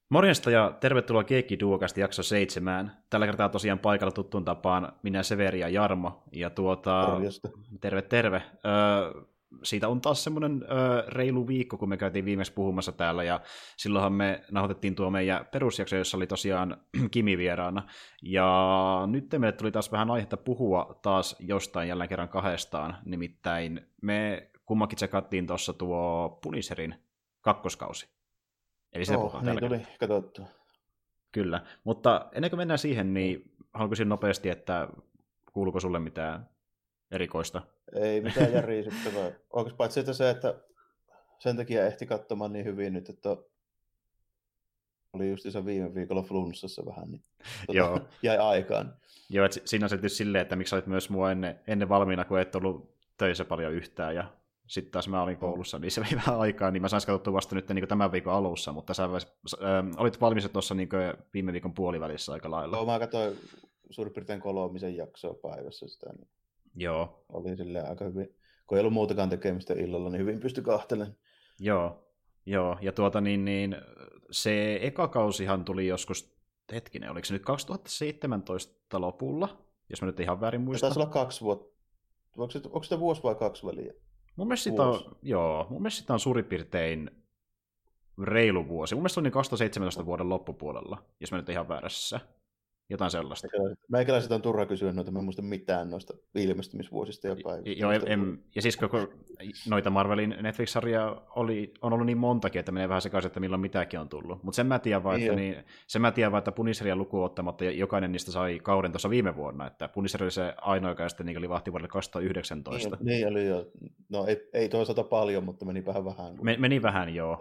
Morjesta ja tervetuloa Keikki Duokasta jakso 7. Tällä kertaa tosiaan paikalla tuttuun tapaan minä Severi ja Jarmo. Ja Morjesta. terve terve. Siitä on taas semmoinen reilu viikko, kun me käytiin viimeksi puhumassa täällä, ja silloinhan me nauhoitettiin tuo meidän perusjakso, jossa oli tosiaan Kimi vieraana. Ja nyt meille tuli taas vähän aihetta puhua taas jostain jälleen kerran kahdestaan, nimittäin me kummakin tsekattiin tuossa tuo Punisherin kakkoskausi. Eli se puhutaan niin tällä tuli katsottua. Kyllä, mutta ennen kuin mennään siihen, niin haluan kysyä nopeasti, että kuuluuko sulle mitään erikoista? Ei mitään järisyttävää. Onko paitsi että se, että sen takia ehti katsomaan niin hyvin nyt, että oli justiinsa viime viikolla flunssassa vähän, niin Joo, jäi aikaan. Joo, että siinä on se tietysti silleen, että miksi olit myös mua ennen valmiina, kun et ollut töissä paljon yhtään, ja sitten taas mä olin koulussa, niin se vei vähän aikaa, niin mä sain katsottua vasta nyt niin tämän viikon alussa, mutta sä olit valmis tuossa niin viime viikon puolivälissä aika lailla. Joo, mä katsoin suurin piirtein 3 jaksoa päivässä sitä, niin Joo. oli silleen aika hyvin. Kun ei ollut muutakaan tekemistä illalla, niin hyvin pystyi kahtelemaan. Joo, ja se eka kausihan tuli joskus, hetkinen, oliko se nyt 2017 lopulla, jos mä nyt ihan väärin muistan. Taisi olla 2 vuotta. Onko sitä vuosi vai 2 väliä? Mun mielestä sitä on suurin piirtein reilu vuosi. Mun mielestä se oli niin 2017 vuoden loppupuolella, jos mä nyt ihan väärässä. Jotain sellaista. Meikäläiset on turha kysyä noita, mä en muista mitään noista ilmestymisvuosista ja päivistä. Joo, ja siis koko noita Marvelin Netflix-sarjaa on ollut niin montakin, että menee vähän sekaisin, että milloin mitäkin on tullut. Mutta sen mä tiedän vaan, että Punisheria lukuun ottamatta jokainen niistä sai kauden tuossa viime vuonna, että Punisher oli se ainoa, joka sitten niin livahti vuodelle 2019. Niin oli jo. No ei toisaalta paljon, mutta meni vähän. Meni vähän, joo.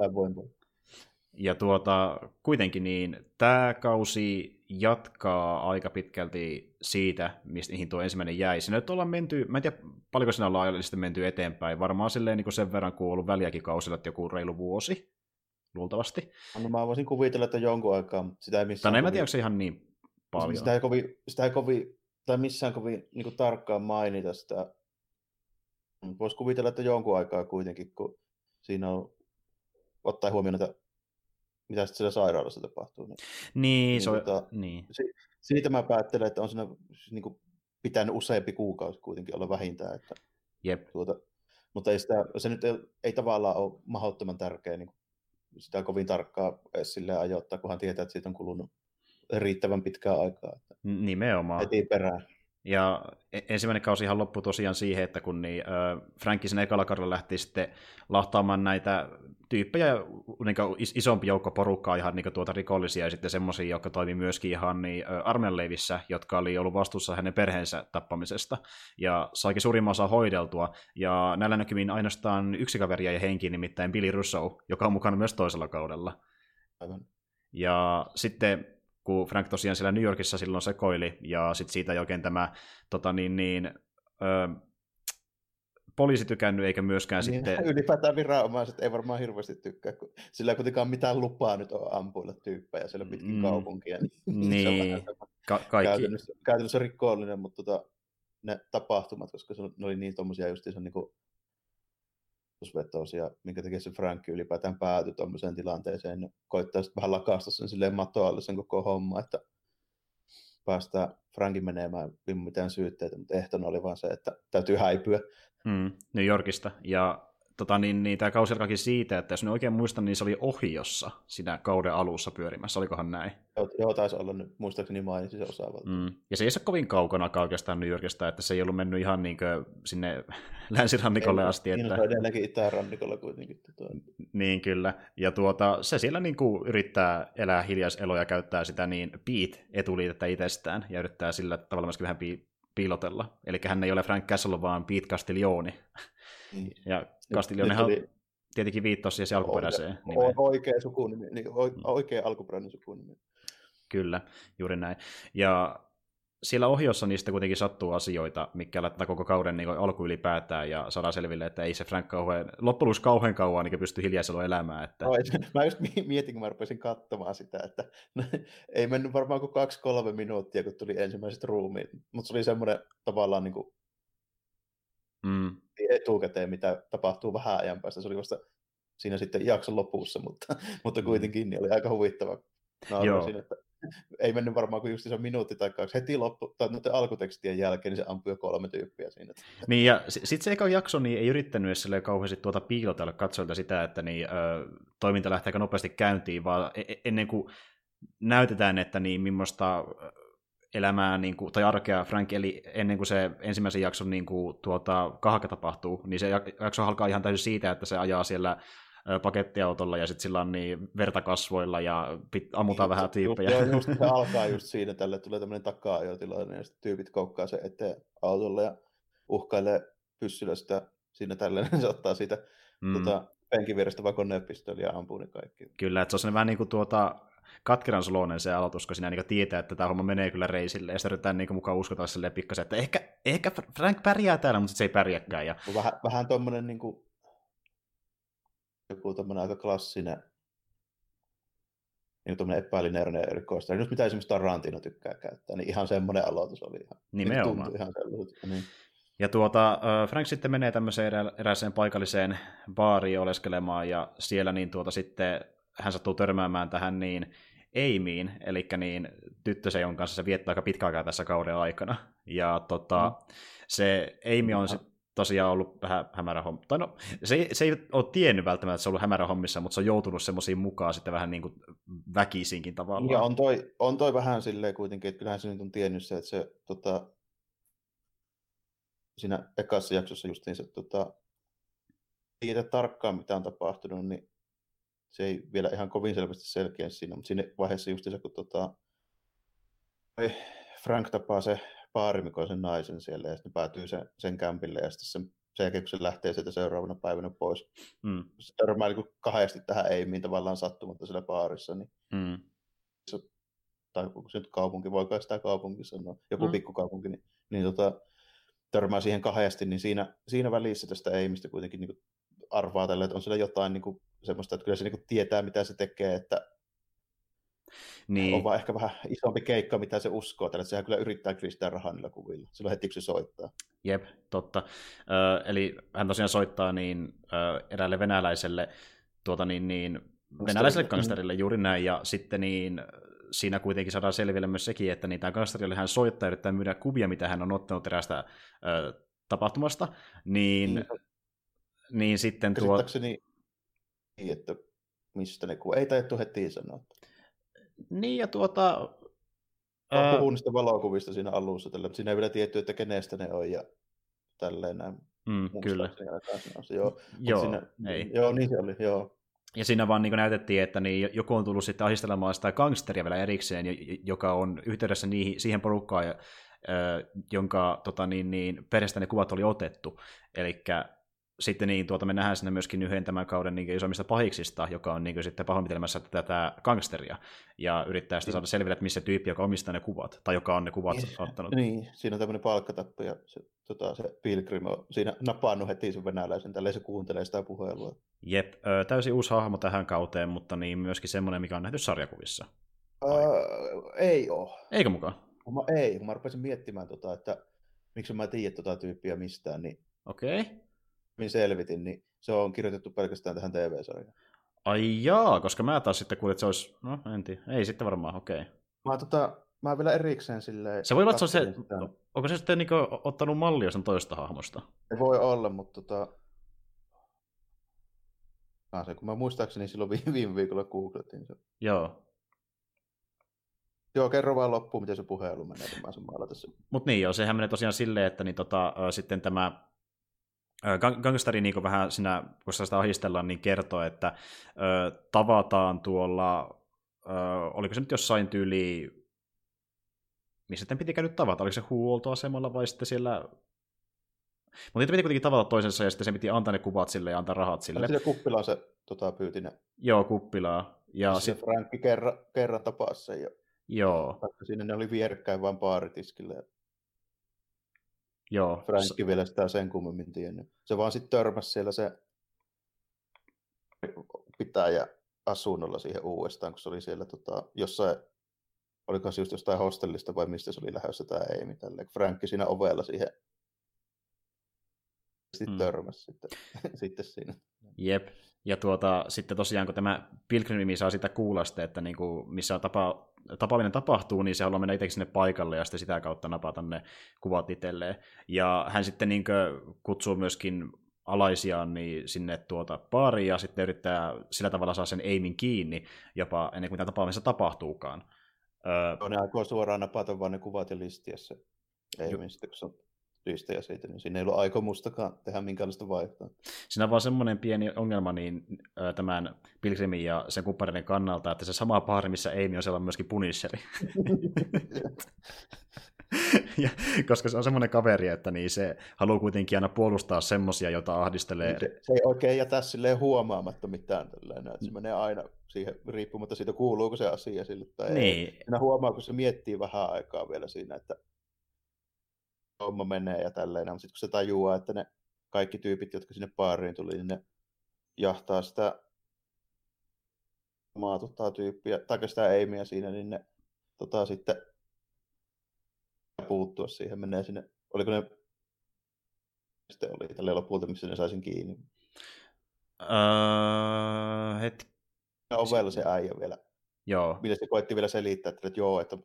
Ja kuitenkin niin tämä kausi jatkaa aika pitkälti siitä, mihin tuo ensimmäinen jäi. Siinä nyt ollaan menty, mä en tiedä paljonko siinä ollaan ajallisesti menty eteenpäin, varmaan silleen niin sen verran, kun on ollut väliäkin kausilla, että joku reilu vuosi, luultavasti. No mä voisin kuvitella, että jonkun aikaa, mutta sitä ei missään en mä tiedä, onko se ihan niin paljon. Sitä ei kovin tai missään kovin niin tarkkaan mainita sitä. Voisi kuvitella, että jonkun aikaa kuitenkin, kun siinä on ottaa huomioon, että mitä sitten siellä sairaalassa tapahtuu. Siitä mä päättelen, että on siinä niin kuin pitänyt useampi kuukausi kuitenkin olla vähintään. Että, Jep. Mutta se nyt ei tavallaan ole mahdottoman tärkeä niin sitä kovin tarkkaa edes silleen ajoittaa, kunhan tietää, että siitä on kulunut riittävän pitkää aikaa. Että nimenomaan. heti perään. Ja ensimmäinen kausi ihan loppui tosiaan siihen, että kun Frankki sen ekalla kaudella lähti sitten lahtaamaan näitä tyyppejä, niin isompi joukko porukkaa ihan niin rikollisia ja sitten semmoisia, jotka toimi myöskin ihan armeijan leivissä, jotka oli ollut vastuussa hänen perheensä tappamisesta ja saikin suurimman osa hoideltua. Ja näillä näkymin ainoastaan yksi kaveri jäi henkiin, nimittäin Billy Russo, joka on mukana myös toisella kaudella. Aivan. Ja sitten kun Frank tosiaan siellä New Yorkissa silloin sekoili, ja sitten siitä ei oikein tämä poliisi tykännyt, eikä myöskään niin, sitten... Ylipäätään viranomaiset ei varmaan hirveästi tykkää, kun sillä ei kuitenkaan mitään lupaa nyt on ampuilla tyyppejä siellä pitkin kaupunkia. Niin, kaikki... Käytännössä rikollinen, mutta ne tapahtumat, koska ne oli niin tommosia justiinsa niinku vetosia, minkä takia se Frank ylipäätään päätyi tuommoiseen tilanteeseen, ja koittaa sitten vähän lakasta sen silleen matoalle sen koko homma, että päästään Frankin menemään ilman mitään syytteitä, mutta ehtona oli vaan se, että täytyy häipyä. New Yorkista, ja tämä kausi alkaakin siitä, että jos ne oikein muistan, niin se oli Ohiossa siinä kauden alussa pyörimässä, olikohan näin? Joo, taisi olla nyt, muistaakseni mainitsin se osavalta. Ja se ei ole kovin kaukana oikeastaan New Yorkista, että se ei ollut mennyt ihan niin sinne länsirannikolle asti. Niin, on edelleenkin itärannikolla kuitenkin. Niin, kyllä. Ja se siellä niin kuin yrittää elää hiljaiseloa ja käyttää sitä niin Pete-etuliitettä itsestään, ja yrittää sillä tavalla myöskin vähän piilotella. Eli hän ei ole Frank Castle, vaan Pete Castiglione. Ja Castiglionehan tietenkin viittasi siihen alkuperäiseen nimeen. Oikea sukunimi, oikea alkuperäinen sukunimi. Kyllä, juuri näin. Ja siellä ohjossa niistä kuitenkin sattuu asioita, mikä laittaa koko kauden niin alku ylipäätään, ja saadaan selville, että ei se Frank loppujen kauhean kauan niin pysty hiljaisella elämään. Että... Mä just mietin, kun mä rupesin katsomaan sitä, että ei mennyt varmaan kuin 2-3 minuuttia, kun tuli ensimmäiset ruumiit, mutta se oli semmoinen tavallaan niin kuin etukäteen, mitä tapahtuu vähän ajan päästä. Se oli vasta siinä sitten jakson lopussa, mutta kuitenkin niin oli aika huvittava nauroin siinä, että ei mennyt varmaan kuin just se minuutti tai kaksi. Heti loppu, tai noiden alkutekstien jälkeen, niin se ampui jo 3 tyyppiä siinä. Niin, ja sitten se eka jakso niin ei yrittänyt edes kauheasti piilotella katsojilta sitä, että toiminta lähtee aika nopeasti käyntiin, vaan ennen kuin näytetään, että millaista elämää tai arkea Frank eli ennen kuin se ensimmäisen jakson kahka tapahtuu, niin se jakso alkaa ihan täysin siitä, että se ajaa siellä pakettiautolla ja sitten sillä on verta kasvoilla ja ammutaan vähän tyyppejä. Joo, just se alkaa just siinä, tälle tulee tämmöinen taka-ajotilanne ja sitten tyypit koukkaa se eteen autolla ja uhkailee pyssyllä sitä siinä tälleen, se ottaa siitä penkin vierestä vaan konepistoli ja ampuu ne kaikki. Kyllä, että se on vähän niin kuin katkeran suloinen se aloitus, kun sinä tietää, että tämä homma menee kyllä reisille, ja sitten yritetään mukaan uskota silleen pikkasen, että ehkä Frank pärjää täällä, mutta se ei pärjäkään. Ja... Vähän tommonen joku tommonen aika klassinen tommonen epälineaarinen erikoista. Just mitä esimerkiksi Tarantino tykkää käyttää, niin ihan semmoinen aloitus oli ihan. Nimenomaan. Tuntui ihan sellaiselta. Niin. Ja Frank sitten menee tämmöiseen erääseen paikalliseen baariin oleskelemaan, ja siellä sitten hän sattuu törmäämään tähän Amyin, eli tyttösen, jonka kanssa se viettää aika pitkä aikaa tässä kauden aikana. Ja se Amy on tosiaan ollut vähän hämärä homma. Tai no, se ei ole tiennyt välttämättä, että se on ollut hämärä hommissa, mutta se on joutunut semmoisiin mukaan sitten vähän niin kuin väkisinkin tavallaan. Ja on toi vähän silleen kuitenkin, että kyllähän se nyt on tiennyt se, että se siinä ekassa jaksossa justiin se tiedä tarkkaan, mitä on tapahtunut, niin se ei vielä ihan kovin selvästi selkeä siinä, mutta siinä vaiheessa justiinsa, kun Frank tapaa se baarimikoisen naisen siellä, ja sitten päätyy sen kämpille, ja sitten sen jälkeen, kun se lähtee sieltä seuraavana päivänä pois, se törmää niin kahdesti tähän Amyin tavallaan sattumatta siellä baarissa, niin tai onko se nyt kaupunki, voiko sitä kaupunki sanoa, joku pikkukaupunki, niin törmää siihen kahdesti, niin siinä välissä tästä Amystä kuitenkin niin arvaa tälle, että on siellä jotain niin kuin semmoista, että kyllä se niin tietää, mitä se tekee, että on vaan ehkä vähän isompi keikka, mitä se uskoo. Tällä, että sehän kyllä yrittää kristää rahaa niillä kuvilla. Silloin heti, kun se soittaa. Jep, totta. Eli hän tosiaan soittaa eräälle venäläiselle venäläiselle gangsterille juuri näin, ja sitten siinä kuitenkin saadaan selville myös sekin, että tämä gangsterille hän soittaa ja yrittää myydä kuvia, mitä hän on ottanut eräästä tapahtumasta, niin sitten käsittääkseni että mistä ne kuvat. Ei taidettu heti sanoa. Niin, ja puhun niistä valokuvista siinä alussa, mutta siinä ei vielä tietty, että kenestä ne on, ja tälleen näin. Kyllä. Joo, niin se oli, joo. Ja siinä vaan näytettiin, että joku on tullut sitten ahistelemaan sitä gangsteria vielä erikseen, joka on yhteydessä siihen porukkaan, jonka perheestä ne kuvat oli otettu. Elikkä sitten me nähdään sinne myöskin yhden tämän kauden isommista pahiksista, joka on sitten pahoinpitelemässä tätä gangsteria, ja yrittää sitten saada selville, että missä tyyppi, joka omistaa ne kuvat, tai joka on ne kuvat ottanut. Niin, siinä on tämmöinen palkkatappu, ja se Pilgrim on siinä napannut heti sen venäläisen, tälleen se kuuntelee sitä puhelua. Jep, täysin uusi hahmo tähän kauteen, mutta myöskin semmoinen, mikä on nähty sarjakuvissa. Ei ole. Eikö mukaan? Kun mä rupesin miettimään, että miksi mä tiedän tyyppiä mistään, niin okei. Selvitin, niin se on kirjoitettu pelkästään tähän TV-sarjaan. Ai jaa, koska mä taas sitten kuulin, että se olisi, no en tiedä, ei sitten varmaan, okei. Mä vielä erikseen silleen... Se voi olla, että se onko se sitten ottanut mallia sen toista hahmosta? Se voi olla, mutta se, kun mä muistaakseni silloin viime viikolla googletin se. Joo. Joo, kerro vaan loppuun, miten se puhelu menee, kun mä sen maalata sen. Mut niin joo, sehän menee tosiaan silleen, että sitten tämä gangsteri vähän siinä, kun sitä ahistellaan, niin kertoo, että tavataan tuolla, oliko se nyt jossain tyyli, missä sitten pitikään nyt tavata, oliko se huoltoasemalla vai sitten siellä, mutta niitä piti kuitenkin tavata toisensa ja sitten se piti antaa ne kuvat sille ja antaa rahat sille. Sillä kuppilaan se pyyti ne. Joo, kuppilaa. Ja se Frankki kerran tapasi sen. Joo. Vaikka siinä ne oli vierekkäin vaan baaritiskille. Joo. Frankki vielä sitä sen kummemmin tiennyt. Se vaan sitten törmäsi siellä se pitäjä asunnolla siihen uudestaan, kun se oli siellä jossain, oliko se just jostain hostellista vai mistä se oli lähdössä tämä Amy tälleen. Frankki siinä ovella siihen sitten törmäsi sitten siinä. Jep. Ja sitten tosiaan, kun tämä Pilgrim saa sitä kuulla sitten, että niinku, missä tapaaminen tapahtuu, niin se haluaa mennä itsekin sinne paikalle ja sitten sitä kautta napata ne kuvat itselleen. Ja hän sitten niinku kutsuu myöskin alaisiaan niin sinne baariin ja sitten yrittää sillä tavalla saa sen Aimin kiinni jopa ennen kuin tämä tapaamista tapahtuukaan. Ne aikoo suoraan napata vaan ne kuvat ja listiä se Aimin sitten, kun se on listiä siitä, niin siinä ei ollut aikomustakaan tehdä minkäänlaista vaihtoa. Siinä on vaan semmoinen pieni ongelma niin, tämän Pilgrimin ja sen kumppaneiden kannalta, että se sama baari, missä Amy on, siellä on myöskin Punisheri. Ja, koska se on semmoinen kaveri, että niin se haluaa kuitenkin aina puolustaa semmosia, joita ahdistelee. Se ei oikein jätä silleen huomaamatta mitään tällainen, että se menee aina siihen riippumatta siitä, kuuluuko se asia sille tai niin. ei. Siinä huomaa, kun se miettii vähän aikaa vielä siinä, että homma menee ja tälleen, mutta sitten kun se tajuaa, että ne kaikki tyypit, jotka sinne baariin tuli, niin ne jahtaa sitä tyyppiä, tai sitä Amyä siinä, niin ne sitten puuttua siihen, menee sinne, oliko ne sitten oli tälleen lopulta, missä ne sai sen kiinni. Ovella se äijä vielä. Joo. Millä se koetti vielä selittää, että joo, että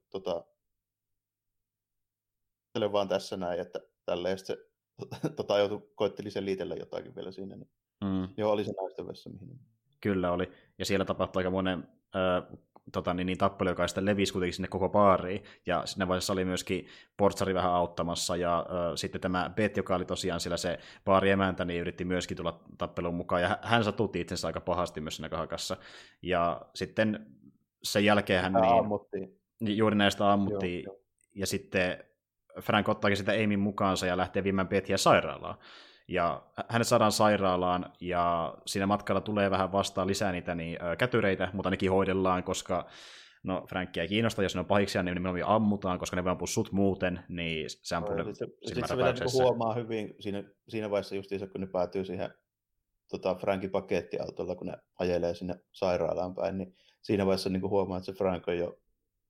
vaan tässä näin, että tälleen se koetteli selitellä jotakin vielä siinä. Niin. Joo, oli se naisten vessa, mihin. Kyllä oli. Ja siellä tapahtui aika monen tappelu, joka sitten levisi kuitenkin sinne koko baariin. Ja siinä vaiheessa oli myöskin portsari vähän auttamassa. Ja sitten tämä Bet, joka oli tosiaan siellä se baariemäntä, niin yritti myöskin tulla tappeluun mukaan. Ja hän satutti itsensä aika pahasti myös siinä kahakassa. Ja sitten sen jälkeen hän juuri näistä ammuttiin. Joo. Ja sitten Frank ottaakin sitä Aimin mukaansa ja lähtee viemään Bethia sairaalaan. Ja hänet saadaan sairaalaan, ja siinä matkalla tulee vähän vastaan lisää niitä kätyreitä, mutta nekin hoidellaan, koska no Frankia ei kiinnosta, jos ne on pahiksia, niin nimenomaan ammutaan, koska ne voi ampua sut muuten, niin se ampuu ne Sitten se vielä huomaa hyvin siinä vaiheessa justiinsa, kun ne päätyy siihen Frankin pakettiautolla, kun ne ajelee sinne sairaalaan päin, niin siinä vaiheessa niin huomaa, että se Frank on jo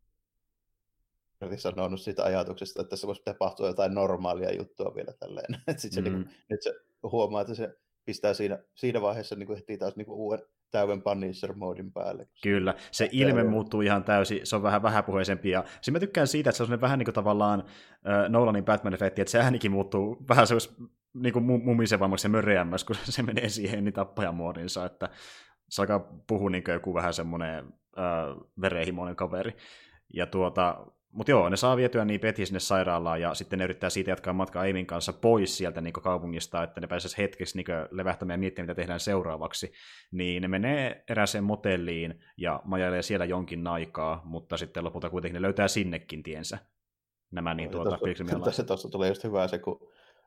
sanonut siitä ajatuksesta, että tässä voisi tapahtua jotain normaalia juttua vielä tälleen. Sitten se, nyt se huomaa, että se pistää siinä vaiheessa heti taas uuden täyden Punisher-moodin päälle. Kyllä, se ilme muuttuu ihan täysin, se on vähän vähäpuheisempi. Ja mä tykkään siitä, että se on vähän niin kuin tavallaan Nolanin Batman-efekti, että se äänikin muuttuu vähän se olisi niin kuin mumisevammaksi ja möreämmäksi, kun se menee siihen niin tappajamuodinsa, että se alkaa puhua niin kuin joku vähän semmoinen verenhimoinen kaveri. Ja mutta joo, ne saa vietyä niin Betty sinne sairaalaan, ja sitten ne yrittää siitä jatkaa matkaa Aimin kanssa pois sieltä niin kaupungista, että ne pääsisi hetkeksi niin levähtämään ja miettimään, mitä tehdään seuraavaksi. Niin ne menee erääseen motelliin ja majailee siellä jonkin aikaa, mutta sitten lopulta kuitenkin ne löytää sinnekin tiensä. Nämä niin Tässä tuossa tulee just hyvä se, kun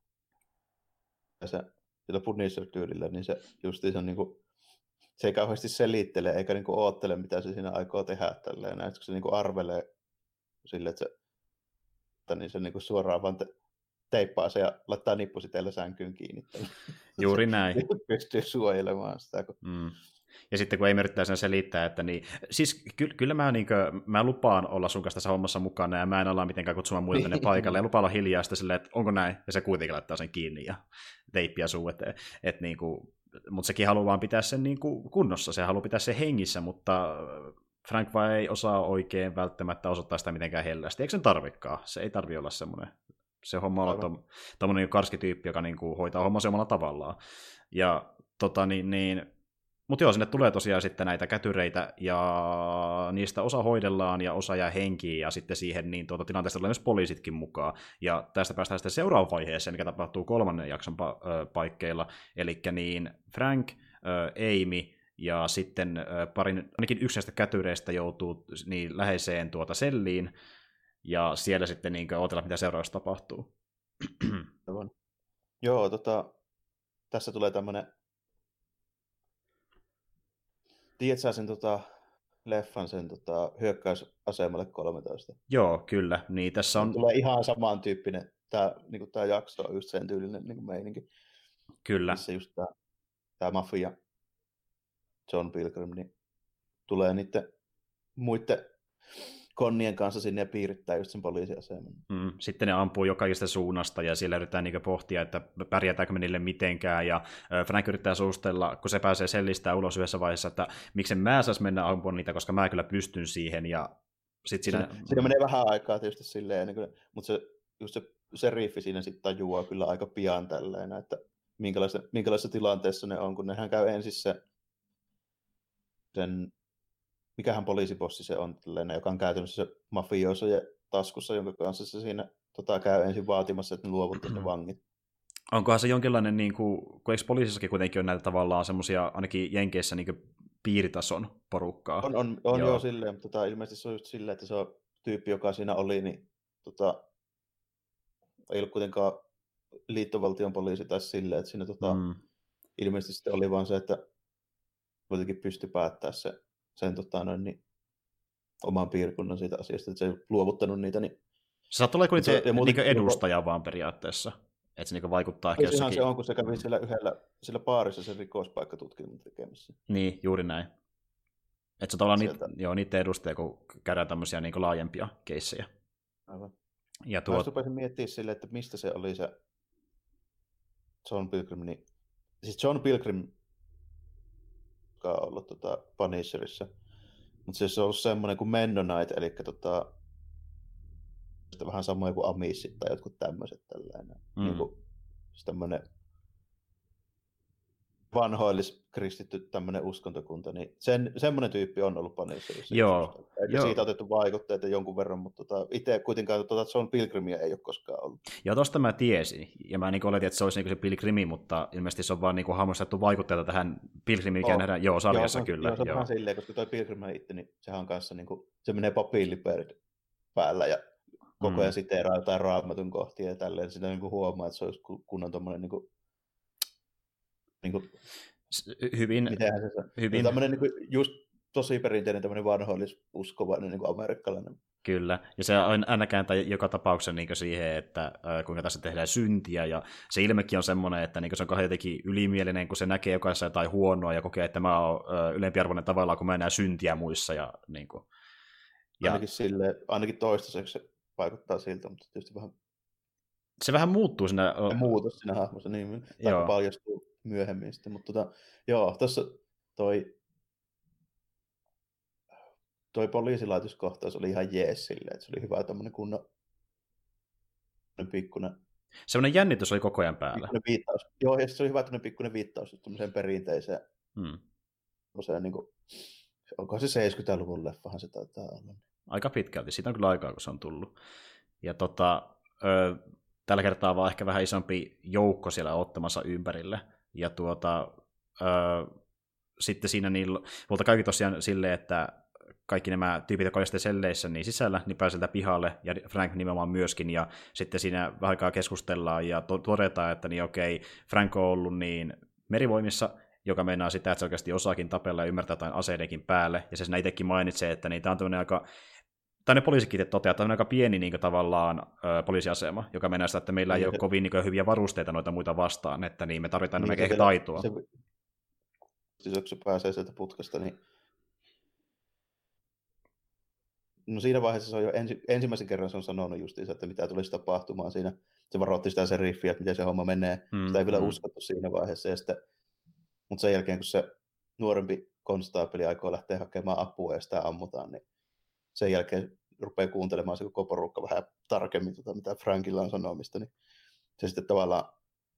sillä Punisher-tyylillä, niin se justiinsa niin kuin, se ei kauheasti selittele eikä niin kuin oottele, mitä se siinä aikoo tehdä tälleen. Näin, kun se niin kuin arvelee sille, että se niin kuin suoraan vaan teippaa se ja laittaa nippusiteillä sänkyyn kiinni. Juuri näin. Pystyy suojelemaan sitä. Kun... Ja sitten kun ei yrittää sen selittää, että niin, siis kyllä mä lupaan olla sun kanssa tässä hommassa mukana ja mä en ala mitenkään kutsumaan muita tänne paikalle ja lupaan olla hiljaa sitten silleen, että onko näin, ja se kuitenkin laittaa sen kiinni ja teippiä suu eteen. Mutta sekin haluaa vaan pitää sen niin kuin kunnossa, se haluaa pitää sen hengissä, mutta Frank vaan ei osaa oikein välttämättä osoittaa sitä mitenkään hellästi. Eikö sen tarvikaan? Se ei tarvi olla semmoinen. Se homma on tommoinen karski tyyppi, joka niinku hoitaa hommansa omalla tavallaan. Ja mutta joo, sinne tulee tosiaan sitten näitä kätyreitä, ja niistä osa hoidellaan, ja osa jää henkiin, ja sitten siihen tilanteesta tulee myös poliisitkin mukaan. Ja tästä päästään sitten seuraavaan vaiheeseen, mikä tapahtuu 3. jakson paikkeilla. Eli niin Frank, Amy, ja sitten ainakin yksi näistä kätyreistä joutuu niin läheiseen selliin, ja siellä sitten odotellaan, mitä seuraavaksi tapahtuu. Joo, tässä tulee tämmöinen, tiedätkö sä sen leffan sen hyökkäysasemalle 13? Joo, kyllä. Niin, tässä on... Tulee ihan samantyyppinen, tämä jakso on just sen tyylinen meininki. Kyllä. Missä just tämä mafia John Pilgrim, niin tulee niiden muiden konnien kanssa sinne ja piirittää just sen poliisiaseman. Sitten ne ampuu jokaisesta suunnasta ja siellä yritetään niin pohtia, että pärjätäänkö me niille mitenkään. Ja Frank yrittää suustella, kun se pääsee sellistä ulos yhdessä vaiheessa, että miksen mä sais mennä ampumaan niitä, koska mä kyllä pystyn siihen. Ja sit siinä menee vähän aikaa tietysti silleen, mutta just se riffi siinä sitten tajuaa kyllä aika pian tälleen, että minkälaisessa tilanteessa ne on, kun nehän käy ensin sen mikähän poliisibossi se on, tällainen, joka on käytännössä se mafiosojen taskussa, jonka kanssa se siinä käy ensin vaatimassa, että ne luovuttaisi ne vangit. Onkohan se jonkinlainen, niin kuin, kun eikö poliisissakin kuitenkin on näitä tavallaan semmoisia, ainakin Jenkeissä, niin piiritason porukkaa? On joo silleen, mutta ilmeisesti se on just silleen, että se on tyyppi, joka siinä oli, niin ei ollut kuitenkaan liittovaltion poliisi tai silleen, että siinä ilmeisesti sitten oli vaan se, että kuitenkin pystyi päättämään sen niin, oman piirikunnan siitä asiasta, että se ei luovuttanut niitä. Niin... Se saattaa olla niin edustaja vaan periaatteessa, että se niin vaikuttaa ehkä jossakin... se on, kun se kävi sillä baarissa sen rikospaikkatutkinnon tekemässä. Niin, juuri näin. Että se on tavallaan niiden edustaja, kun käydään tämmöisiä niin laajempia keissejä. Aivan. Ja mä rupesin miettimään silleen, että mistä se oli se John Pilgrim. Niin... Siis John Pilgrim on ollut Punisherissa. Mutta se on ollut semmoinen kuin Mennonite, eli vähän samoin kuin Amissit tai jotkut tämmöiset tällainen. Niin kuin tämmöinen vanhoilliskristitty tämmöinen uskontokunta, niin semmoinen tyyppi on ollut Punisherissa. Joo. Siitä on otettu vaikutteita jonkun verran, mutta itse kuitenkaan John Pilgrimia ei ole koskaan ollut. Joo, tosta mä tiesin, ja mä niin oletin, että se olisi niin se Pilgrimi, mutta ilmeisesti se on vaan niin hahmostettu vaikutteita tähän Pilgrimiin, mikä nähdään sarjassa kyllä. Joo, se on vähän silleen, koska toi Pilgrim itse, niin sehän on kanssa, niin kuin, se menee papilliperit päällä, ja koko ajan siteeraa jotain raamatun kohtia ja tälleen, sitä niin huomaa, että se olisi kunnon tommoinen hyvin. Tämmöinen niin just tosi perinteinen tämmöinen vanhoillisuskovainen niin amerikkalainen. Kyllä, ja se aina kääntää joka tapauksessa niin siihen, että kuinka tässä tehdään syntiä, ja se ilmekin on semmoinen, että niin se on jotenkin ylimielinen, kun se näkee jokaisessa jotain huonoa ja kokee, että mä oon ylempiarvoinen tavallaan, kun mä näen syntiä muissa. Ja, niin kuin, ja... Ainakin toistaiseksi se vaikuttaa siltä, mutta tietysti vähän... Se vähän muuttuu siinä... Muutos siinä hahmossa, niin aika paljastuu myöhemmin sitten, mutta joo, tuossa toi poliisilaitoskohtaus oli ihan jees silleen, että se oli hyvä tämmöinen kunnon pikkuinen... Semmoinen jännitys oli koko ajan päällä. Viittaus. Joo, ja se oli hyvä tämmöinen pikkuinen viittaus tämmöiseen perinteiseen. Niin kuin, onko se 70-luvun leffahan se taitaa olla. Aika pitkälti, siitä on kyllä aikaa, kun se on tullut. Ja tällä kertaa vaan ehkä vähän isompi joukko siellä ottamassa ympärille. Ja sitten siinä mutta kaikki tosiaan silleen, että kaikki nämä tyypit, jotka olivat selleissä niin sisällä, niin pääsevät pihalle, ja Frank nimenomaan myöskin, ja sitten siinä vähän aikaa keskustellaan ja todetaan, että niin okei, Frank on ollut niin merivoimissa, joka meinaa sitä, että se oikeasti osaakin tapella ja ymmärtää jotain aseidenkin päälle, ja se siinä itsekin mainitsee, että niin tämä on tämmöinen aika, tai ne poliisikin toteaa, että tämä on aika pieni niin kuin, tavallaan poliisiasema, joka meinaa sitä, että meillä ei ole kovin niin kuin, hyviä varusteita noita muita vastaan, että niin me tarvitaan niin, enemmän taitoa. Siis kun se pääsee sieltä putkasta, niin no siinä vaiheessa se on jo ensimmäisen kerran se on sanonut justiinsa, että mitä tulisi tapahtumaan siinä. Se varoitti sitä sen riffiä, että miten se homma menee. Sitä ei vielä uskottu siinä vaiheessa. Mutta sen jälkeen, kun se nuorempi konstaapeli aikoo lähteä hakemaan apua ja sitä ammutaan, niin sen jälkeen rupeaa kuuntelemaan se koko porukka vähän tarkemmin, mitä Frankilla on sanomista. Niin se sitten tavallaan,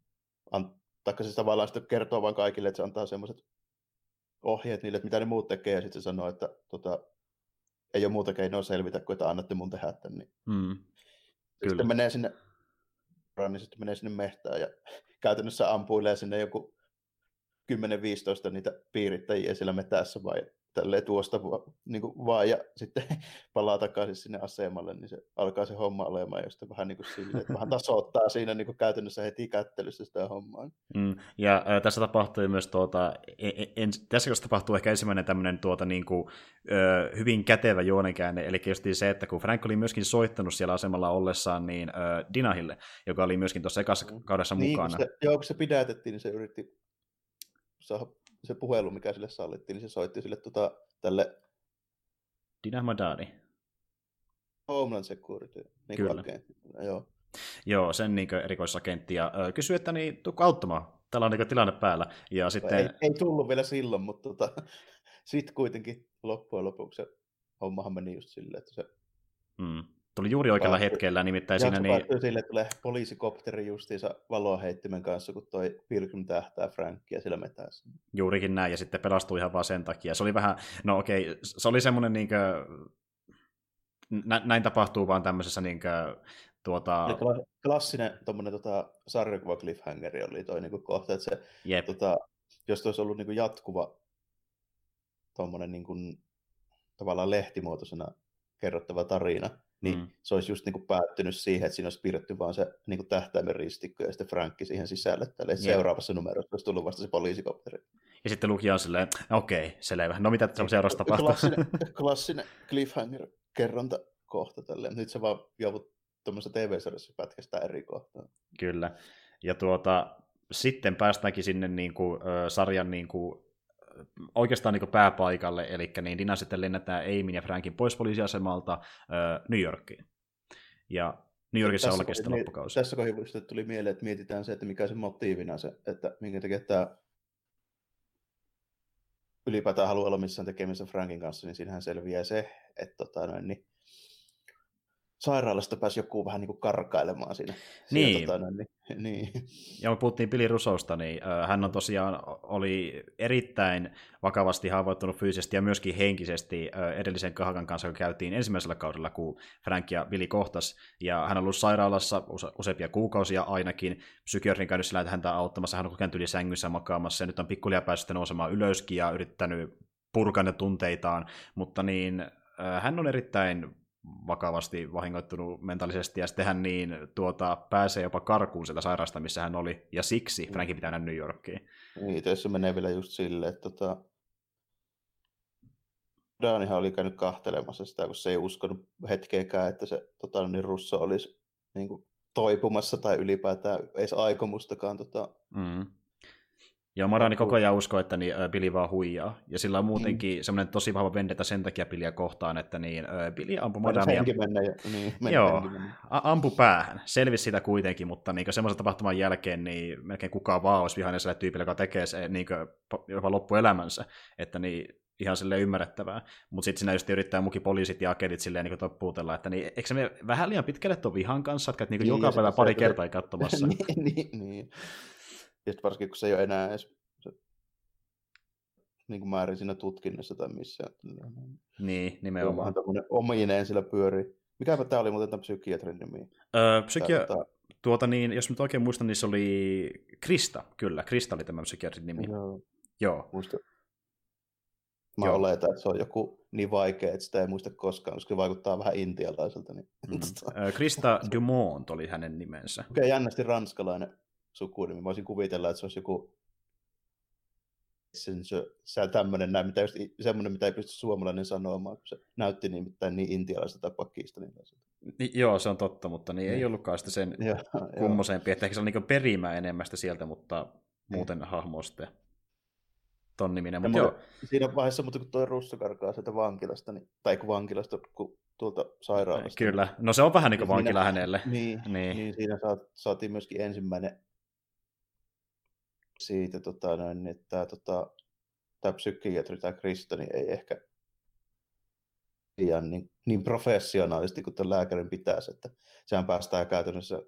sitten kertoo vaan kaikille, että se antaa semmoiset ohjeet niille, että mitä ne muut tekee, ja sitten se sanoo, että ei ole muuta keinoa selvitä, kuin että annatte mun tehdä tämän. Niin. Sitten menee sinne mehtään ja käytännössä ampuilee sinne joku 10-15 niitä piirittäjiä siellä metässä vai tälleen tuosta niin vaan ja sitten palaa takaisin sinne asemalle, niin se alkaa se homma olemaan josta vähän niin kuin silleen, että vähän tasoittaa siinä niin kuin käytännössä heti kättelyssä sitä hommaa. Ja tässä tapahtui myös tässä tapahtuu ehkä ensimmäinen tämmöinen niin kuin, hyvin kätevä juonenkäänne, eli just se, että kun Frank oli myöskin soittanut siellä asemalla ollessaan niin Dinahille, joka oli myöskin tuossa ekassa kaudessa mukana. Kun se pidätettiin, niin se yritti saada se puhelu, mikä sille sallittiin, niin se soitti sille tälle... Dinah Madani. Homeland Security, niin kuin Kyllä. agentti. Joo. Joo, sen niin erikoisagentti. Ja kysyi, että niin, tuukko auttamaan? Täällä on niin tilanne päällä. Ja sitten... Ei tullut vielä silloin, mutta sitten kuitenkin loppujen lopuksi se hommahan meni just silleen, että se Tuli juuri oikealla hetkellä, nimittäin siinä niin... päättyi silleen, että tulee poliisikopteri justiinsa valoheittimen kanssa, kun toi Pilgrim tähtää Frankia siellä metässä. Juurikin näin, ja sitten pelastui ihan vaan sen takia. Se oli vähän, no okei, se oli semmoinen niinkö... Näin tapahtuu vaan tämmöisessä niinkö... Klassinen tommonen sarjakuva cliffhangeri oli toi niinku kohta, että se, jos olisi ollut niinku jatkuva tommonen niinku, tavallaan lehtimuotoisena kerrottava tarina, niin se olisi just niinku päättynyt siihen, että siinä olisi piirretty vaan se niinku tähtäimen ristikko ja sitten Frankki siihen sisälle. Tälle seuraavassa numerossa olisi tullut vasta se poliisikopteri. Ja sitten lukija on silleen, okei, selvä. No mitä seuraavassa tapahtuu? Klassinen cliffhanger-kerronta kohta tälleen. Nyt se vaan joudut tuommoisessa TV-sarjassa pätkästään eri kohtaan. Kyllä. Ja sitten päästäänkin sinne niinku, sarjan niinku, oikeastaan niin pääpaikalle, eli niin Dina sitten lennätään Aimin ja Frankin pois poliisiasemalta New Yorkiin. Ja New Yorkissa ollakin sitten loppukausi. Tässä kohdassa tuli mieleen, että mietitään se, että mikä se motiivina se, että minkä takia tämä ylipäätään haluaa olla missään tekemisissä Frankin kanssa, niin siinähän selviää se, että niin sairaalasta pääsi joku vähän niin kuin karkailemaan siinä. Niin. Niin. Ja me puhuttiin Billy Russosta, niin hän on tosiaan oli erittäin vakavasti haavoittunut fyysisesti ja myöskin henkisesti edellisen kahakan kanssa, kun käytiin ensimmäisellä kaudella, kun Frank ja Billy kohtas. Ja hän on ollut sairaalassa useampia kuukausia ainakin. Psykiatrin käynyt sillä, että häntä auttamassa. Hän on kokenut yli sängyssä makaamassa ja nyt on pikkuhiljaa päässyt nousemaan ylöskin ja yrittänyt purkaa ne tunteitaan. Mutta niin, hän on erittäin vakavasti vahingoittunut mentaalisesti, ja sitten hän niin, pääsee jopa karkuun sieltä sairaasta, missä hän oli, ja siksi Frankin pitää mennä New Yorkiin. Niin, tässä menee vielä just silleen, että Danihan oli käynyt kahtelemassa sitä, kun se ei uskonut hetkeäkään, että se niin Russo olisi niin kuin, toipumassa tai ylipäätään edes aikomustakaan. Ja Marani koko ajan uskoo, että niin, Billy vaan huijaa. Ja sillä on muutenkin semmoinen tosi vahva vendetta sen takia Billyä kohtaan, että niin, Billy ampui Madamia. Ampu päähän. Selvisi sitä kuitenkin, mutta niin, semmoisen tapahtuman jälkeen niin melkein kukaan vaan olisi vihainen sille tyypille, joka tekee se niin, jopa loppuelämänsä. Että niin, ihan silleen ymmärrettävää. Mutta sitten siinä just yrittää mukin poliisit ja agentit silleen niin toppuutella, että niin, eikö se mene vähän liian pitkälle tuon vihan kanssa, että niin, joka päivä pari kertaa katsomassa. niin. Ja varsinkin, kun se ei ole enää edes niin kuin määrin siinä tutkinnassa tai missään. Niin, nimenomaan. Tämmöinen omineen sillä pyörii. Mikäpä tämä oli muuten tämän psykiatrin nimi? Niin, jos nyt oikein muistan, niin se oli Krista, kyllä. Krista oli tämän psykiatrin nimi. Joo. Muista. Mä oletan, että se on joku niin vaikea, että sitä ei muista koskaan, koska se vaikuttaa vähän intialaiselta. Niin. Krista Dumont oli hänen nimensä. Okei, jännästi ranskalainen sukunimi. Mä voisin kuvitella, että se olisi joku se tämmöinen näin, semmoinen, mitä ei pysty suomalainen sanomaan, kun se näytti nimittäin niin intialaista tai pakistanilaiselta. Joo, se on totta, mutta niin ei ollutkaan sitä sen kummosempi, että ehkä se on niin perimää enemmän sieltä, mutta muuten hahmo sitten ton niminen. Siinä vaiheessa, mutta kun tuo Russo karkaa sieltä vankilasta, tai kun vankilasta, kun tuolta sairaalasta. Kyllä, no se on vähän niin kuin vankila hänelle. Niin siinä saatiin myöskin ensimmäinen siitä, että tämä psykiatri, tämä Krista, niin ei ehkä niin professionaalisti kuin tämän lääkärin pitäisi, että sehän päästään käytännössä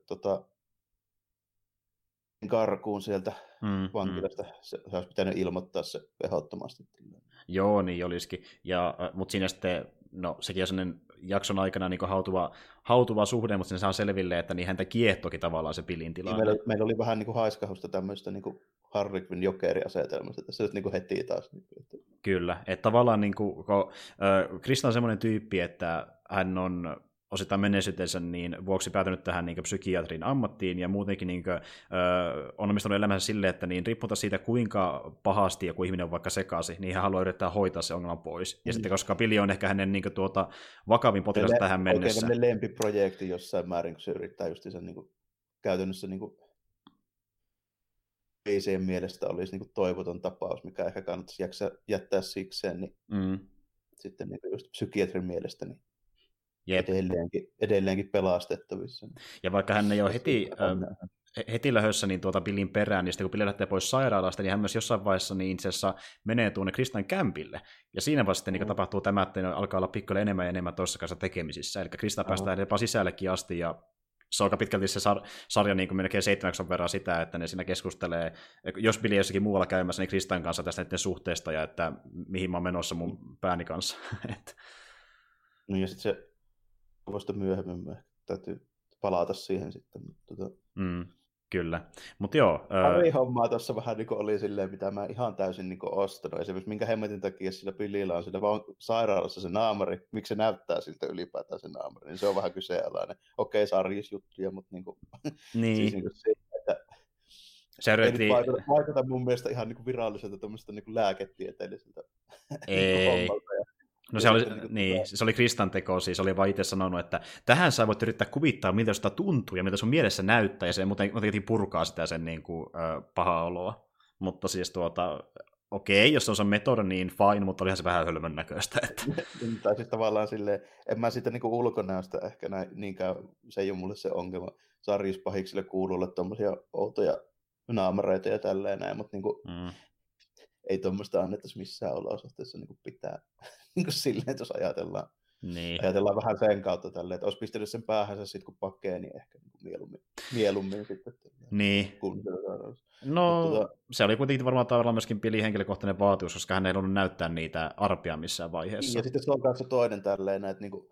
karkuun sieltä vankilasta. Se olisi pitänyt ilmoittaa se ehdottomasti. Joo, niin olisikin. Mutta siinä sitten, no sekin on sellainen jakson aikana niin hautuva suhde, mutta siinä saa selville, että niin häntä kiehtokin tavallaan se Billyn tilanne. Meillä oli vähän niin haiskahusta tämmöistä niin Harley Quinn Jokeri-asetelmasta, tässä nyt niin heti taas. Kyllä, että tavallaan niin kuin, Krista on semmoinen tyyppi, että hän on osittain menneisyytensä niin vuoksi päätynyt tähän niin psykiatrin ammattiin, ja muutenkin niin kuin, on omistanut elämänsä silleen, että niin, riippumatta siitä, kuinka pahasti joku ihminen on vaikka sekaisin, niin hän haluaa yrittää hoitaa se ongelman pois. Ja sitten, koska Billy on ehkä hänen niin kuin, vakavin potilas tähän mennessä. Oikein lempiprojekti jossain määrin, kun se yrittää just sen niin kuin, käytännössä niin kuin, biisien mielestä olisi niin kuin toivoton tapaus, mikä ehkä kannattaisi jättää sikseen, niin sitten niin just psykiatrin mielestä. Niin. edelleenkin pelastettavissa. Ja vaikka hän ei ole heti lähdössä niin Billin perään, niin sitten kun Billy lähtee pois sairaalasta, niin hän myös jossain vaiheessa niin itse asiassa menee tuonne Kristan kämpille. Ja siinä vaiheessa sitten niin tapahtuu tämä, että ne alkaa olla pikkuille enemmän ja enemmän toisessa kanssa tekemisissä. Eli Krista päästään jopa sisällekin asti, ja se on aika pitkälti se sarja niin kuin melkein 7 verran sitä, että ne siinä keskustelee, jos Billy jossakin muualla käymässä, niin Kristan kanssa tästä näiden suhteesta, ja että mihin mä oon menossa mun pääni kanssa. No ja sitten se vasta myöhemmin täytyy palata siihen sitten. Kyllä, mutta joo. Pari hommaa tuossa vähän niin oli silleen, mitä mä ihan täysin niin ostanut. Esimerkiksi minkä hemmetin takia sillä Billillä on sillä vaan sairaalassa se naamari, miksi se näyttää siltä ylipäätään se naamari, niin se on vähän kyseenalainen. Okei, sarjisjuttuja, mutta niin kuin, siis niin kuin se, että se ei vaikuta mun mielestä ihan niin kuin viralliselta tämmöistä niin kuin lääketieteelliseltä hommalta. No se oli Kristan teko, siis oli vaan itse sanonut, että tähän sä voit yrittää kuvittaa, miltä sitä tuntuu ja miltä sun mielessä näyttää, ja se muuten purkaa sitä sen niin kuin, pahaa oloa. Mutta siis okei, jos se on metodi, niin fine, mutta olihan se vähän hölmön näköistä. Että. Tai siis tavallaan silleen, en mä sitä niin kuin ulkonäöstä ehkä niinkään, se ei ole mulle se ongelma. Sarjispahiksille kuuluu olla tommosia outoja naamareita ja tälleen näin, mutta niin kuin, ei tuommoista annettaisi missään olosuhteessa niin kuin pitää. Niin silleen, että jos ajatellaan vähän sen kautta tälleen, että olisi pistänyt sen päähänsä sitten kun pakee, niin ehkä niin mieluummin sitten. Niin. No, se oli kuitenkin varmaan tavallaan myöskin Billin henkilökohtainen vaatimus, koska hän ei halunnut näyttää niitä arpia missään vaiheessa. Ja sitten se on kanssa toinen tälleen, että, niinku,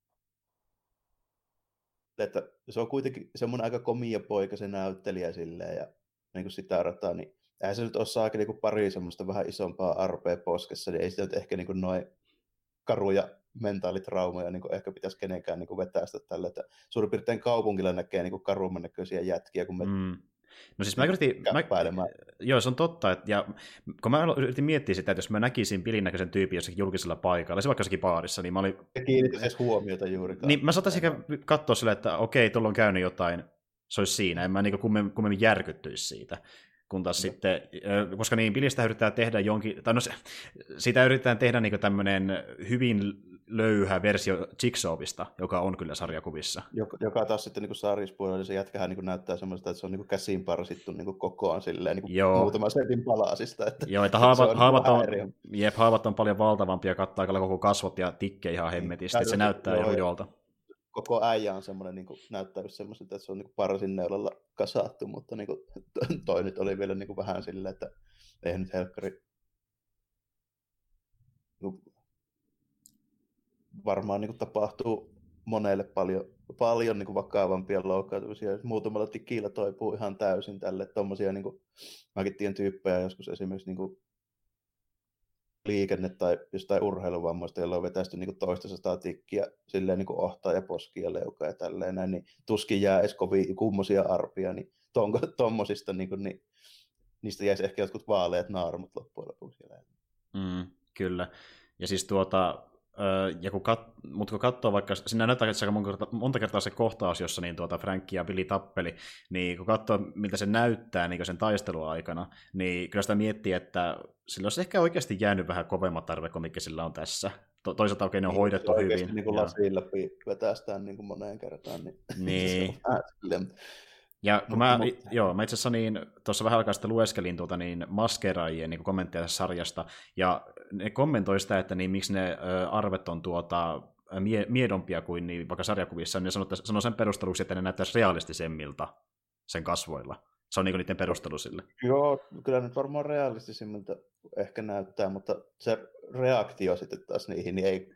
että se on kuitenkin semmoinen aika komia poika se näyttelijä silleen, ja niin kuin sitä rataa, niin eihän se nyt ole saakeli niinku pari semmoista vähän isompaa arpea poskessa, niin ei sitä nyt ehkä niinku noin karuja mentaalitraumoja niin ehkä pitäisi kenenkään niin vetää sitä tälle, että suurin piirtein kaupungilla näkee niin karumman näköisiä jätkiä, kun me No siis joo, se on totta, ja kun mä yritin miettiä sitä, että jos mä näkisin Billin näköisen tyypin jossakin julkisella paikalla, se vaikka jossakin baarissa, niin mä olin. Kiinnittäisi edes huomiota juurikaan. Niin mä saattaisin ehkä katsoa sille, että okei, tuolla on käynyt jotain, se olisi siinä, en mä niin kummemmin järkyttyisi siitä. Kun taas sitten, koska niin Billistä yritetään tehdä siitä yritetään tehdä niin tämmöinen hyvin löyhä versio Jigsawista, joka on kyllä sarjakuvissa. Joka taas sitten niin sarjispuolella, niin se jätkähän niin näyttää semmoista, että se on niin käsiin parsittu niin kokoaan silleen niin muutaman sentin palasista. Että joo, että haavat on paljon valtavampia, kattaa koko kasvot ja tikke ihan hemmetisti, että se näyttää jo rujolta. Koko äijä on semmoinen, niin näyttää semmoiselta, että se on niin parsin neulalla kasattu, mutta niin toi nyt oli vielä niin vähän silleen, että eihän nyt helkkari varmaan niin tapahtuu monelle paljon niin vakavampia loukkaantumisia, jos muutamalla tikillä toipuu ihan täysin tälle. Tommosia, niin kuin, mäkin tiedän tyyppejä joskus esimerkiksi niin liikenne- tai jostain urheiluvammoista, jolla on vetästy niin toista sataa tikkiä silleen niin ohtaa ja poskia ja leukaa ja tälleen näin, niin tuskin jää edes kovin kummosia arpia, niin tommosista niin, niistä jäisi ehkä jotkut vaaleat naarmut loppujen lopuksi. Kyllä. Ja siis ja kun katsoo vaikka, siinä näyttää aika monta kertaa se kohtaus, jossa niin Frank ja Billy tappeli, niin kun katsoo, miltä se näyttää niin sen taisteluaikana, niin kyllä sitä miettii, että sillä olisi ehkä oikeasti jäänyt vähän kovemmat tarve kuin mikä sillä on tässä. Toisaalta oikein ne on hoidettu hyvin. Oikeasti niin lasiin läpi vetästään niin moneen kertaan. Niin. Ja kun mä itse asiassa tuossa vähän aikaa sitten lueskelin maskeraajien niin kommentteja tässä sarjasta, ja ne kommentoi sitä, että miksi ne arvet on miedompia kuin vaikka sarjakuvissa, niin ne sanoo sen perusteluksi, että ne näyttäisi realistisemmilta sen kasvoilla. Se on niiden perustelu sille. Joo, kyllä nyt varmaan realistisimmilta ehkä näyttää, mutta se reaktio sitten taas niihin niin ei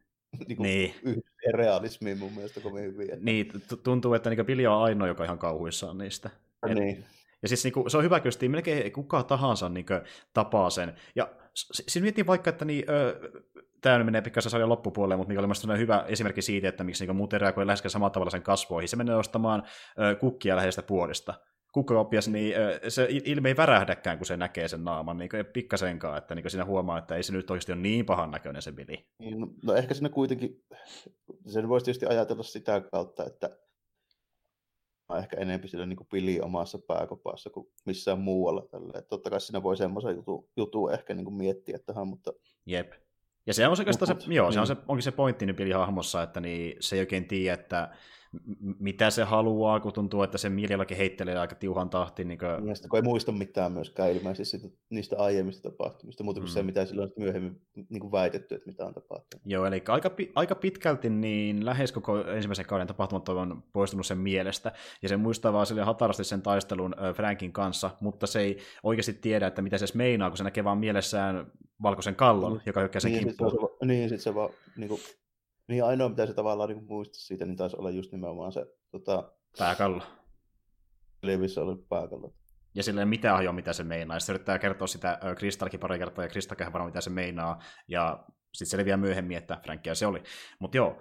realismiin mun mielestä kovin hyvin. Että. Niin, tuntuu, että Billy on ainoa, joka ihan kauhuissaan niistä. Niin. Ja siis se on hyvä, kun melkein kuka tahansa tapaa sen. Ja siis miettii vaikka, että tämä menee pikkasen sarjan loppupuolelle, mutta mikä oli mielestäni hyvä esimerkki siitä, että miksi muut reagoi läheskään samalla tavalla sen kasvoihin. Se menee ostamaan kukkia läheistä puolesta. Kukkaoppias, niin se ilme ei värähdäkään, kun se näkee sen naaman, niin pikkasenkaan, että siinä huomaa, että ei se nyt oikeasti ole niin pahan näköinen se Billy. No ehkä siinä kuitenkin, sen voisi tietysti ajatella sitä kautta, että ehkä enemmän sillä niin kuin Billy omassa pääkopassa kuin missään muualla. Tällä. Totta kai siinä voi semmoisen jutun ehkä niin kuin miettiä tähän, mutta Jep. Ja se on oikeastaan se on se, onkin se pointti nyt pelihahmossa, että niin, se ei oikein tiedä, että mitä se haluaa, kun tuntuu, että se mielialakin heittelee aika tiuhan tahtiin. Niin kuin... Ja sitten, kun ei muista mitään myöskään ilmeisesti niistä aiemmista tapahtumista, muuta kuin se, mitä silloin myöhemmin niin kuin väitetty, että mitä on tapahtunut. Joo, eli aika pitkälti niin lähes koko ensimmäisen kauden tapahtumat on poistunut sen mielestä, ja se muistaa vaan sille hatarasti sen taistelun Frankin kanssa, mutta se ei oikeasti tiedä, että mitä se edes meinaa, kun se näkee vaan mielessään valkoisen kallon, joka hyökkää sen kimppuun. Sitten se vaan niin ainoa, mitä se tavallaan niin muistaa siitä, niin taisi olla just nimenomaan se pääkallo. Levissä oli pääkallo. Ja sillä ei ole mitään hajoa, mitä se meinaa. Ja se yrittää kertoa sitä Kristalkin pari kertaa, ja Kristalkin varmaan mitä se meinaa. Ja sitten selviää myöhemmin, että Frankia se oli. Mutta joo,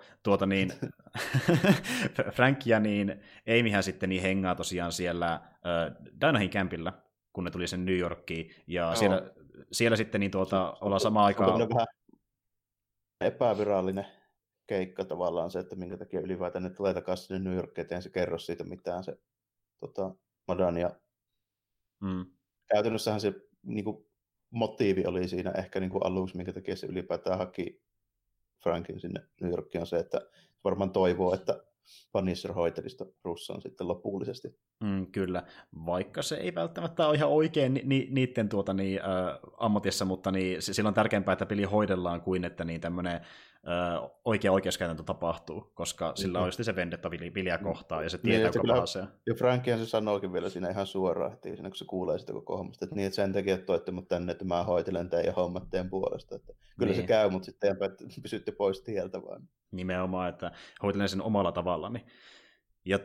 Frankia niin Amyhän sitten niin hengaa tosiaan siellä Dynahin kämpillä, kun ne tuli sen New Yorkiin. Ja siellä sitten niin ollaan samaan aikaan... vähän epävirallinen keikka tavallaan se, että minkä takia ylipäätään ne tulee takaisin sinne New Yorkiin, ettei se kerro siitä mitään se Madania. Käytännössähän se niinku, motiivi oli siinä ehkä niinku, aluksi, minkä takia se ylipäätään haki Frankin sinne New Yorkiin, on se, että varmaan toivoo, että Punisher hoitelisi Russan sitten lopullisesti. Kyllä, vaikka se ei välttämättä ole ihan oikein niiden ammatissa, mutta niin, silloin on tärkeämpää, että peli hoidellaan kuin että niin tämmöinen oikea oikeuskäytäntö tapahtuu, koska sillä on just se vendetta Billyä kohtaan, ja se tietää, kuka palasee. Ja Frankihan se sanookin vielä siinä ihan suoraan, että siinä, kun se kuulee sitä koko hommasta, että niin, että sen takia toitte mut tänne, että mä hoitelen teidän hommat teidän puolesta. Että kyllä se käy, mutta sitten pysytte pois tieltä vaan. Nimenomaan, että hoitelen sen omalla tavallani. Ja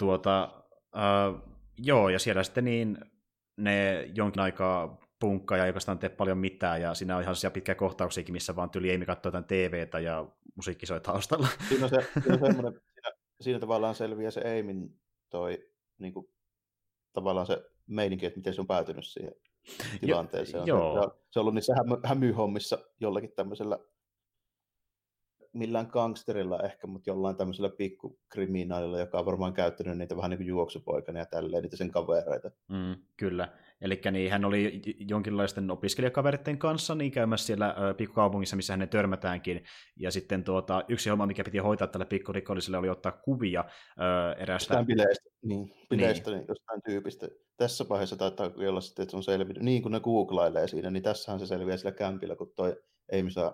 ja siellä sitten niin ne jonkin aikaa punkkaa ja ei oikeastaan tee paljon mitään, ja siinä on ihan sellaisia pitkiä kohtauksiakin, missä vaan tyyli Amy katsoo jotain TVtä ja musiikki soi taustalla. Siinä tavallaan selviää se Amyn niinku, tavallaan se meininki, että miten se on päätynyt siihen tilanteeseen. Se on ollut niissä hämyhommissa jollakin tämmöisellä, millään gangsterilla ehkä, mutta jollain tämmöisellä pikkukriminaalilla, joka on varmaan käyttänyt niitä vähän niin kuin juoksupoikana ja tälleen, niitä sen kavereita. Kyllä. Eli niin, hän oli jonkinlaisten opiskelijakaveritten kanssa niin käymässä siellä pikkukaupungissa, missä hänen törmätäänkin. Ja sitten yksi homma, mikä piti hoitaa tälle pikkurikolliselle, oli ottaa kuvia eräästä... Bileistä niin jostain tyypistä. Tässä vaiheessa taitaa olla sitten, että se on selvinnyt. Niin kuin ne googlailee siinä, niin tässähän se selviää sillä kämpillä, kun toi Amy saa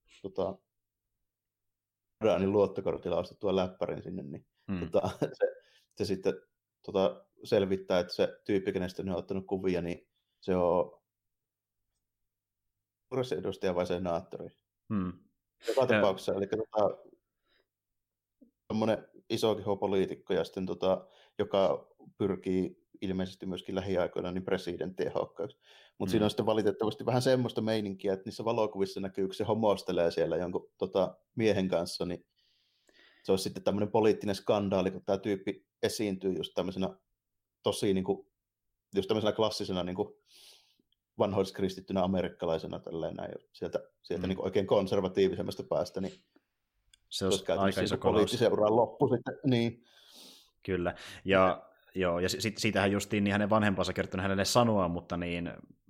niin luottokortilla ostettua läppärin sinne, niin se sitten selvittää, että se tyyppi, kenestä ne on ottanut kuvia, niin se on edustaja vai senaattori. Joka tapauksessa, eli semmoinen iso poliitikko, ja sitten, joka pyrkii ilmeisesti myöskin lähiaikoina niin presidenttiehokkaaksi. Mutta siinä on sitten valitettavasti vähän semmoista meininkiä, että niissä valokuvissa näkyy, kun se homostelee siellä jonkun miehen kanssa, niin se olisi sitten tämmöinen poliittinen skandaali, kun tämä tyyppi esiintyy just tämmöisenä tosi niin kuin, just tämmöisenä klassisena niin kuin vanhoilliskristittynä amerikkalaisena tälleen näin, sieltä niin kuin oikein konservatiivisemmasta päästä, niin se olisi aika iso poliittisen uran loppu sitten, niin. Kyllä, ja siitähän justiin niin hänen vanhempansa kertonut hänelle sanoa, mutta niin...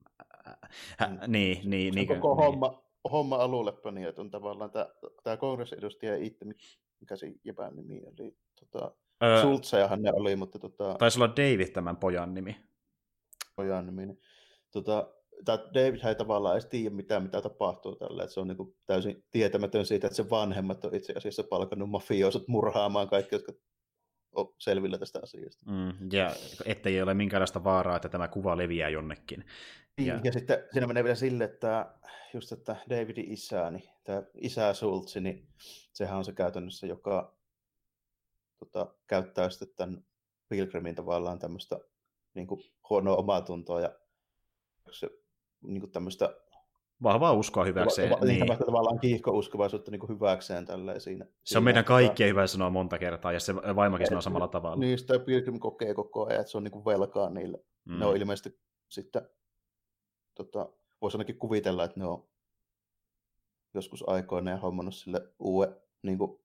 Homma alulle niin, että on tavallaan tämä kongressiedustaja itse, mikä se jepän nimi oli, Schultzejahan ne oli, mutta... Taisi olla David tämän pojan nimi. Niin, tämä David ei tavallaan edes tiedä mitä tapahtuu tällä, että se on niin täysin tietämätön siitä, että se vanhemmat on itse asiassa palkannut mafiosot murhaamaan kaikki, jotka on selvillä tästä asiasta. Ja ettei ole minkäänlaista vaaraa, että tämä kuva leviää jonnekin. Ja sitten siinä menee vielä sille, että just että Davidin isä, niin tämä isä Schultz, niin sehän on se käytännössä, joka käyttää sitten tämän Pilgrimin tavallaan tämmöistä niin kuin huonoa omatuntoa ja se, niin kuin tämmöistä vahvaa uskoa hyväkseen. Niin. Tavallaan kiihkouskovaisuutta niin kuin hyväkseen tälleen siinä. Se on meidän kaikkien hyvä sanoa monta kertaa, ja se vaimokin sanoo samalla tavalla. Niin, sitä Pilgrim kokee koko ajan, että se on niin kuin velkaa niille. Ne on ilmeisesti sitten, voisi ainakin kuvitella, että ne on joskus aikoinaan hommannut sille uuden niin kuin,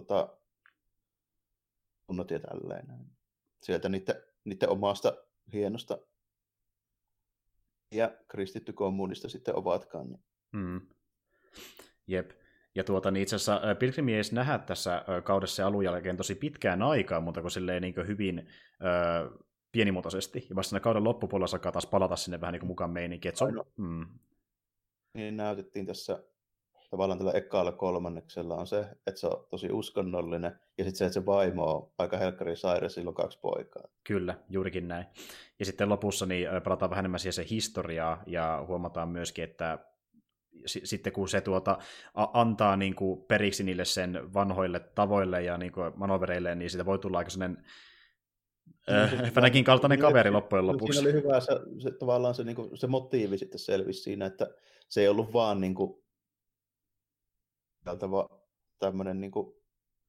tunnot ja tälleen. Sieltä niiden omasta hienosta ja kristitty kommunista sitten ovatkaan. Niin. Jep. Niin itse asiassa Pilgrimi ei edes nähdä tässä kaudessa ja alun jälkeen tosi pitkään aikaa, mutta kun silleen niin hyvin pienimuotoisesti. Ja vasta siinä kauden loppupuolella saakka taas palata sinne vähän niin kuin mukaan meininkiin. Niin näytettiin tässä tavallaan tällä ekalla kolmanneksella on se, että se on tosi uskonnollinen, ja sitten se, että se vaimo on aika helkkari sairaus, sillä on 2 poikaa. Kyllä, juurikin näin. Ja sitten lopussa niin palataan vähän enemmän siihen se historiaa, ja huomataan myöskin, että sitten kun se antaa niin kuin periksi niille sen vanhoille tavoille ja niin kuin manovereille, niin siitä voi tulla aika sellainen Fenäkin kaltainen kaveri loppujen lopuksi. Siinä oli hyvä tavallaan se, niin kuin, se motiivi sitten selvisi siinä, että se ei ollut vaan niin kuin, tämmöinen, niin kuin,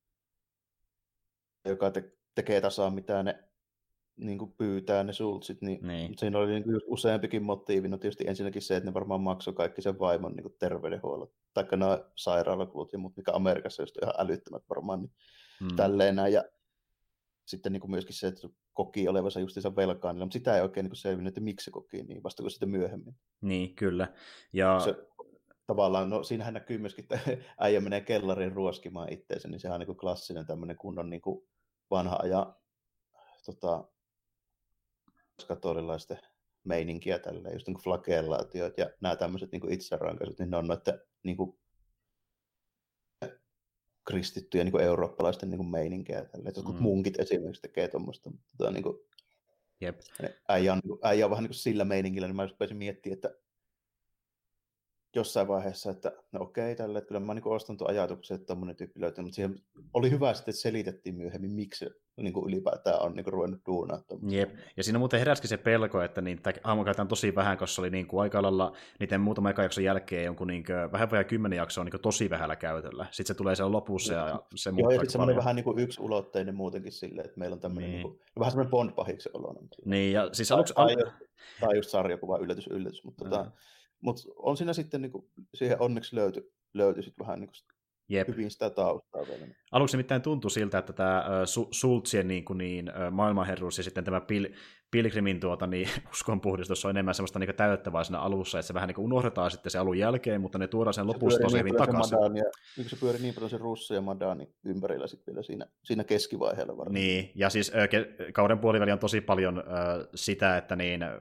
joka tekee tasaa mitä ne niin kuin pyytää ne sultsit, niin. Siinä oli niin kuin useampikin motiivi. No tietysti ensinnäkin se, että ne varmaan maksoi kaikki sen vaimon niin kuin terveydenhuollot, taikka nämä sairaalakulut ja muut, mikä Amerikassa just ihan älyttömät varmaan, niin tälleen näin. Ja sitten niin kuin myöskin se, että koki olevansa justiinsa velkaan, mutta sitä ei oikein niin selvinnyt, että miksi se koki niin, vasta kuin sitten myöhemmin. Niin, kyllä. Ja se, tavallaan, no siinähän näkyy myöskin, että äijä menee kellariin ruoskimaan itseensä, niin sehän on niin kuin klassinen tämmöinen kunnon niin kuin vanha ajan katolilaisten meininkiä tälleen, just niin kuin flagellaatiot ja nämä tämmöiset niin kuin itserankaisut, niin ne on noita niin kuin kristittyjä niin kuin eurooppalaisten niin kuin meininkiä tälleen. Jotkut munkit esimerkiksi tekee tuommoista, mutta niin kuin, äijä on vähän niin kuin sillä meiningillä, niin mä just pääsin miettimään, että jossain vaiheessa, että no okei, tälle, että kyllä mä niin ostan tuon ajatuksen, että tommoinen tyyppi löytyy, mutta siihen oli hyvä sitten, että selitettiin myöhemmin, miksi se niin ylipäätään on niin ruvennut duunaa. Jep, ja siinä muuten heräsikin se pelko, että niitä hahmoja käytetään tosi vähän, koska se oli niin kuin aika lailla niiden muutama eka jakson jälkeen jonkun niin kuin, vähän vajaa 10 jaksoa niin tosi vähällä käytöllä. Sitten se tulee siellä lopussa ja se muuttaa. Joo, ja sitten semmoinen vähän niin kuin yksulotteinen muutenkin silleen, että meillä on tämmöinen niin kuin, vähän semmoinen Bond-pahiksen oloinen. Niin, ja siis aluksi... Tai just sarjakuva, yllätys, mutta mutta on siinä sitten niin kuin, siihen onneksi löytyi sitten vähän niin kuin hyvin sitä taustaa vielä. Aluksi nimittäin tuntui siltä, että tämä Sultsien maailmanherruus ja sitten tämä Pilgrimin uskonpuhdistus on enemmän semmoista niin täyttävää siinä alussa, että se vähän niin unohdetaan sitten se alun jälkeen, mutta ne tuodaan sen lopussa tosi hyvin takaisin. Se pyörii niin paljon se Russo ja Madani ympärillä sitten vielä siinä keskivaiheella varmaan. Niin, ja siis kauden puoliväli on tosi paljon sitä, että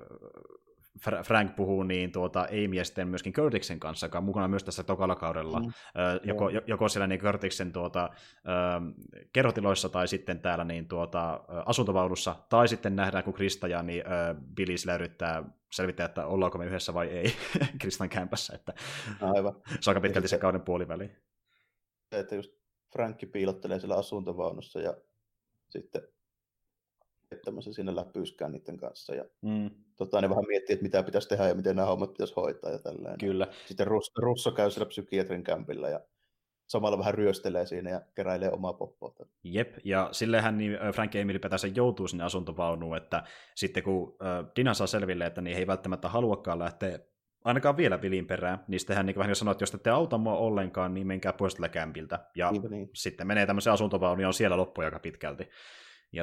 Frank puhuu Amy ja sitten myöskin Curtixen kanssa, joka on mukana myös tässä tokalla kaudella, joko siellä Curtixen kerrotiloissa tai sitten täällä asuntovaunussa, tai sitten nähdään, kun Krista ja Billy sillä yrittää selvittää, että ollaanko me yhdessä vai ei Kristan kämpässä, että aivan. Se on aika pitkälti se kauden puoliväli. Että just Frankki piilottelee siellä asuntovaunussa ja sitten tämmöisen siinä läpyyskään niiden kanssa. Ja ne vähän miettii, että mitä pitäisi tehdä ja miten nämä hommat pitäisi hoitaa ja tällainen. Kyllä. Sitten Russo käy siellä psykiatrin kämpillä ja samalla vähän ryöstelee siinä ja keräilee omaa poppoa. Jep, ja silleenhän Frank ja Emily ylipäätänsä joutuu sinne asuntovaunuun, että sitten kun Dina saa selville, että he ei välttämättä haluakaan lähteä ainakaan vielä Billyn perään, niin sitten hän vähän sanoo, että jos te ette auta mua ollenkaan, niin menkää pois tällä kämpiltä. Ja niin. Sitten menee tämmöiseen asuntovaunuun ja on siellä loppuja aika pitkälti. Ja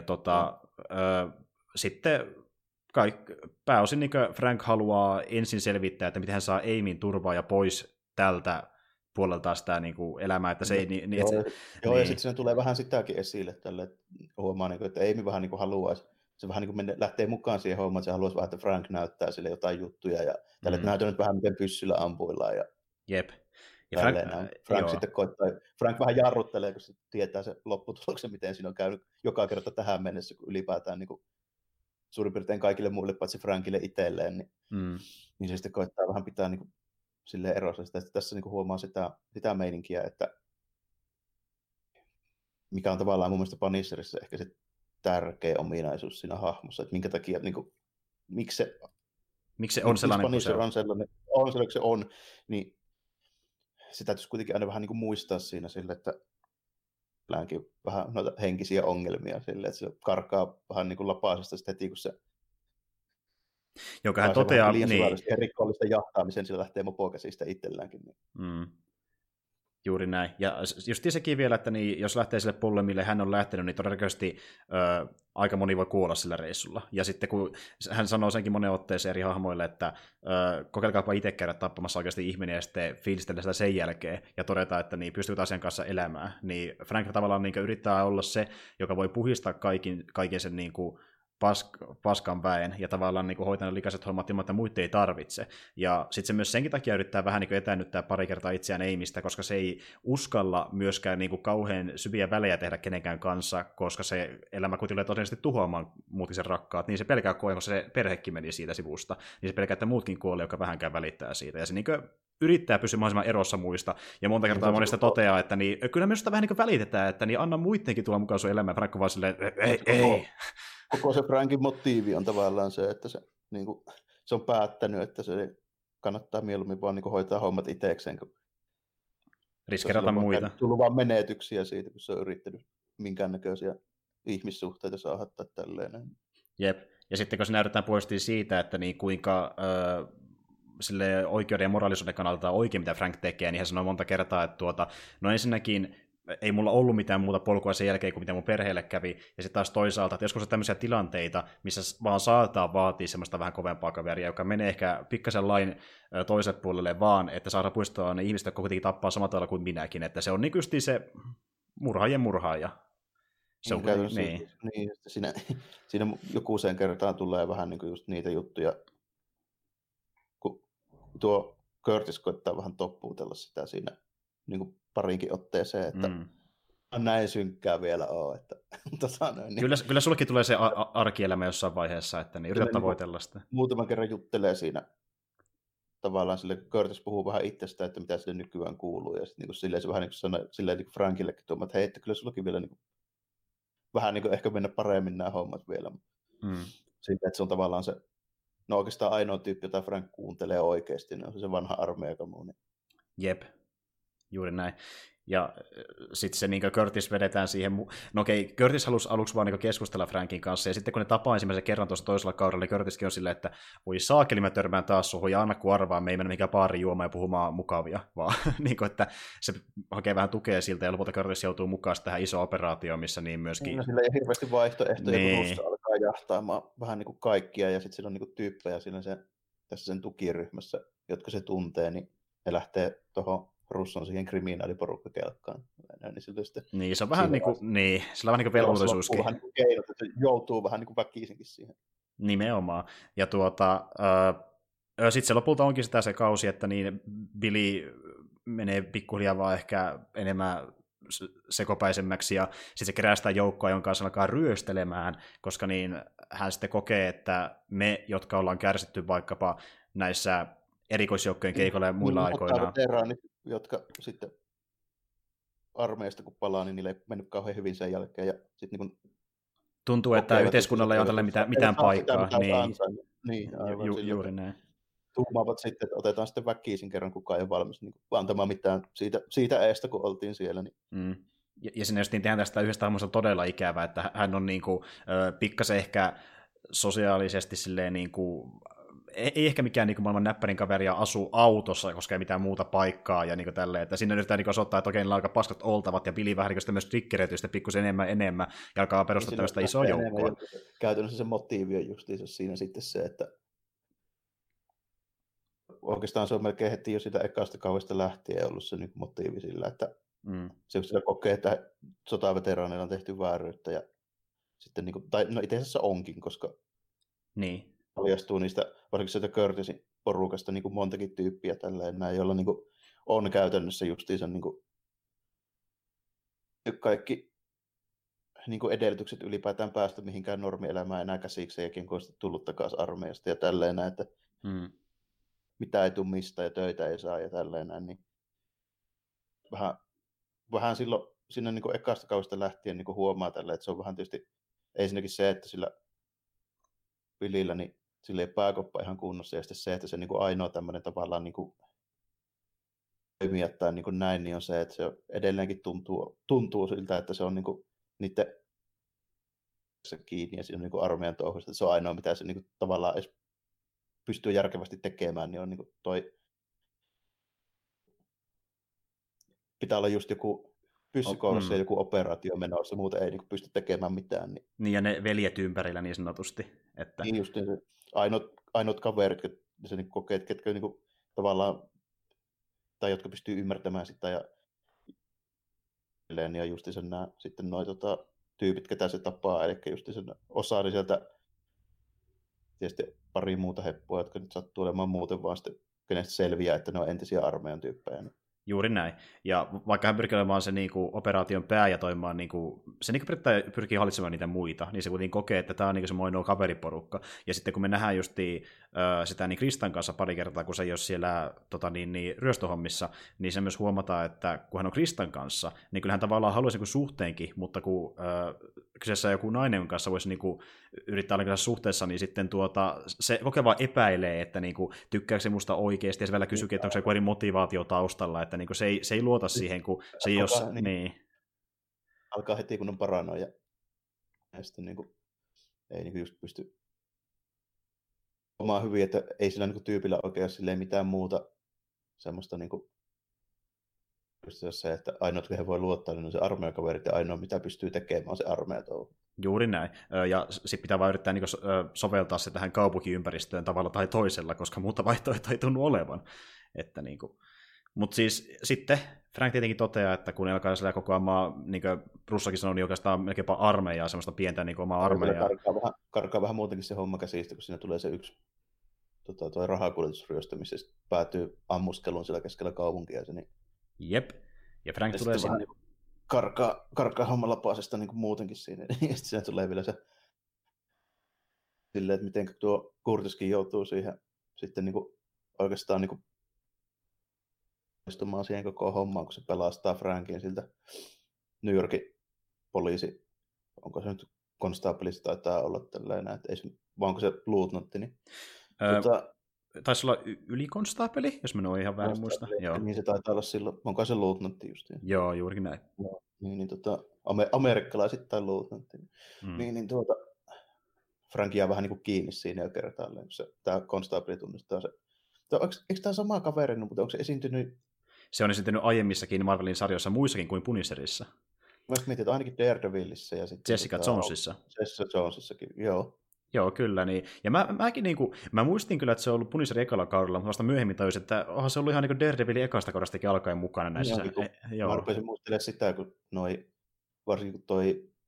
sitten pääosin Frank haluaa ensin selvittää, että miten hän saa Amyn turvaa ja pois tältä puolelta sitä elämää, että se ei... ja sitten siinä tulee vähän sitäkin esille, tälle, että huomaa, että Amy vähän haluaisi, se vähän lähtee mukaan siihen hommaan, että se haluaisi vähän, että Frank näyttää sille jotain juttuja, ja tälle, että näytän nyt vähän, miten pyssyllä ampuillaan. Ja jep. Ja Frank sitten koittaa, Frank vähän jarruttelee, kun se tietää se lopputuloksen, miten siinä on käynyt joka kerta tähän mennessä, kun ylipäätään suurin piirtein kaikille muille, paitsi Frankille itselleen, niin se sitten koittaa vähän pitää silleen erossa sitä. Tässä huomaa sitä meininkiä, että mikä on tavallaan mun mielestä Punisherissa ehkä se tärkeä ominaisuus siinä hahmossa, että minkä takia, miksi se on sellainen kuin se on. Sellainen, se on, niin sitä täytyisi kuitenkin aina vähän muistaa siinä sille, että läänkin vähän noita henkisiä ongelmia sille, että se karkaa vähän lapaasesta sitten heti, kun se joka hän toteaa, liian syvällisesti rikollisten jahtaamisen, sillä lähtee mopokäsistä itselläänkin. Niin. Juuri näin. Ja just sekin vielä, että niin, jos lähtee sille puolelle, mille hän on lähtenyt, niin todennäköisesti aika moni voi kuolla sillä reissulla. Ja sitten kun hän sanoo senkin monen otteeseen eri hahmoille, että kokeilkaapa itse käydä tappamassa oikeasti ihminen ja sitten fiilistellä sitä sen jälkeen ja todeta, että niin, pystyykö asian kanssa elämään. Niin Frank tavallaan niin yrittää olla se, joka voi puhistaa kaiken sen niin kuin paskan väen ja tavallaan niin hoitaa ne likaiset hommat ilman, että muita ei tarvitse. Ja sitten se myös senkin takia yrittää vähän niin etäännyttää pari kertaa itseään Amystä, koska se ei uskalla myöskään niin kauhean syviä välejä tehdä kenenkään kanssa, koska se elämä kuitenkin tulee todennäköisesti tuhoamaan muutkin sen rakkaat, niin se pelkää koko ajan, kun se perhekin meni siitä sivusta, niin se pelkää, että muutkin kuolee, joka vähänkään välittää siitä. Ja se niin yrittää pysyä mahdollisimman erossa muista, ja monta kertaa monesta toteaa, että niin, kyllä me sitä vähän niin välitetään, että niin anna muidenkin tulla mukaan sun elämään, Frank vaan silleen, ei. Koko se Frankin motiivi on tavallaan se, että se, niin kuin, se on päättänyt, että se kannattaa mieluummin vaan niin kuin, hoitaa hommat itsekseen, kun riskeerata muita. Tullut vaan menetyksiä siitä, kun se on yrittänyt minkäännäköisiä ihmissuhteita saada tai tälleen. Jep. Ja sitten kun se näytetään puolestaan siitä, että niin kuinka sille oikeuden ja moraalisuuden kannalta oikein, mitä Frank tekee, niin hän sanoi monta kertaa, että no ensinnäkin ei mulla ollut mitään muuta polkua sen jälkeen kuin mitä mun perheelle kävi, ja sitten taas toisaalta, että joskus on tämmöisiä tilanteita, missä vaan saattaa vaatia semmoista vähän kovempaa kaveria, joka menee ehkä pikkasen lain toiselle puolelle vaan, että saadaan puistaa ne ihmiset, jotka kuitenkin tappaa samalla tavalla kuin minäkin, että se on niin justiin se murhaajien murhaaja. Se on niin. Siinä joku sen kertaan tulee vähän niin kuin just niitä juttuja, kun tuo Curtis koittaa vähän toppuutella sitä siinä niin kuin parinkin otteeseen, että näin synkkää vielä ole. Että, niin. Kyllä sullekin tulee se arkielämä jossain vaiheessa, että niin yrität tavoitella sitä. Muutaman kerran juttelee siinä. Tavallaan sille Curtis puhuu vähän itsestä, että mitä sille nykyään kuuluu. Ja sitten niin silleen se vähän niin kuin sanoo silleen niin Frankillekin tuomaan, että hei, että kyllä sullakin vielä niin kuin, vähän niin kuin ehkä mennä paremmin nämä hommat vielä. Silleen, että se on tavallaan se, no oikeastaan ainoa tyyppi, jota Frank kuuntelee oikeasti, niin on se vanha armeijakamu. Niin. Jep. Juuri näin. Ja sitten se niin Curtis vedetään siihen, no okei, Curtis halusi aluksi vaan niin keskustella Frankin kanssa, ja sitten kun ne tapaa ensimmäisen kerran tuossa toisella kaudella, niin Curtiskin on silleen, että voi saakeli, mä törmään taas suhun, ja anna kun arvaa, me ei mennä mikään baariin juomaan ja puhumaan mukavia, vaan niin kuin, että se hakee vähän tukea siltä, ja lopulta Curtis joutuu mukaan tähän isoon operaatioon, missä niin myöskin... No, sillä ei hirveästi vaihtoehtoja, kun Russa alkaa jahtaamaan vähän niin kuin kaikkia, ja sitten sillä on niin kuin tyyppejä siinä tässä sen tukiryhmässä, jotka se tuntee, niin ne lähtee tuohon Russon siihen kriminaaliporukkakelkkaan. Niin, se on vähän niin kuin, sillä on vähän niin kuin velvollisuuskin. Vähän niin kuin keinot, että joutuu vähän niin kuin väkisinkin siihen. Nimenomaan. Ja sitten se lopulta onkin sitä se kausi, että niin Billy menee pikkuhiljaa vaan ehkä enemmän sekopäisemmäksi, ja sitten se kerää sitä joukkoa, jonka kanssa alkaa ryöstelemään, koska niin hän sitten kokee, että me, jotka ollaan kärsitty vaikkapa näissä erikoisjoukkojen keikoilla ja muilla aikoina. Veteraanit, jotka sitten armeijasta kun palaa, niin niille ei mennyt kauhean hyvin sen jälkeen. Ja sit niin tuntuu, että yhteiskunnalla ei ole tälle mitään paikkaa. Niin, juuri näin. Tuumaavat sitten, että otetaan sitten väkisin kerran, kukaan ei ole valmis niin antamaan mitään siitä eestä, kun oltiin siellä. Niin. Ja sinne just tehdään tästä yhdestä hahmosta todella ikävää, että hän on niin kuin, pikkasen ehkä sosiaalisesti silleen niin kuin, ei ehkä mikään niin maailman näppärin kaveri ja asuu autossa, koska ei mitään muuta paikkaa ja niin tälleen, että sinne yritetään niin osoittaa, että okei, niillä alkaa paskat oltavat ja Billy vähän niin myös triggeröityy sitten pikkusen enemmän ja alkaa perustaa tällaista isoa joukkoa. Käytännössä se motiivi on justiinsa siinä sitten se, että oikeastaan se on melkein heti jo sitä ekasta kauesta lähtien ollut se niin motiivi sillä, että se sillä kokee, että sotaveteraaneilla on tehty vääryyttä ja sitten niin kuin, tai no itse asiassa onkin, koska niin. Paljastuu niistä, varsinkin sieltä Curtisin porukasta niin kuin montakin tyyppiä tälleen näin, joilla niin kuin on käytännössä justiinsa niin kuin kaikki niin kuin edellytykset ylipäätään päästä mihinkään normielämään enää käsikseen, kun on tullut takaisin armeijasta ja tälleen näin, että mitä ei tule mistä ja töitä ei saa ja tälleen näin, niin vähän silloin siinä niin kuin ekasta kaudesta lähtien niin kuin huomaa tälleen, että se on vähän tietysti ensinnäkin se, että sillä Billyllä niin sillä ei pääkoppa ihan kunnossa, ja sitten se, että se niin kuin ainoa tämmöinen tavallaan niin kuin toimia tai niin kuin näin, niin on se, että se edelleenkin tuntuu siltä, että se on niin kuin niiden kiinni ja siinä on niin kuin armeijan touhusta, että se on ainoa, mitä se niin kuin tavallaan edes pystyy järkevästi tekemään, niin on niin kuin toi pitää olla just joku pyssykourassa ja joku operaatio menossa, muuten ei niin pysty tekemään mitään. Niin, ja ne veljet ympärillä niin sanotusti. Että... Niin just niin se ainoat kaverit, se niin kokee, ketkä niin kuin, tavallaan, tai jotka pystyy ymmärtämään sitä ja just sen nämä sitten noi tyypit, ketä se tapaa, eli just sen osaa niin sieltä tietysti pari muuta heppoa, jotka nyt sattuu olemaan muuten vaan sitten, kenestä selviää, että ne on entisiä armeijan tyyppejä. Juuri näin. Ja vaikka hän pyrkii olemaan se niinku, operaation pää ja toimimaan, niinku, se niinku, pyrkii hallitsemaan niitä muita, niin se kuitenkin kokee, että tämä on niinku, se ainoa kaveriporukka. Ja sitten kun me nähdään justiin sitä niin Kristan kanssa pari kertaa, kun se ei ole siellä ryöstöhommissa, niin se myös huomataan, että kun hän on Kristan kanssa, niin kyllähän tavallaan haluaisi niinku, suhteenkin, mutta kun kyseessä joku nainen kanssa voisi niinku, yrittää olla suhteessa, niin sitten se kokeva epäilee, että niinku, tykkääkö se musta oikeasti, ja se vielä kysyykin, että onko se joku eri motivaatio taustalla, että niinku, se ei luota siihen, kun se ei ole... Niin. Alkaa heti, kun on paranoja. Ja sitten niinku, ei niinku just pysty omaa hyvin, että ei sillä niinku tyypillä oikein ole mitään muuta semmoista niinku, se, että ainoa, kun he voi luottaa, niin on se armeijakaverit, ja ainoa, mitä pystyy tekemään, on se armeijatouhu. Juuri näin. Ja sitten pitää vaan yrittää soveltaa se tähän kaupunkiympäristöön tavalla tai toisella, koska muuta vaihtoehtoa ei tunnu olevan. Että mutta siis sitten Frank tietenkin toteaa, että kun alkaa sillä kokoamaan, niin kuin Russakin sanoi, niin oikeastaan melkeinpä armeijaa, semmoista pientä niin omaa armeijaa. Karkaa vähän muutenkin se homma käsistä, kun siinä tulee se yksi toi rahakuljetusryöstö, missä päätyy ammuskeluun sillä keskellä kaupunkia. Niin... Jep. Ja Frank ja tulee sinne... Karkaa hommalla paasesta niin kuin muutenkin siinä. Ja sitten siinä tulee vielä se silleen, että miten tuo Curtiskin joutuu siihen sitten niin kuin oikeastaan niin kuin istumaan siihen koko hommaan, kun se pelastaa Frankin siltä New Yorkin poliisi. Onko se nyt konstaapelista taitaa olla tällainen, että ei se, vaan onko se luutnantti, niin... Taisi olla ylikonstaapeli, jos minä en ihan väärin muista. Joo. Niin se taitaa olla silloin, onko se luutnantti justiin? Joo, juurikin näin. Niin, amerikkalaisittain luutnantti. Niin Frank jää vähän niin kuin kiinni siinä jo kertaalleen, kun tämä konstaapeli tunnistaa se. Eikö tämä sama kaveri, mutta onko se esiintynyt? Se on esiintynyt aiemmissakin Marvelin sarjoissa muissakin kuin Punisherissa. Mä mietin, että ainakin Daredevilissa ja sitten... Jessica Jonesissa. Jessica Jonesissakin, joo. Joo, kyllä. Niin. Ja mäkin mä muistin kyllä, että se on ollut Punisherin ekalla kaudella, mutta vasta myöhemmin tajusin, että onhan se ollut ihan niin Daredevilin ekasta kaudastakin alkaen mukana näissä. Mä rupesin muistelemaan sitä, kun varsinkin kun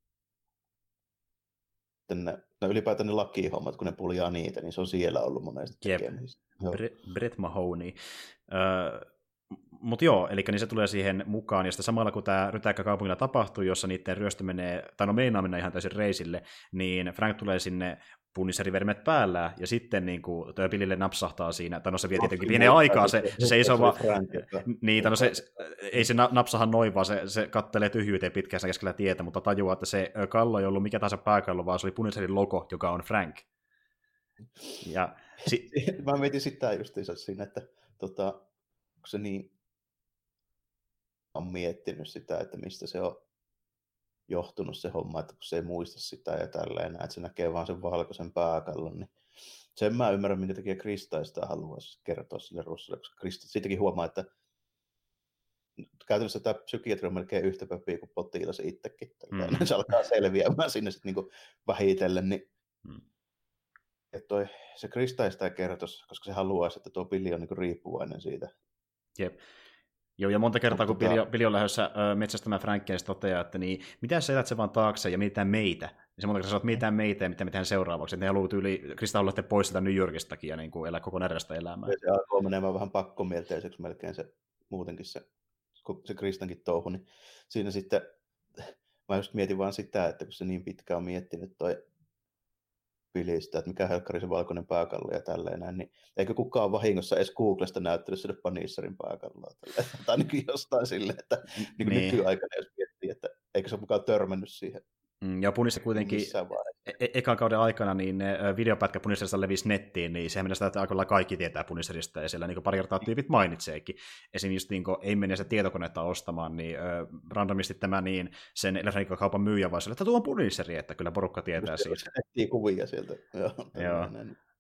ylipäätään ne lakihommat, kun ne puljaa niitä, niin se on siellä ollut monesti tekemistä. Brett Mahoney. Mutta joo, eli niin se tulee siihen mukaan, ja sitten samalla kun tämä rytäkkä kaupungilla tapahtuu, jossa niiden ryöstö menee, tai meinaa mennä ihan täysin reisille, niin Frank tulee sinne Punisherin päällä, ja sitten niin kuin Billille napsahtaa siinä, tai se vie tietenkin pienen aikaa, se seisoo vaan, niin, ei se napsaha noin, vaan se kattelee tyhjyyteen pitkään keskellä tietä, mutta tajuaa, että se kallo ei ollut mikä tahansa pääkallo, vaan se oli Punisherin logo, joka on Frank. Ja, mä mietin sitä justiinsa siinä, että kun se niin on miettinyt sitä, että mistä se on johtunut se homma, että kun se ei muista sitä ja tälleen, että se näkee vaan sen valkoisen pääkallon, niin sen mä ymmärrän, minkä takia Krista sitä haluaisi kertoa sille Russalle, koska Krista siitäkin huomaa, että käytännössä tämä psykiatri on melkein yhtä pöpiä kuin potilas itsekin. Se alkaa selviämään sinne sitten niinku vähitellen, niin se Krista ei sitä kertoisi, koska se haluaisi, että tuo Billy on niinku riippuvainen siitä. Jep. Joo, ja monta kertaa, kun Billy on lähdössä metsästämään Frankia, niin se toteaa, että niin, mitä sä jätät se vaan taakse ja mietitään meitä. Ja se monta kertaa sanoo, että mietitään meitä ja mitä me tehdään seuraavaksi. Että ne haluaa Krista haluaa pois sitä New Yorkistakin ja niin kuin elää koko närästä elämää. Se alkoi menemään vähän pakkomielteiseksi melkein se muutenkin se Kristankin touhu. Niin siinä sitten, mä just mietin vaan sitä, että kun se niin pitkään on miettinyt toi Billystä, että mikä helkkari se valkoinen pääkallo ja tälleen näin, niin eikö kukaan vahingossa edes Googlesta näyttänyt sille Punisherin pääkalloa. Tai ainakin jostain silleen, että niin. Nykyaikana jos miettii, että eikö se ole mukaan törmännyt siihen. Ja Punisher kuitenkin ekan kauden aikana niin ne videopätkä Punisherista levisi nettiin, niin sehän mennä sitä, että aika kaikki tietää Punisherista, ja siellä niin pari kertaa tyypit mainitseekin. Esimerkiksi niin ei mene sitä tietokonetta ostamaan, niin randomisti tämä niin sen elektroniikkakaupan myyjä vaan sille, että tuo on Punisheri, että kyllä porukka tietää siitä. Se etsii kuvia sieltä. Joo.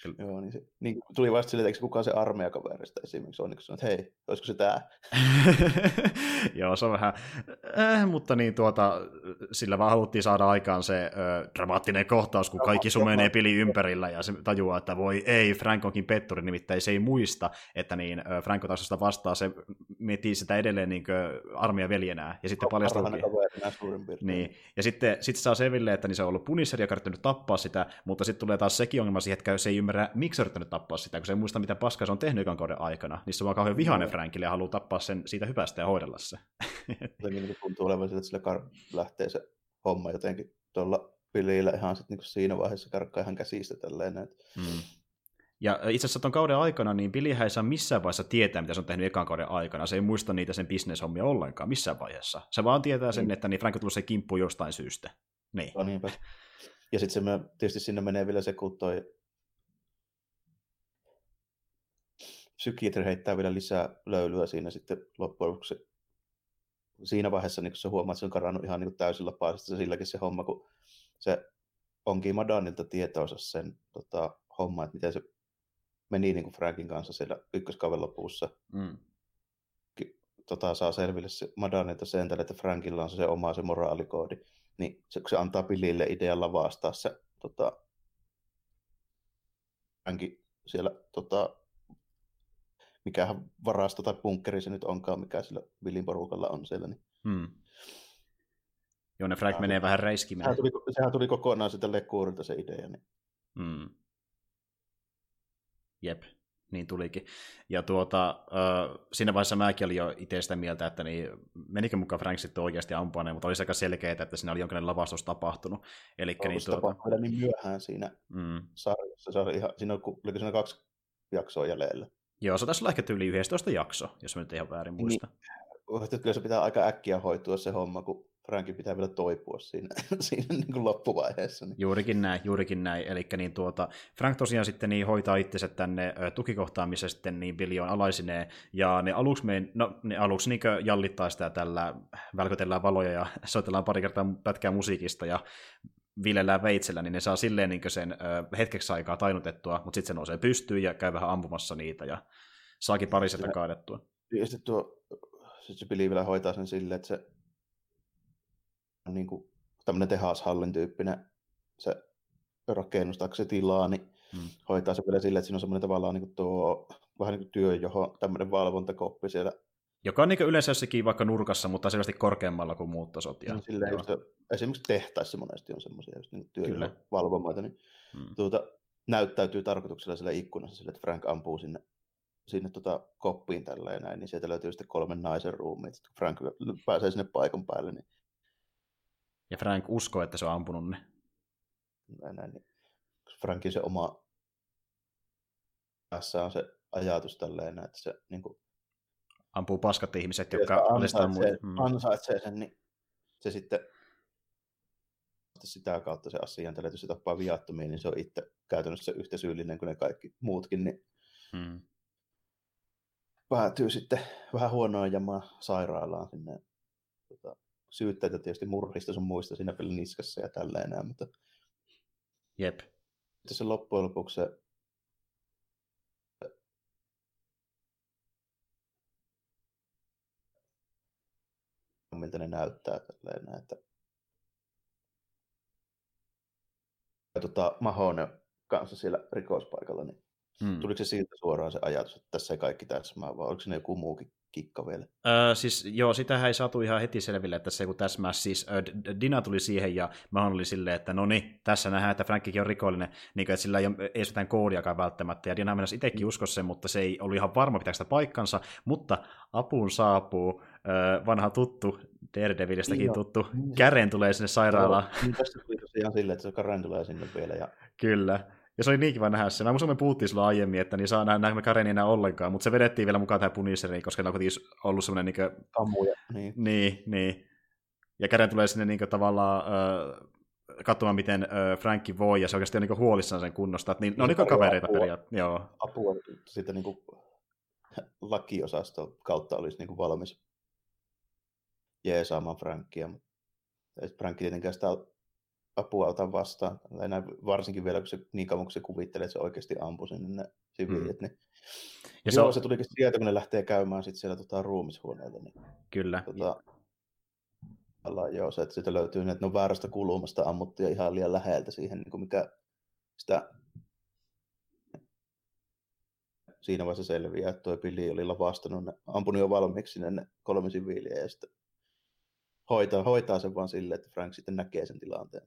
Joo, niin, se, niin tuli vasta silleen, että kukaan se armeijakaverista esimerkiksi on, niin sanoi, että hei, olisiko se tää? Joo, se on vähän, mutta niin sillä vaan haluttiin saada aikaan se dramaattinen kohtaus, kun kaikki sumenee Billy ympärillä, ja se tajuaa, että voi ei, Frank onkin petturi, nimittäin se ei muista, että niin Frank taustasta vastaa, se miettii sitä edelleen niin armeijan veljenää, ja sitten paljastuukin. Niin. Ja sitten saa selville, että niin se on ollut Punisher ja yrittänyt tappaa sitä, mutta sitten tulee taas sekin ongelma siihen, että se ei ymmärrä, miksi se on yrittänyt tappaa sitä, kun se ei muista, mitä paskaa se on tehnyt ekan kauden aikana, niin se on vaan kauhean vihainen Frankille ja haluaa tappaa sen siitä hyvästä ja hoidella se. Niin tuntuu olevan sillä, että sillä lähtee se homma jotenkin tuolla Billyllä ihan sit, niin siinä vaiheessa karkkaa ihan käsistä tälleen. Ja itse asiassa tuon kauden aikana, niin Billyhän ei saa missään vaiheessa tietää, mitä se on tehnyt ekan kauden aikana. Se ei muista niitä sen business-hommia ollenkaan missään vaiheessa. Se vaan tietää sen, että niin Frank on tullut se kimppuun jostain syystä. Niin. No, niinpä. Ja sitten se tietysti sinne menee vielä se, kun toi psykiatri heittää vielä lisää löylyä siinä sitten loppujen lopuksi. Siinä vaiheessa niin kun se huomaa, että se on karannut ihan niin täysin lapaasesta se silläkin se homma, kun se onkin Madannilta tietoonsa sen homma, että miten se meni niin kuin Frankin kanssa siellä ykköskauden lopussa. Saa selville se Madannilta sen tälle, että Frankilla on se oma se moraalikoodi. Niin se antaa Billylle idean lavastaa se Frankin siellä mikähän varasto tai bunkkeri se nyt onkaan, mikä sillä Billin porukalla on siellä. Niin. Jonne Frank menee vähän räiskimään. Sehän tuli kokonaan sitä Lekuurilta se idea. Niin. Jep, niin tulikin. Ja siinä vaiheessa mäkin olin jo itse sitä mieltä, että niin, menikö mukaan Frank sitten oikeasti ampuaneen, mutta oli aika selkeää, että siinä oli jonkinlainen lavastus tapahtunut. Elikkä niin, tapahtui niin myöhään siinä sarjassa. Siinä oliko siinä 2 jaksoa jäljellä. Joo, se taisi olla ehkä tyyli 11 jakso, jos mä nyt ihan väärin muista. Niin, kyllä se pitää aika äkkiä hoitua se homma, kun Frankin pitää vielä toipua siinä niin kuin loppuvaiheessa. Niin. Juurikin näin. Eli niin Frank tosiaan sitten niin hoitaa itsensä tänne tukikohtaan, missä sitten niin Billy on alaisineen, ja ne aluksi niin jallittaa sitä tällä, välkötellään valoja ja soitellaan pari kertaa pätkää musiikista, ja viljellään veitsellä, niin ne saa silleen niin sen hetkeksi aikaa tainutettua, mutta sitten se nousee pystyyn ja käy vähän ampumassa niitä, ja saakin pariselta kaadettua. Ja sitten se Billy vielä hoitaa sen silleen, että se on niin kuin tämmöinen tehashallin tyyppinen se rakennus tai se tilaa, niin hoitaa se vielä silleen, että siinä on semmoinen tavallaan niin kuin vähän niin kuin työjoho, tämmöinen valvontakoppi siellä. Joka on niin yleensä jossakin vaikka nurkassa, mutta selvästi korkeammalla kuin muut tasot. Ja, esimerkiksi tehtaissa monesti on semmoisia niin työvalvomaita, niin näyttäytyy tarkoituksella siellä ikkunassa sille, että Frank ampuu sinne koppiin tällä ja näin, niin sieltä löytyy sitten 3 naisen ruumiit, kun Frank pääsee sinne paikan päälle. Niin. Ja Frank uskoo, että se on ampunut ne. Näin, niin. Frankin se oma tässä on se ajatus tälleen, että se niin kuin ampuu paskat ihmiset, jotka alistaa muita. Ansaitsee sen, niin se sitten sitä kautta se asian, että se tappaa viattomia, niin se on itse käytännössä yhtä syyllinen kuin ne kaikki muutkin, niin päätyy sitten vähän huonoa jamaa sairaalaan sinne. Syytteitä tietysti murhista sun muista siinä pelin niskassa ja tälleen enää, mutta jep. Sitten se loppujen lopuksi se miltä ne näyttää tälleen näin, että Mahone kanssa siellä rikospaikalla, niin tuliko se siltä suoraan se ajatus, että tässä ei kaikki täsmää, vai oliko siinä joku muukin kikka vielä? Siis joo, sitähän ei saatu ihan heti selville, että se kun täsmää, siis Dina tuli siihen ja Mahon oli silleen, että no niin, tässä nähdään, että Frankkikin on rikollinen, niin kuin, että sillä ei ole edes mitään koodiakaan välttämättä, ja Dina mennäisi itsekin uskoa sen, mutta se ei ollut ihan varma, pitääkö sitä paikkansa, mutta apuun saapuu vanha tuttu, Daredevilistäkin tuttu, Karen tulee sinne sairaalaan. Niin tässä tuli tosiaan silleen, että se Karen tulee sinne vielä. Ja Kyllä. Ja se oli niin kiva nähdä se. Mä muistan, me puhuttiin silloin aiemmin, että niin saa nähdä Kareni enää ollenkaan, mutta se vedettiin vielä mukaan tähän Punisheriin, koska ne on kuitenkin ollut semmoinen kammuja. Niin. Ja Karen tulee sinne niin tavallaan katsomaan, miten Frankki voi, ja se oikeasti on niin huolissaan sen kunnosta. Että ne on niin kavereita periaatteessa. Joo. Apua sitten niin lakiosaston kautta olisi niin valmis jeesaamaan Frankia. Frankki tietenkään sitä apua ota vastaan. Enää varsinkin vielä, kun se, niin kauan kun se kuvittelee, että se oikeasti ampui sinne ne siviilit. Niin. Ja se tulikin sieltä, kun ne lähtee käymään sit siellä ruumishuoneella. Niin, kyllä. Se, että siitä löytyy, että ne on väärästä kulmasta ammuttuja ihan liian läheltä siihen, niin kuin mikä sitä siinä vaiheessa selviää, että tuo Billy oli lavastanut, ampunut jo valmiiksi ne 3 siviiliä ja sitten hoitaa sen vaan silleen, että Frank sitten näkee sen tilanteen.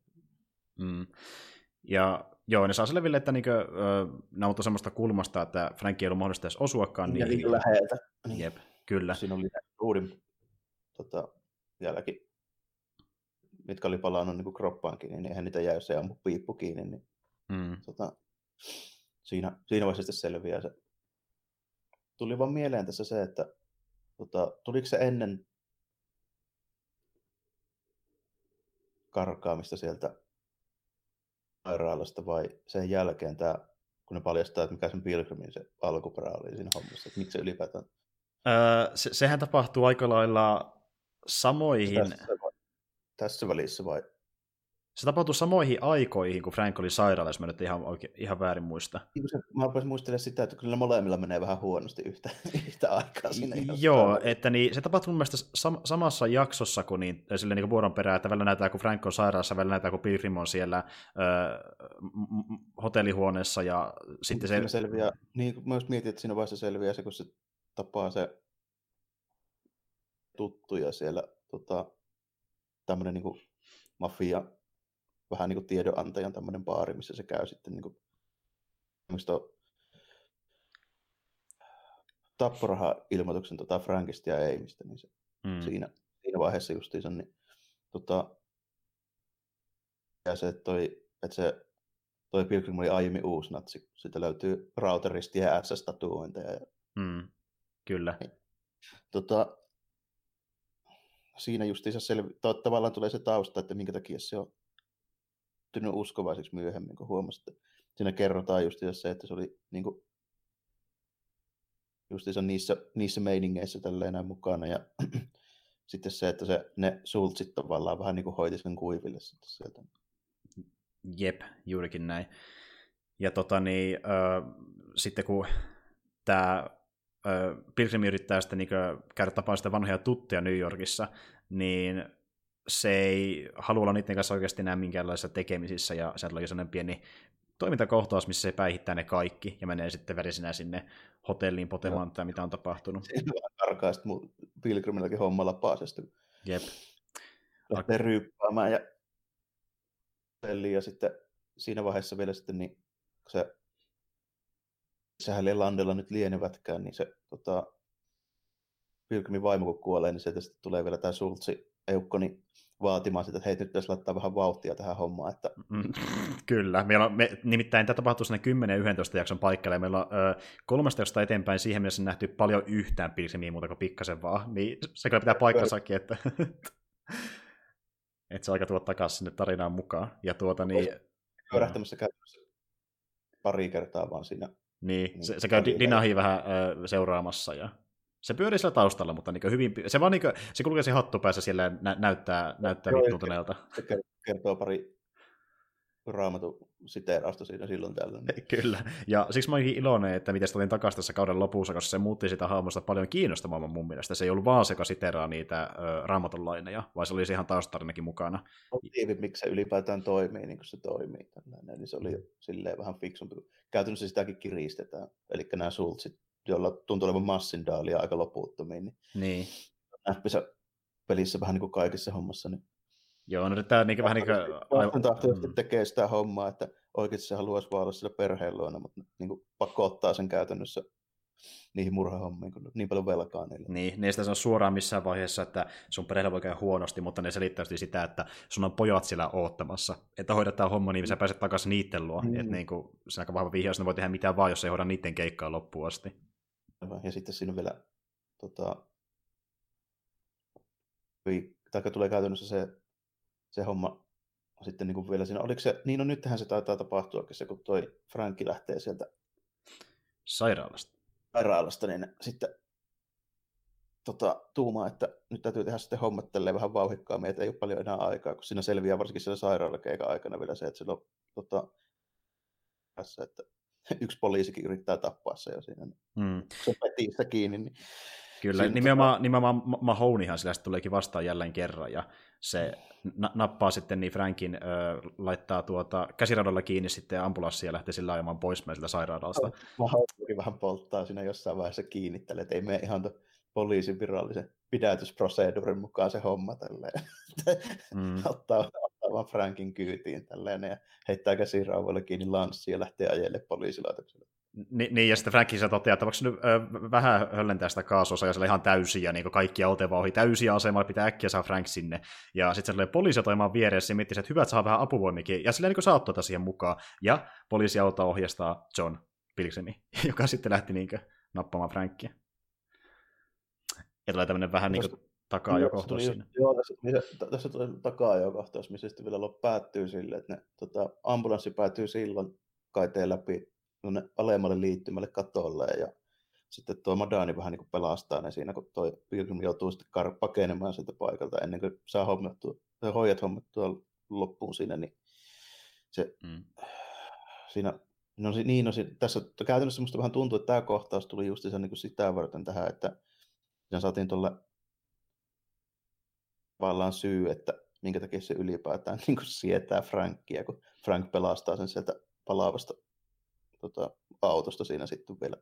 Ja joo, ne saa selville, että ne on semmoista kulmasta, että Frank ei ollut mahdollista edes osuakaan. Niin läheltä. Jep, kyllä. Siinä oli uudin jälki, mitkä oli palannut niin kroppaan kiinni, niin eihän niitä jäy, jos ei ammu piippu kiinni. Niin, siinä vaiheessa sitten selviää se. Tuli vaan mieleen tässä se, että tuliko se ennen karkaamista sieltä sairaalasta vai sen jälkeen kun ne paljastaa, että mikä sen Pilgrimin se alkuperä oli siinä hommassa, että miksi se ylipäätään? Sehän tapahtuu aika lailla samoihin... Tässä välissä vai? Se tapahtui samoihin aikoihin, kun Frank oli sairaala, jos mä nyt ihan väärin muista. Mä rupesin muistelemaan sitä, että kyllä molemmilla menee vähän huonosti yhtä aikaa siinä. Joo, että se tapahtui mun mielestä samassa jaksossa, kun silleen vuoron perään, että välillä näytetään, kun Frank on sairaalassa, välillä näytetään, kun Pilgrim on siellä hotellihuoneessa, ja sitten se... selviää, niin mä just mietin, että siinä vaiheessa selviää se, kun se tapaa se tuttuja siellä, tämmönen niinku mafia, vähän niin kuin tiedonantajan tämmöinen baari, missä se käy sitten niin kuin tapporaha-ilmoituksen Frankista ja Amystä, niin se siinä vaiheessa justiinsa, niin ja se, että toi Pilgrim oli aiemmin uusnatsi, siitä löytyy rautaristien ja SS-tatuointeja. Kyllä. Niin, siinä justiinsa tavallaan tulee se tausta, että minkä takia se on uskovaiseksi myöhemmin, kun huomasi, että siinä kerrotaan justiinsa se, että se oli niinku justiinsa niissä meiningeissä tälleen näin mukana, ja sitten se, että ne sultsit tavallaan vähän niin kuin hoiti sen kuiville sitten sieltä. Jep, juurikin näin. Ja sitten kun tämä Pilgrim yrittää sitten käydä tapaan sitä vanhoja tuttuja New Yorkissa, niin se ei halua olla niiden kanssa oikeasti enää minkäänlaisissa tekemisissä, ja sieltä oli sellainen pieni toimintakohtaus, missä se päihittää ne kaikki, ja menee sitten värisinä sinne hotelliin potelemaan, mitä on tapahtunut. Siinä vähän karkaa sitten Pilgrimilläkin homma lapaasesta. Jep. Lähtee ryyppäämään, ja sitten siinä vaiheessa vielä sitten, niin sehän ei Landella nyt lienevätkään, niin se Pilgrimin vaimo kun kuolee, niin sieltä sitten tulee vielä tämä Sultsi Eukkoni vaatimaan sitä, että hei, nyt pitäisi laittaa vähän vauhtia tähän hommaan. Että... Kyllä. Nimittäin tämä tapahtuu sinne 10-11 jakson paikalle, ja meillä on 3 jaksosta eteenpäin siihen mielessä nähty paljon yhtään Pilgrimiä muuta kuin pikkasen vaan, niin se kyllä pitää paikkansakin, että se aika tuoda takaisin sinne tarinaan mukaan. Ja pyörähtämässä käytössä pari kertaa vaan siinä. Niin, se käy Dinahia vähän seuraamassa, ja se pyörii siellä taustalla, mutta hyvin, se vaan se kulkee se hattu päässä siellä ja näyttää vittuutuneelta. Se kertoo pari Raamatun siteerausta siinä silloin tällöin. Kyllä, ja siksi mä olinkin iloinen, että miten se olin takaisin tässä kauden lopussa, koska se muutti sitä hahmosta paljon kiinnostavamman mun mielestä. Se ei ollut vaan se, joka siteeraa niitä Raamatun laineja, vaan se oli ihan taustarinakin mukana. Motiivi, miksi se ylipäätään toimii niin kuin se toimii. Tällainen, niin se oli silleen vähän fiksumpi. Käytännössä sitäkin kiristetään. Eli nämä sultsit, joilla tuntuu olevan massindaalia aika loputtomiin. Niin. Näppisä pelissä vähän niin kuin kaikissa hommassa. Niin... Joo, no tämä vähän niin kuin... Tahtoisesti tekee sitä hommaa, että oikeasti se haluaisi vaan olla sillä perheen luona, mutta niin kuin pakottaa sen käytännössä niihin murhahommiin, kun niin paljon velkaa niille. Niin, ne ei sitä sano suoraan missään vaiheessa, että sun perheellä voi käydä huonosti, mutta ne selittää sitä, että sun on pojat siellä oottamassa, että hoidetaan homma, niin sä pääset takaisin niitten luo. Että niin kuin, se on aika vahva vihjaus, ne voi tehdä mitään vaan, jos ei hoida niiden keikkaa loppuun asti. Ja sitten siinä on vielä, tulee käytännössä se homma sitten niin kuin vielä siinä, oliko se, niin no nythän se taitaa tapahtua, kun toi Frankki lähtee sieltä sairaalasta, niin sitten tuumaa, että nyt täytyy tehdä sitten hommat tälleen vähän vauhikkaammin, että ei ole paljon enää aikaa, kun siinä selviää varsinkin siellä sairaalakeikan aikana vielä se, että sillä on tässä, että yksi poliisikin yrittää tappaa se jo siinä, se petissä kiinni. Niin kyllä, nimenomaan Mahoneyhan sillä sitten tuleekin vastaan jälleen kerran, ja se nappaa sitten niin Frankin, laittaa käsiradalla kiinni sitten ambulanssia ja lähtee sillä ajamaan pois sieltä sairaalasta. Mahoney vähän polttaa siinä jossain vaiheessa kiinnittele, että ei mene ihan poliisin virallisen pidätysproseduurin mukaan se homma tälleen. ottaa vaan Frankin kyytiin tälleen ja heittää käsirauvoilla kiinni lanssia ja lähtee ajelle poliisilaitokselle. Niin, ja sitten Frankin se toteaa, että voiko nyt vähän höllentää sitä kaasuosaa ja siellä ihan täysiä, niin kaikki autevauhi täysiä asemalla, pitää äkkiä saa Frank sinne. Ja sitten se tulee poliisi toimimaan vieressä ja miettii, että hyvä, että saa vähän apuvoimikin. Ja sillä niin saa siihen mukaan. Ja poliisiauto ohjastaa John Pilgrimin, joka sitten lähti niin nappamaan Frankia. Ja tulee tämmöinen vähän niin takaa-ajokohtaus siinä. Joo, tässä tulee takaa-ajokohtaus, missä sitten vielä päättyy sille, että ambulanssi päätyy silloin kaiteen läpi alemmalle liittymälle katolle, ja sitten tuo Madani vähän niin kuin pelastaa ne siinä, kun tuo Pilgrim joutuu sitten pakenemaan sieltä paikalta ennen kuin saa hoijat hommattua loppuun siinä, niin se siinä tässä käytännössä musta vähän tuntuu, että tämä kohtaus tuli just niin sitä varten tähän, että siinä saatiin tuolla tavallaan syy, että minkä takia se ylipäätään niin kuin sietää Frankia, kun Frank pelastaa sen sieltä palaavasta autosta siinä sitten vielä.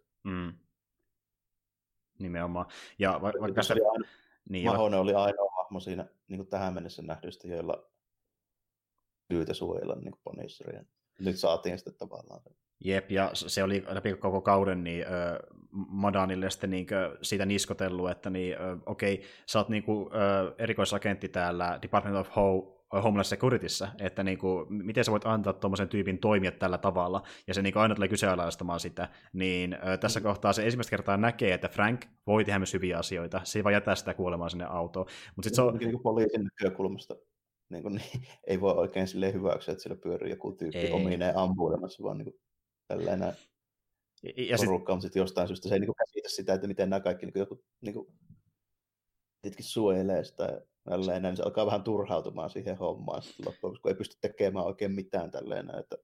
Nimenomaan. Ja vaikka se Mahoney oli ainoa hahmo siinä niin kuin tähän mennessä nähdystä, joilla syytä suojella niin Punisheria. Nyt saatiin sitten tavallaan. Jep, ja se oli läpi koko kauden niin, Madanille sitten niin, siitä niskotellut, että niin, okei, sä oot niin, erikoisagentti täällä Department of Homeland Securityssä, että niin kuin, miten sä voit antaa tuommoisen tyypin toimia tällä tavalla, ja se niin kuin, aina tulee kyseenalaistamaan sitä, niin tässä kohtaa se ensimmäistä kertaa näkee, että Frank voi tehdä myös hyviä asioita, se ei vaan jätä sitä kuolemaan sinne autoon. Mutta sitten se on niin poliisin näkökulmasta. Niin, ei voi oikein silleen hyväksyä, että siellä pyörii joku tyyppi omineen ampuilemassa, vaan niin tällainen porukka, mutta sitten jostain syystä se ei niin käsitä sitä, että miten nämä kaikki tietenkin suojelee sitä ja tälleen, niin se alkaa vähän turhautumaan siihen hommaan loppujen, kun ei pysty tekemään oikein mitään tälleen. Että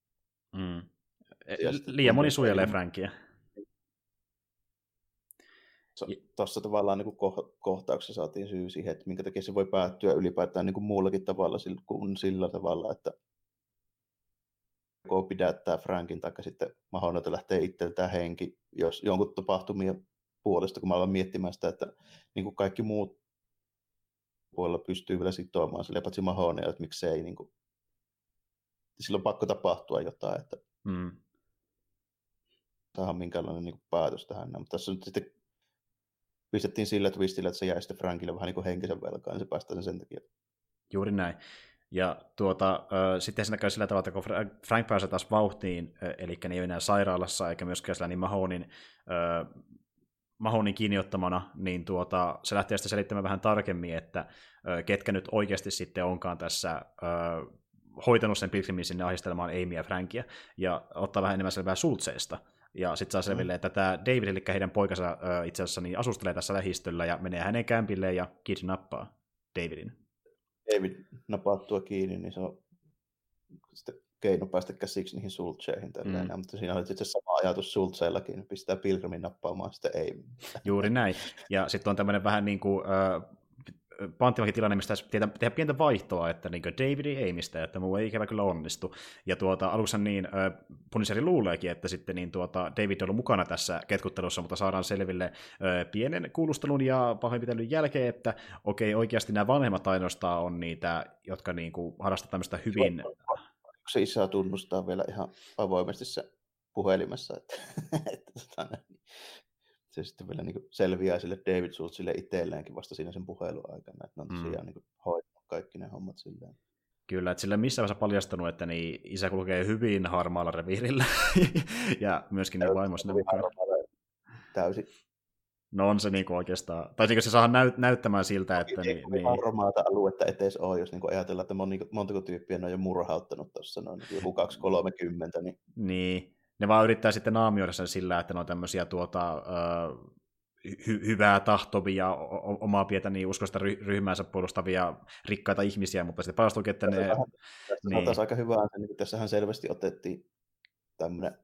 liian moni suojelee Frankia. Tuossa tavallaan niin kohtauksessa saatiin syy siihen, että minkä takia se voi päättyä ylipäätään niin kuin muullakin tavalla kuin sillä tavalla, että joko pidättää Frankin tai sitten Mahoneyta lähtee itseltään henki, jos jonkun tapahtumien puolesta, kun mä aloin miettimään sitä, että niin kuin kaikki muut puolella pystyy vielä sitoamaan sille, paitsi Mahoney, että miksei niin kuin silloin on pakko tapahtua jotain, että saadaan minkälainen niin kuin päätös tähän. Mutta tässä nyt sitten pistettiin sillä twistillä, että se jäi sitten Frankille vähän niin kuin henkisen velkaan, niin se päästään sen takia. Juuri näin. Ja sitten siinä käy sillä tavalla, että kun Frank pääsee taas vauhtiin, eli ne ei ole enää sairaalassa, eikä myöskään sillä niin Mahonin kiinniottamana, niin se lähtee sitten selittämään vähän tarkemmin, että ketkä nyt oikeasti sitten onkaan tässä hoitanut sen Pilgrimin sinne ahistelemaan Amyä ja Frankia, ja ottaa vähän enemmän selvää Schultzesta. Ja sitten saa selville, että tämä David, eli heidän poikansa itse asiassa, niin asustelee tässä lähistöllä ja menee hänen kämpilleen ja kidnappaa Davidin. David napattua kiinni, niin se on sitten keino päästä käsiksi niihin Schultzeihin. Mutta siinä oli itse sama ajatus Schultzeillakin, pistää Pilgrimin nappaamaan sitä Amy. Juuri näin. Ja sitten on tämmöinen vähän niin kuin panttivakin tilanne, mistä tehdä pientä vaihtoa, että niin Davidin Amystä, että muu ei ikävä kyllä onnistu. Ja aluksi niin Punisheri luuleekin, että sitten niin David on ollut mukana tässä ketkuttelussa, mutta saadaan selville pienen kuulustelun ja pahoinpitelyn jälkeen, että okei, oikeasti nämä vanhemmat ainoastaan on niitä, jotka niin kuin harrastavat tämmöistä hyvin... Se isä tunnustaa vielä ihan avoimesti se puhelimessa, että se sitten vielä niin selviää sille David Schultzille itselleenkin vasta siinä sen puhelun aikana, että ne on tosiaan niin hoitanut kaikki ne hommat silleen. Kyllä, että sillä on missään vaiheessa paljastunut, että niin isä kulkee hyvin harmaalla reviirillä ja myöskin niin vaimo sinne mukaan. Täysin. No on se niin oikeastaan, tai niin se saa näyttämään siltä, että... Niin harmaata aluetta etes ole, jos niin ajatellaan, että montako tyyppiä ne on jo murhauttanut tuossa, noin joku 230. Niin, ne vaan yrittää sitten naamioida sen sillä, että ne on tämmöisiä hyvää tahtovia, omaa pientä niin uskosta ryhmäänsä puolustavia rikkaita ihmisiä, mutta sitten paljastuikin, että ne... Tässä taas aika hyvää, niin tässähän selvästi otettiin tämmöinen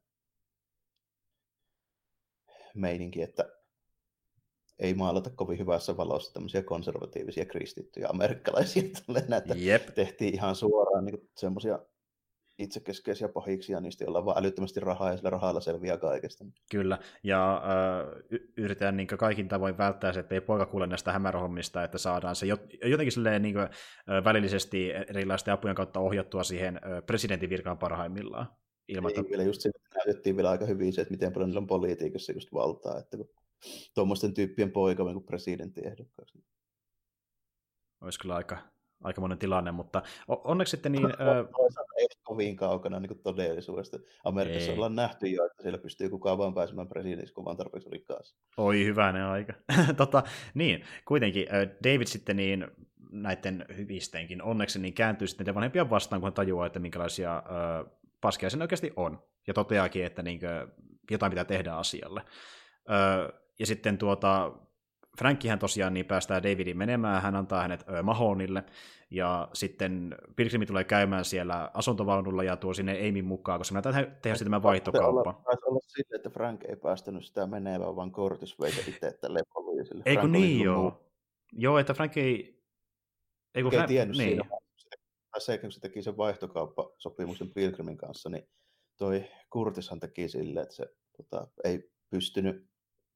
meininki, että ei maalata kovin hyvässä valossa tämmöisiä konservatiivisia kristittyjä amerikkalaisia. Näitä tehtiin ihan suoraan niin semmoisia itsekeskeisiä pahiksia, niistä joilla on vaan älyttömästi rahaa ja sillä rahalla selviää kaikesta. Kyllä, ja yritetään niin kaikin tavoin välttää se, että ei poika kuule näistä hämärähommista, että saadaan se jotenkin silleen, niin välillisesti erilaisten apujen kautta ohjattua siihen presidentin virkaan parhaimmillaan. Vielä just se, että näytettiin vielä aika hyvin se, että miten paljon niillä on politiikassa just valtaa, että kun tuommoisten tyyppien poika on niin presidenttiehdokkaksi. Olisi kyllä aika monen tilanne, mutta onneksi sitten niin... ei kovin kaukana niin todellisuudesta. Amerikassa ollaan nähty jo, että siellä pystyy kukaan vaan pääsemään presidentiksi, kun vaan tarpeeksi rikkaassa. Oi, hyvänen aika. Niin, kuitenkin David sitten niin näiden hyvistenkin onneksi niin kääntyy sitten vanhempia vastaan, kun hän tajuaa, että minkälaisia paskia sen oikeasti on. Ja toteaakin, että niin kuin, jotain pitää tehdä asialle. Ja sitten Frankkihän tosiaan niin päästää Davidin menemään, hän antaa hänet Mahonille, ja sitten Pilgrimi tulee käymään siellä asuntovaunulla ja tuo sinne Amyn mukaan, koska minä tehdään sitten tämä vaihtokauppa. Taisi olla sille, että Frank ei päästänyt sitä menevään, vaan Curtis vei itse tälle poliisille. Eikö niin joo? Joo, että Frank ei... Ei tiennyt niin. Siinä, kun se teki sen vaihtokauppasopimuksen Pilgrimin kanssa, niin toi Curtishan teki sille, että se ei pystynyt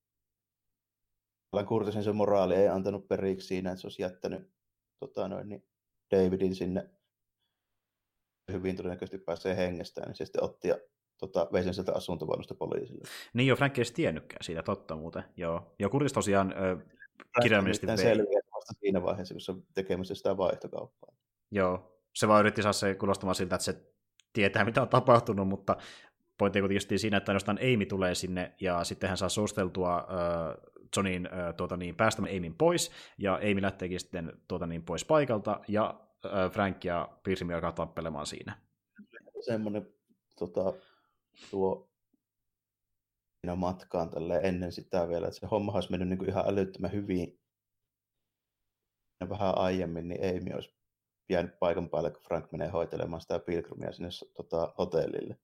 Curtisin se moraali ei antanut periksi siinä, että se olisi jättänyt Davidin sinne hyvin todennäköisesti pääsee hengestään, niin se sitten otti ja vei sen sieltä asuntovaunusta poliisille. Niin joo, Frank ei edes tiennytkään siitä, totta muuten. Joo, ja Curtis tosiaan kirjaimellisesti vei. Selviää vasta siinä vaiheessa, kun se on tekemässä sitä vaihtokauppaa. Joo, se vaan yritti saada se kuulostamaan siltä, että se tietää, mitä on tapahtunut, mutta pointti on kuitenkin siinä, että ainoastaan Amy tulee sinne, ja sitten hän saa suosteltua Johnin päästämään Amyn pois, ja Amy lähteekin sitten pois paikalta, ja Frank ja Pilgrim alkaa tappelemaan siinä. Semmoinen tuo siinä matkaan ennen sitä vielä, että se homma olisi mennyt niin kuin ihan älyttömän hyvin. Ja vähän aiemmin, niin Amy olisi jäänyt paikan päälle, kun Frank menee hoitelemaan sitä Pilgrimia sinne hotellille.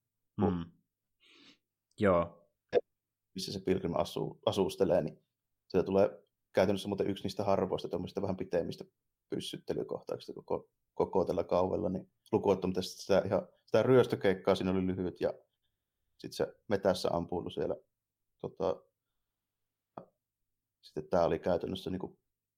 Joo. Missä se Pilgrim asustelee, niin se tulee käytännössä muuten yksi niistä harvoista tuommoista vähän pitemmistä pyssyttelykohtauksista koko tällä kaudella, niin lukuottamatta sitä ryöstökeikkaa siinä oli lyhyt, ja sitten se metässä ampuilu siellä. Sitten tämä oli käytännössä niinku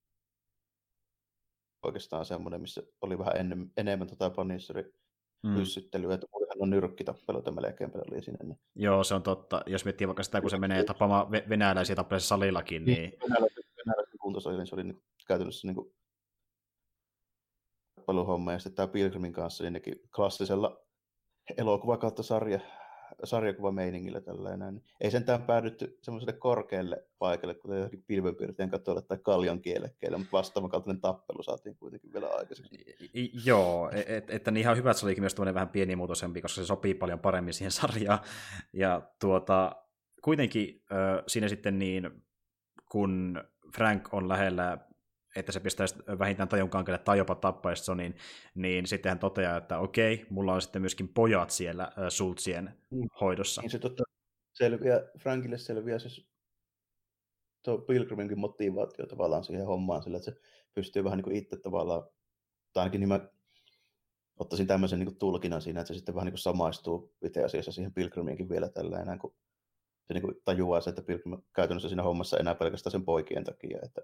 oikeastaan semmoinen, missä oli vähän enemmän Punisherin pyssyttelyä, että muutenhan on nyrkkitappeluita melkein oli siinä. Niin. Joo, se on totta. Jos miettii vaikka sitä, kun se menee tapaamaan venäläisiä tappeluissa salillakin, niin... Venäläisen kuntosalilla, niin se oli niin käytännössä niin tappeluhomma, ja sitten tämä Pilgrimin kanssa, niin nekin klassisella elokuva kautta sarjakuvameiningillä tällainen. Niin ei sentään päädytty semmoiselle korkealle paikalle, kuten johonkin pilvenpiirteen katolle tai kaljon kielekkeelle, mutta vastaavan kaltainen tappelu saatiin kuitenkin vielä aikaiseksi. Joo, että niin ihan hyvä, että se olikin myös tämmöinen vähän pienimuotoisempi, koska se sopii paljon paremmin siihen sarjaan. Ja kuitenkin siinä sitten niin, kun Frank on lähellä, että se pistää vähintään tajunkankelle tai jopa tappaisi Sonin, niin sitten hän toteaa, että okei, mulla on sitten myöskin pojat siellä Schultzien hoidossa. Niin se Frankille selviää se Pilgriminkin motivaatio tavallaan siihen hommaan sillä, että se pystyy vähän niin kuin itse tavallaan, tai ainakin niin mä ottaisin tämmöisen niin kuin tulkinnan siinä, että se sitten vähän niin kuin samaistuu itse asiassa siihen Pilgriminkin vielä tällä enää, kun se niin kuin tajuaa se, että Pilgrim käytännössä siinä hommassa enää pelkästään sen poikien takia, että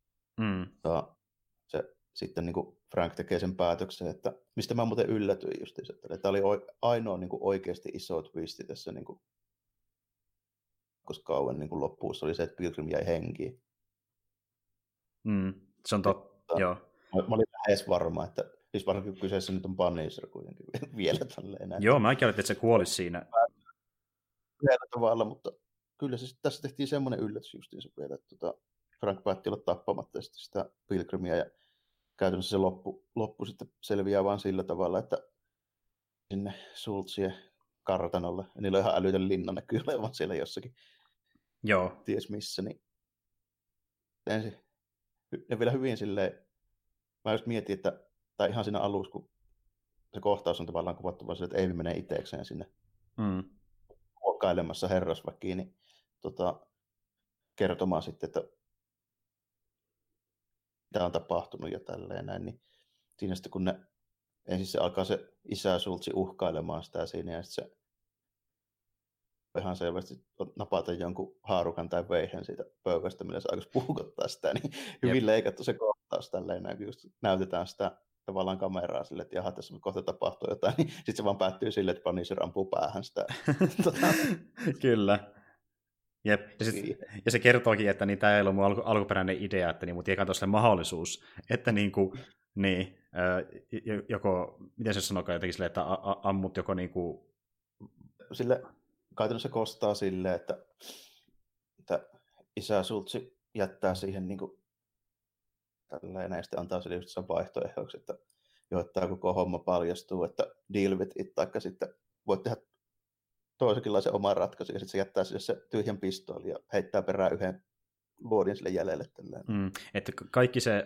se sitten niin kuin Frank tekee sen päätöksen, että mistä mä muuten yllätyin justiinsa, että tämä oli ainoa niin kuin oikeasti iso twisti tässä niin kuin kauan niin kuin loppuun, oli se, että Pilgrim jäi henkiin. Se on totta, joo. Mä olin lähes varma, että siis varsinkin kyseessä nyt on Punisher kuitenkin vielä tälleen. Joo, mäkin olin, että se kuolisi siinä. Yhdellä tavalla, mutta kyllä se tässä tehtiin semmoinen yllätys justiinsa vielä, että Frank päätti olla tappamatta sitä Pilgrimia, ja käytännössä se loppu sitten selviää vaan sillä tavalla, että sinne Schultzien kartanolle, ja niillä on ihan älytön linna näkyy olevan siellä jossakin. Joo. Ties missä, niin ensin, ne vielä hyvin silleen, mä just mietin, että tai ihan siinä alussa, kun se kohtaus on tavallaan kuvattu vaan että Amy menee itsekseen sinne huokailemassa herrasväkiin, niin kertomaan sitten, että mitä on tapahtunut ja tälleen näin, niin siinä sitten kun ne ensin se alkaa se isä Schultz uhkailemaan sitä siinä ja sitten se ihan selvästi napata jonkun haarukan tai veihen siitä pöydästä, millä se aikaisi puukottaa sitä, niin hyvin leikattu se kohtaus tälleen näin, kun just näytetään sitä tavallaan kameraa sille, että jaha, tässä kohta tapahtuu jotain, niin sitten se vaan päättyy silleen, että Punisher ampuu päähän sitä. Kyllä. Jep. Ja se kertookin, että niin, tämä ei ollut mun alkuperäinen idea, että niin, mutta eikä sille mahdollisuus, että joko, miten se sanokaan jotenkin silleen, että ammut joko sille käytännössä kostaa silleen, että isä Schultz jättää siihen tälleen, ja sitten antaa sille just sen vaihtoehdoksi, että jotta koko homma paljastuu, että deal with it, taikka sitten voit tehdä toisenkinlaisen oman ratkaisun, ja sitten se jättää sille se tyhjän pistooli ja heittää perään yhden luodin sille jäljelle. Että kaikki se,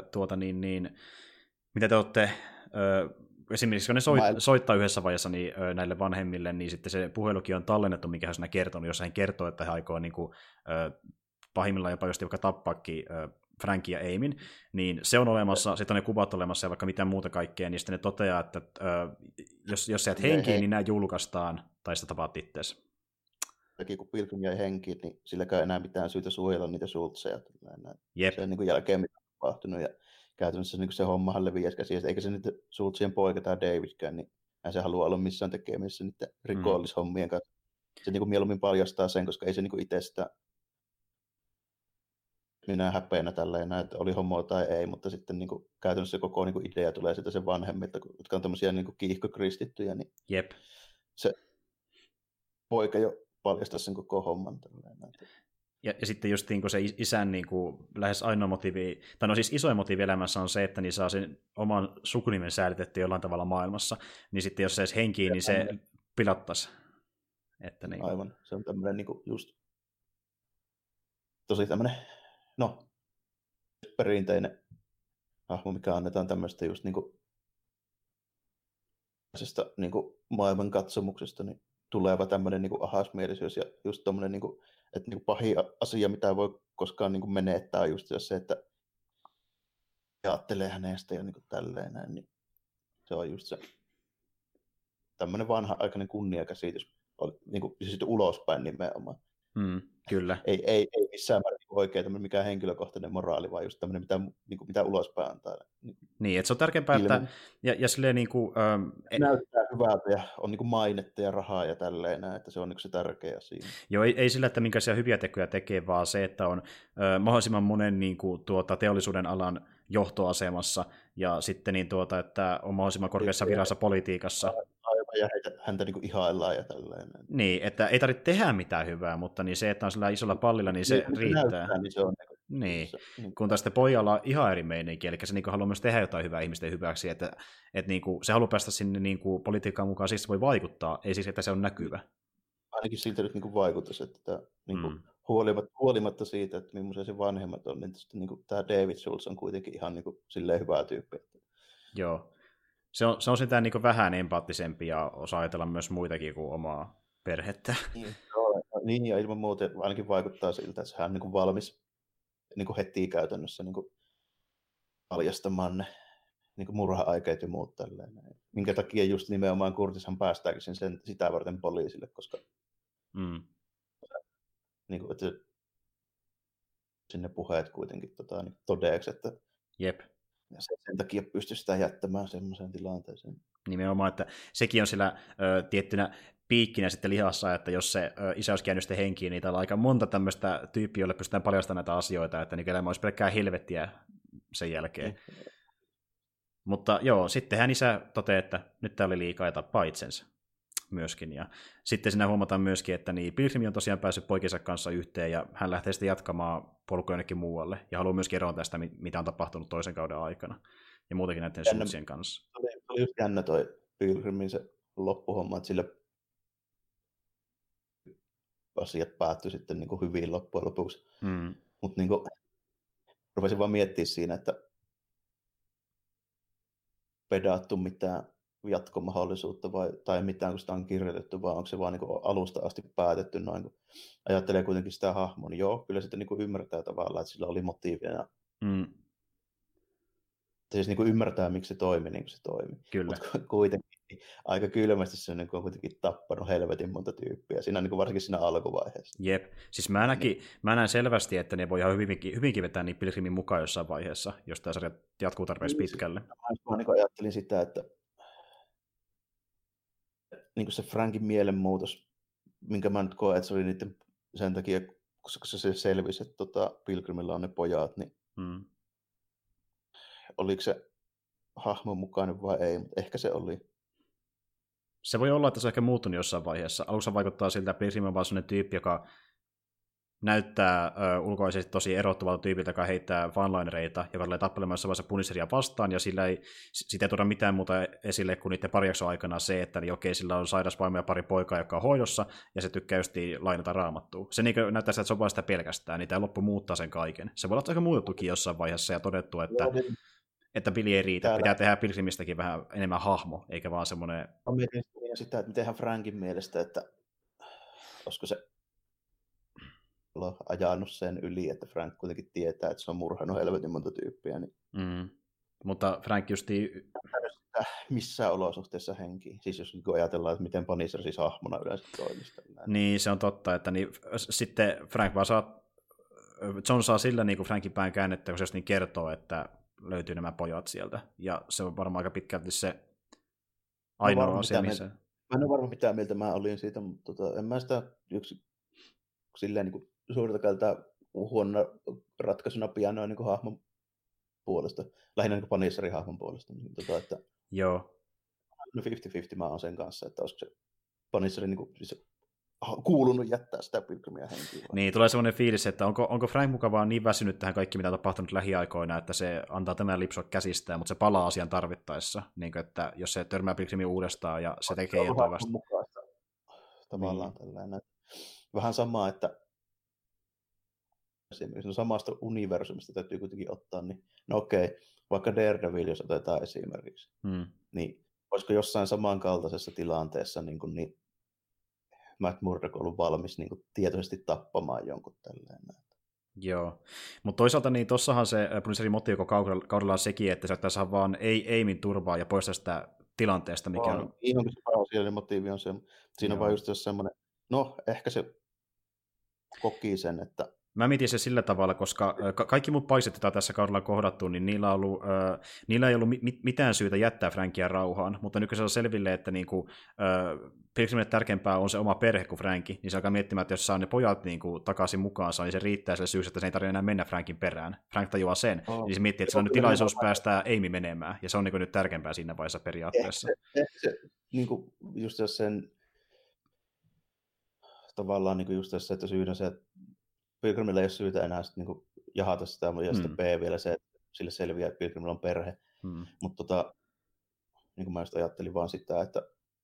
mitä te olette, esimerkiksi kun ne soittaa yhdessä vaiheessa niin, näille vanhemmille, niin sitten se puhelukin on tallennettu, mikä hän on kertonut, jos hän kertoo, että hän aikoo pahimmillaan jopa just vaikka tappaakin Frankin ja Amin, niin se on olemassa, sitten on ne kuvat olemassa ja vaikka mitään muuta kaikkea, niin sitten ne toteaa, että jos sä jäät henkiin, niin nämä julkaistaan, tai sitä tapaat itseäsi. Kun Pilgrim jäi henkiin, niin silläkään enää mitään syytä suojella niitä Schultzeja. Jep. Se on jälkeen mitä on tapahtunut, ja käytännössä se hommahan leviäisi käsiä, eikä se niitä Schultzien poika tai Davidkään, niin se haluaa olla missään tekemisissä niiden rikollishommien kanssa. Se mieluummin paljastaa sen, koska ei se itse sitä minä häpeänä tälleen, että oli homoa tai ei, mutta sitten käytännössä koko idea tulee sieltä sen vanhemmilta, jotka on tämmöisiä kiihkokristittyjä, niin Jep. Se poika jo paljastaa sen koko homman. Ja sitten just se isän lähes ainoa motiivi, tai no siis isoin motiivi elämässä on se, että niin saa sen oman sukunimen säilytetty jollain tavalla maailmassa, niin sitten jos se edes henkiin, niin se pilattaisi. Että Aivan, se on tämmöinen just tosi tämmöinen perinteinen hahmo, mikä annetaan tämmöistä just maailman katsomuksesta, niin tuleva tämmöinen ahasmielisyys ja just tommoinen, että pahin asia, mitä voi koskaan menettää, on just se, että ajattelee hänestä ja tälleen näin, niin se on just se tämmöinen vanha-aikainen kunniakäsitys, siis ulospäin nimenomaan. Kyllä. Ei missään määrin oikein mikään henkilökohtainen moraali, vaan just tämmöinen, mitä ulospäin antaa. Niin, että se on tärkeämpää, että ja silleen näyttää hyvältä ja on mainetta ja rahaa ja tälleen, että se on se tärkeä siinä. Joo, ei sillä, että minkälaisia hyviä tekoja tekee, vaan se, että on mahdollisimman monen teollisuuden alan johtoasemassa ja sitten että on mahdollisimman korkeassa virassa politiikassa. Ja häntä ihaillaan ja tälleen. Niin, että ei tarvitse tehdä mitään hyvää, mutta niin se, että on sillä isolla pallilla, niin se riittää. Näyttää, niin se on niin, kun taas sitten pojalla on ihan eri meininki, eli se haluaa myös tehdä jotain hyvää ihmisten hyväksi, että se haluaa päästä sinne politiikkaan mukaan, siis se voi vaikuttaa, ei siis, että se on näkyvä. Ainakin siltä nyt vaikutus, että huolimatta siitä, että millaisia se vanhemmat on, niin tämä David Schultz on kuitenkin ihan silleen hyvä tyyppi. Joo. Se on sitä vähän empaattisempi ja osaa ajatella myös muitakin kuin omaa perhettä. Niin, ja ilman muuta ainakin vaikuttaa siltä, että hän on valmis heti käytännössä paljastamaan ne murha-aikeet ja muut tälleen. Minkä takia just nimenomaan Curtishan päästääkin sitä varten poliisille, koska että sinne puheet kuitenkin todeeksi, että Jep. ja sen takia pystyy sitä jättämään semmoiseen tilanteeseen. Nimenomaan, että sekin on sillä tiettynä piikkinä sitten lihassa, että jos se isä olisi käynyt sitten henkiin, niin täällä on aika monta tämmöistä tyyppiä, joille pystytään paljastamaan näitä asioita, että elämä olisi pelkkää helvettiä sen jälkeen. Mutta joo, sitten hän isä toteaa, että nyt tämä oli liikaa ja tappaa itsensä myöskin. Ja sitten siinä huomataan myöskin, että Pilgrim on tosiaan päässyt poikinsa kanssa yhteen, ja hän lähtee sitten jatkamaan polkua jonnekin muualle, ja haluaa myöskin eroon tästä, mitä on tapahtunut toisen kauden aikana, ja muutenkin näiden Schultzien kanssa. Oli just jännä toi Pilgrimin se loppuhomma, että sille asiat päättyi sitten hyvin loppujen lopuksi. Mutta rupesin vaan miettimään siinä, että pedattu mitään jatkomahdollisuutta tai mitään, kun sitä on kirjoitettu, vai onko se vaan niin alusta asti päätetty noin, kun ajattelee kuitenkin sitä hahmoa, niin joo, kyllä sitten niin ymmärtää tavallaan, että sillä oli motiivina. Siis niin ymmärtää, miksi se toimi niin kuin se toimi. Mutta kuitenkin aika kylmästi se on kuitenkin tappanut helvetin monta tyyppiä, siinä niin varsinkin siinä alkuvaiheessa. Jep. Siis mä näen selvästi, että ne voi ihan hyvinkin vetää niin Pilgrimin mukaan jossain vaiheessa, jos tämä sarja jatkuu tarpeeksi pitkälle. Mä niin ajattelin sitä, että niin se Frankin mielenmuutos, minkä mä nyt koen, että se oli niiden sen takia, koska se selvisi, että Pilgrimillä on ne pojat, niin oliko se hahmon mukainen vai ei, mutta ehkä se oli. Se voi olla, että se on ehkä muuttunut jossain vaiheessa. Alussa vaikuttaa siltä, että Pilgrim on vaan sellainen tyyppi, joka näyttää ulkoisesti tosi erottuvalta tyypiltä, joka heittää funlinereita, joka tulee tappelemaan jossain vaiheessa Punisheria vastaan, ja siitä ei tuoda mitään muuta esille kuin niiden pari aikana se, että niin okei, sillä on sairas vaimo ja pari poikaa, joka on hoidossa, ja se tykkää just lainata Raamattua. Se niin näyttää sitä, että se on vaan sitä pelkästään, niin tämä loppu muuttaa sen kaiken. Se voi olla aika muutettukin jossain vaiheessa ja todettu, että Billy ei riitä. Pitää tehdä Pilgrimistäkin vähän enemmän hahmo, eikä vaan semmoinen... Mä mietin sitä, että mitenhän Frankin mielestä, että olisiko se ajanut sen yli, että Frank kuitenkin tietää, että se on murhannut helvetin monta tyyppiä. Niin... Mutta Frank justiin... Missään olosuhteessa henkii. Siis jos ajatellaan, että miten Punisher siis hahmona yleensä toimisi. Niin, se on totta, että sitten Frank vaan John saa sillä niin kuin Frankin pään käännettä, kun se niin kertoo, että löytyy nämä pojat sieltä. Ja se on varmaan aika pitkälti se ainoa asia, missä... Mä en ole varma, mitä mieltä mä olin siitä, mutta en mä sitä silleen niin suurtakalta huono ratkaisuna pian noin niin hahmon puolesta. Lähinnä niin Punisherin hahmon puolesta. Niin, että joo. No 50-50 mä oon sen kanssa, että olisiko se Punisherin niin siis kuulunut jättää sitä Pilgrimia henkiä. Niin, tulee semmoinen fiilis, että onko Frank muka vaan niin väsynyt tähän kaikki, mitä on tapahtunut lähiaikoina, että se antaa tämän lipsua käsistään, mutta se palaa asian tarvittaessa. Niin kuin, että jos se törmää Pilgrimin uudestaan ja se tekee jotain vasta. Tavallaan tällainen. Vähän samaa, että samasta universumista täytyy kuitenkin ottaa, niin no okei, vaikka Daredevil, jos otetaan esimerkiksi, niin olisiko jossain samankaltaisessa tilanteessa niin Matt Murdock ollut valmis niin tietoisesti tappamaan jonkun tälleen. Joo, mutta toisaalta niin tossahan se Punisherin motiivi kaudella on sekin, että se ottaa saada vaan Aimin turvaa ja poistaa sitä tilanteesta, mikä on... Ihan se pääasiallinen motiivi on se. Siinä on vaan just semmoinen, no ehkä se koki sen, että mä mietin se sillä tavalla, koska kaikki muut paiset, joita tässä kaudella on kohdattu, niin niillä ei ollut mitään syytä jättää Frankia rauhaan, mutta nykyään se on selville, että niinku, Pilgrimille tärkeämpää on se oma perhe kuin Franki, niin se alkaa miettimään, että jos saa ne pojat niinku takaisin mukaansa, niin se riittää sille syystä, että se ei tarvitse enää mennä Frankin perään. Frank tajuaa sen, niin se miettii, että se on nyt tilaisuus päästää Amy menemään, ja se on niinku nyt tärkeämpää siinä vaiheessa periaatteessa. Se niinku, just sen tavallaan niinku just tässä, että syynä se, että Pilgrimillä ei ole syytä enää niin jahata sitä, ja sitten B vielä se, että sille selviää, että Pilgrimillä on perhe. Mutta niin kuin mä just ajattelin vaan sitä, että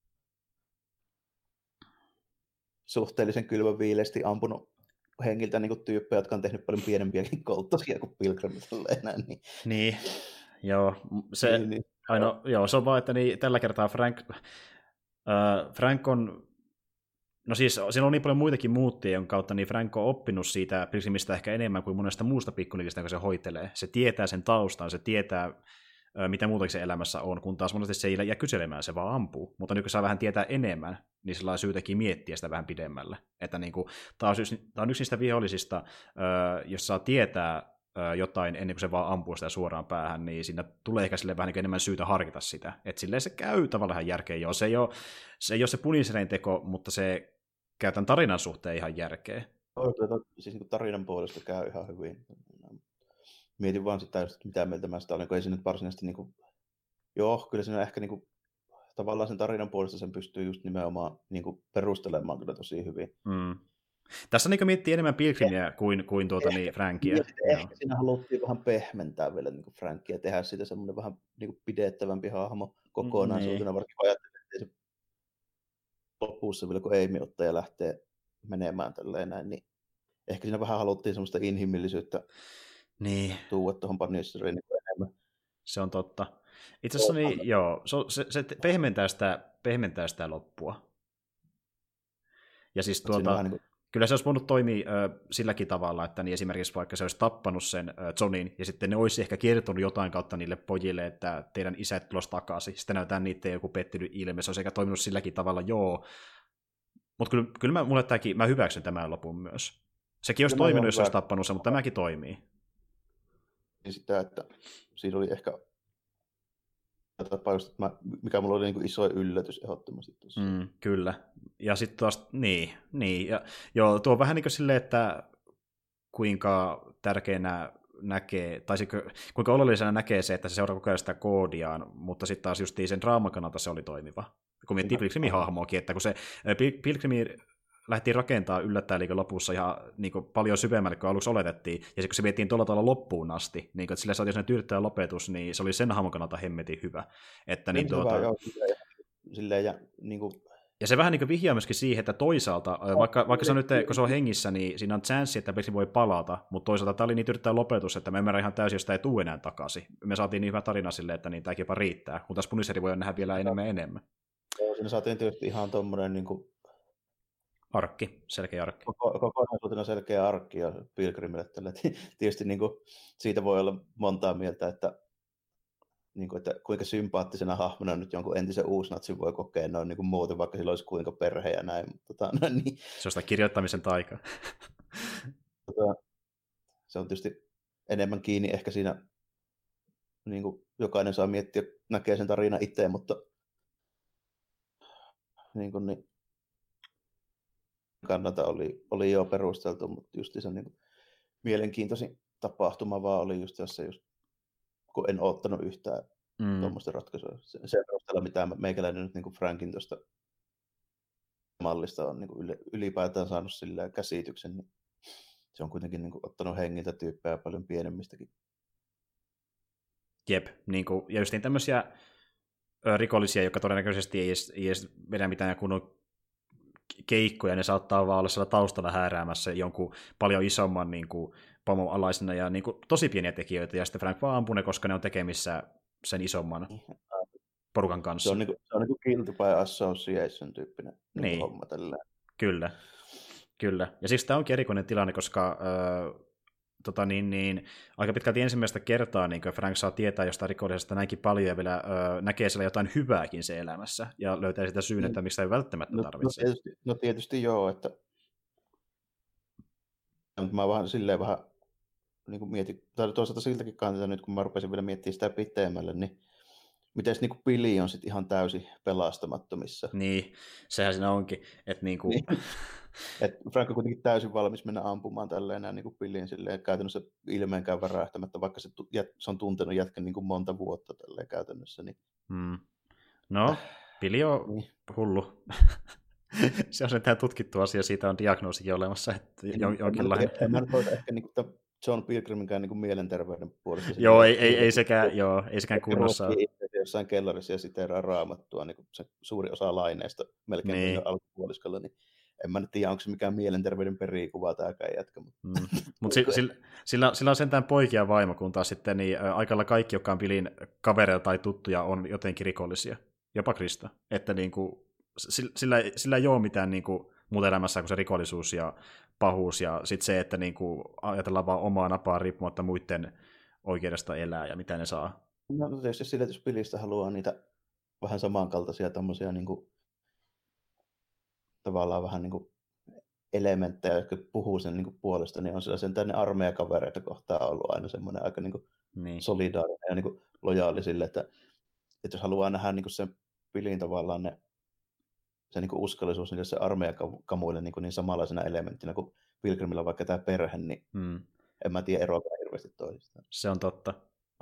suhteellisen kylmän viileästi ampunut hengiltä niin tyyppejä, jotka on tehnyt paljon pienempiäkin koultaisia kuin Pilgrimillä. Niin, joo. Se, niin. Joo, se on vaan, että niin, tällä kertaa Frank on... No siis, siinä on niin paljon muitakin muuttia, jonka kautta niin Frank on oppinut siitä Pilgrimistä ehkä enemmän kuin monesta muusta pikkunivistä, jonka se hoitelee. Se tietää sen taustan, se tietää, mitä muutakin se elämässä on, kun taas monesti se ei jää kyselemään, se vaan ampuu. Mutta nyt kun saa vähän tietää enemmän, niin sillä on syytäkin miettiä sitä vähän pidemmälle. Että niin kuin, tämä on yksi niistä vihollisista, jos saa tietää jotain ennen kuin se vaan ampuu sitä suoraan päähän, niin siinä tulee ehkä sille vähän niin enemmän syytä harkita sitä. Että silleen se käy tavallaan järkeen. Joo, se ei ole se Punisherin teko, mutta se käytän tarinan suhteen ihan järkeä. Siis niin tarinan puolesta käy ihan hyvin. Mietin vaan sitä, että mitä mieltä mä sitä olen, kun ei se nyt varsinaisesti... Niin kuin... Joo, kyllä siinä ehkä niin kuin... tavallaan sen tarinan puolesta sen pystyy just nimenomaan niin kuin perustelemaan kyllä tosi hyvin. Tässä niin miettii enemmän Pilgrimiä kuin niin Frankia. Ehkä siinä haluttiin vähän pehmentää vielä niin Frankia, tehdä siitä semmoinen vähän niin pidettävämpi hahmo kokonaisuutena, varsinkin kun ajattelee, että se lopussa vielä, kun Amy ottaa ja lähtee menemään tälleen näin, niin ehkä siinä vähän haluttiin semmoista inhimillisyyttä Niin, tuoda tuohon Punisheriin niin enemmän. se on totta. Itse asiassa niin, joo, se pehmentää sitä loppua. Ja siis Niin kyllä se olisi voinut toimia silläkin tavalla, että niin esimerkiksi vaikka se olisi tappanut sen Johnin, ja sitten ne olisi ehkä kertonut jotain kautta niille pojille, että teidän isät tulos takaisin. Sitten näytetään niiden joku pettynyt ilme. Se olisi ehkä toiminut silläkin tavalla, joo. Mutta kyllä mä hyväksyn tämän lopun myös. Sekin olisi toiminut, jos olisi tappanut sen, mutta tämäkin toimii. Sitä, että siinä oli ehkä tapaus, mikä mulla oli niin kuin iso yllätys ehdottomasti tuossa. Kyllä. Ja sitten taas, niin. Ja, joo, tuo on vähän niin kuin silleen, että kuinka tärkeänä näkee, tai kuinka oleellisena näkee se, että se seuraa koko ajan sitä koodiaan, mutta sitten taas justiin sen draaman kannalta se oli toimiva. Kun miettii Pilgrimin hahmoakin, että kun se Pilgrimi lähti rakentaa yllättäen lopussa ihan niin paljon syvemmälle kuin aluksi oletettiin, ja kun se vietiin tuolla tavalla loppuun asti, niin että sillä saatiin sellainen tyydyttävä lopetus, niin se oli sen hahmon kannalta hemmetin hyvä. Että, niin, hyvä, joo, silleen, ja niin kuin... Ja se vähän niin kuin vihjaa myöskin siihen, että toisaalta, vaikka se on nyt, kun se on hengissä, niin siinä on chanssi, että Pilgrim voi palata, mutta toisaalta tämä oli niin tyydyttävä lopetus, että me ymmärrän ihan täysin, jos tämä ei tule enää takaisin. Me saatiin niin hyvä tarina silleen, että niin tämäkin jopa riittää, mutta taas Punisheri voi nähdä vielä enemmän. Joo, siinä saatiin tietysti ihan tuommoinen niin kuin... selkeä arkki. Kokonaisuutena selkeä arkki ja Pilgrimille tällä. Tietysti niin kuin, siitä voi olla montaa mieltä, että, niin kuin, että kuinka sympaattisena hahmona nyt jonkun entisen uusnatsin voi kokea noin niin kuin muuten, vaikka sillä olisi kuinka perhe ja näin. Niin. Se on sitä kirjoittamisen taika. Se on tietysti enemmän kiinni ehkä siinä, niin kuin jokainen saa miettiä, näkee sen tarina itse, mutta niin kannalta oli jo perusteltu, mutta just se niin mielenkiintoisin tapahtuma vaan oli just tässä, kun en ottanut yhtään tuommoista ratkaisua. Sen perusteella, mitä meikäläinen nyt niin Frankin tuosta mallista on niin ylipäätään saanut sillä käsityksen, niin se on kuitenkin niin ottanut hengiltä tyyppejä paljon pienemmistäkin. Jep, niin kuin, ja just niin tämmöisiä rikollisia, jotka todennäköisesti ei edes vedä mitään kunnon keikkoja, ne saattaa vaan olla siellä taustalla hääräämässä jonkun paljon isomman niin kuin, pomon alaisena ja niin kuin, tosi pieniä tekijöitä, ja sitten Frank vaan ampuu ne, koska ne on tekemissä sen isomman porukan kanssa. Se on niin kuin guilty by association tyyppinen niin homma tälleen. Kyllä. Ja siksi tämä onkin erikoinen tilanne, koska aika pitkälti ensimmäistä kertaa niin Frank saa tietää jostain rikollisesta näinkin paljon ja vielä näkee siellä jotain hyvääkin se elämässä ja löytää sitä syyn, että miksi ei välttämättä tarvitse. No tietysti joo, että mä vähän silleen niin kuin mietin, tai toisaalta siltäkin kantilta nyt, kun mä rupesin vielä miettimään sitä pitemmälle, niin miten niin kuin Billy on sitten ihan täysin pelastamattomissa. Niin, sehän siinä onkin. Että niin kuin... Et Frank on kuitenkin täysin valmis mennä ampumaan tälleen näin niin Billyin silleen käytännössä ilmeenkään värähtämättä, vaikka se on tuntenut jätkän niin kuin monta vuotta tälleen käytännössä. Niin... No, Billy on hullu. Se on sentään tutkittu asia, siitä on diagnoosikin olemassa, että jonkinlainen. En mä nyt ehkä niin kuin John Pilgriminkään niin mielenterveyden puolesta. Joo, ei sekään kunnossa. Jossain kellarissa ja siteeraa Raamattua, niin se suuri osa laineista melkein niin. Alkupuoliskolla, niin en mä nyt tiedä, onko se mikään mielenterveyden perikuva tämäkään jätkä. Mutta sillä on sentään poikia vaimo, kun taas sitten niin aikalla kaikki, jotka on Billyn kavereita tai tuttuja, on jotenkin rikollisia. Jopa Krista. Että niin kuin, sillä ei ole mitään niin kuin, muuta elämässä kuin se rikollisuus ja pahuus ja sitten se, että niin kuin, ajatellaan vaan omaa napaa riippumatta muiden oikeudesta elää ja mitä ne saa. No tietysti sillä, jos Billistä haluaa niitä vähän samankaltaisia tommosia niin kuin, tavallaan vähän niin kuin elementtejä, jotka puhuu sen niin kuin puolesta, niin on sellaisen tänne armeijakavereita kohtaan ollut aina semmoinen aika niin kuin solidaarinen ja niin kuin lojaali sille, että jos haluaa nähdä niin kuin sen Billin tavallaan se niin kuin uskollisuus niin se armeijakamuille niin samanlaisena elementtinä kuin Pilgrimillä vaikka tämä perhe, niin en mä tiedä eroa hirveästi toisistaan. Se on totta.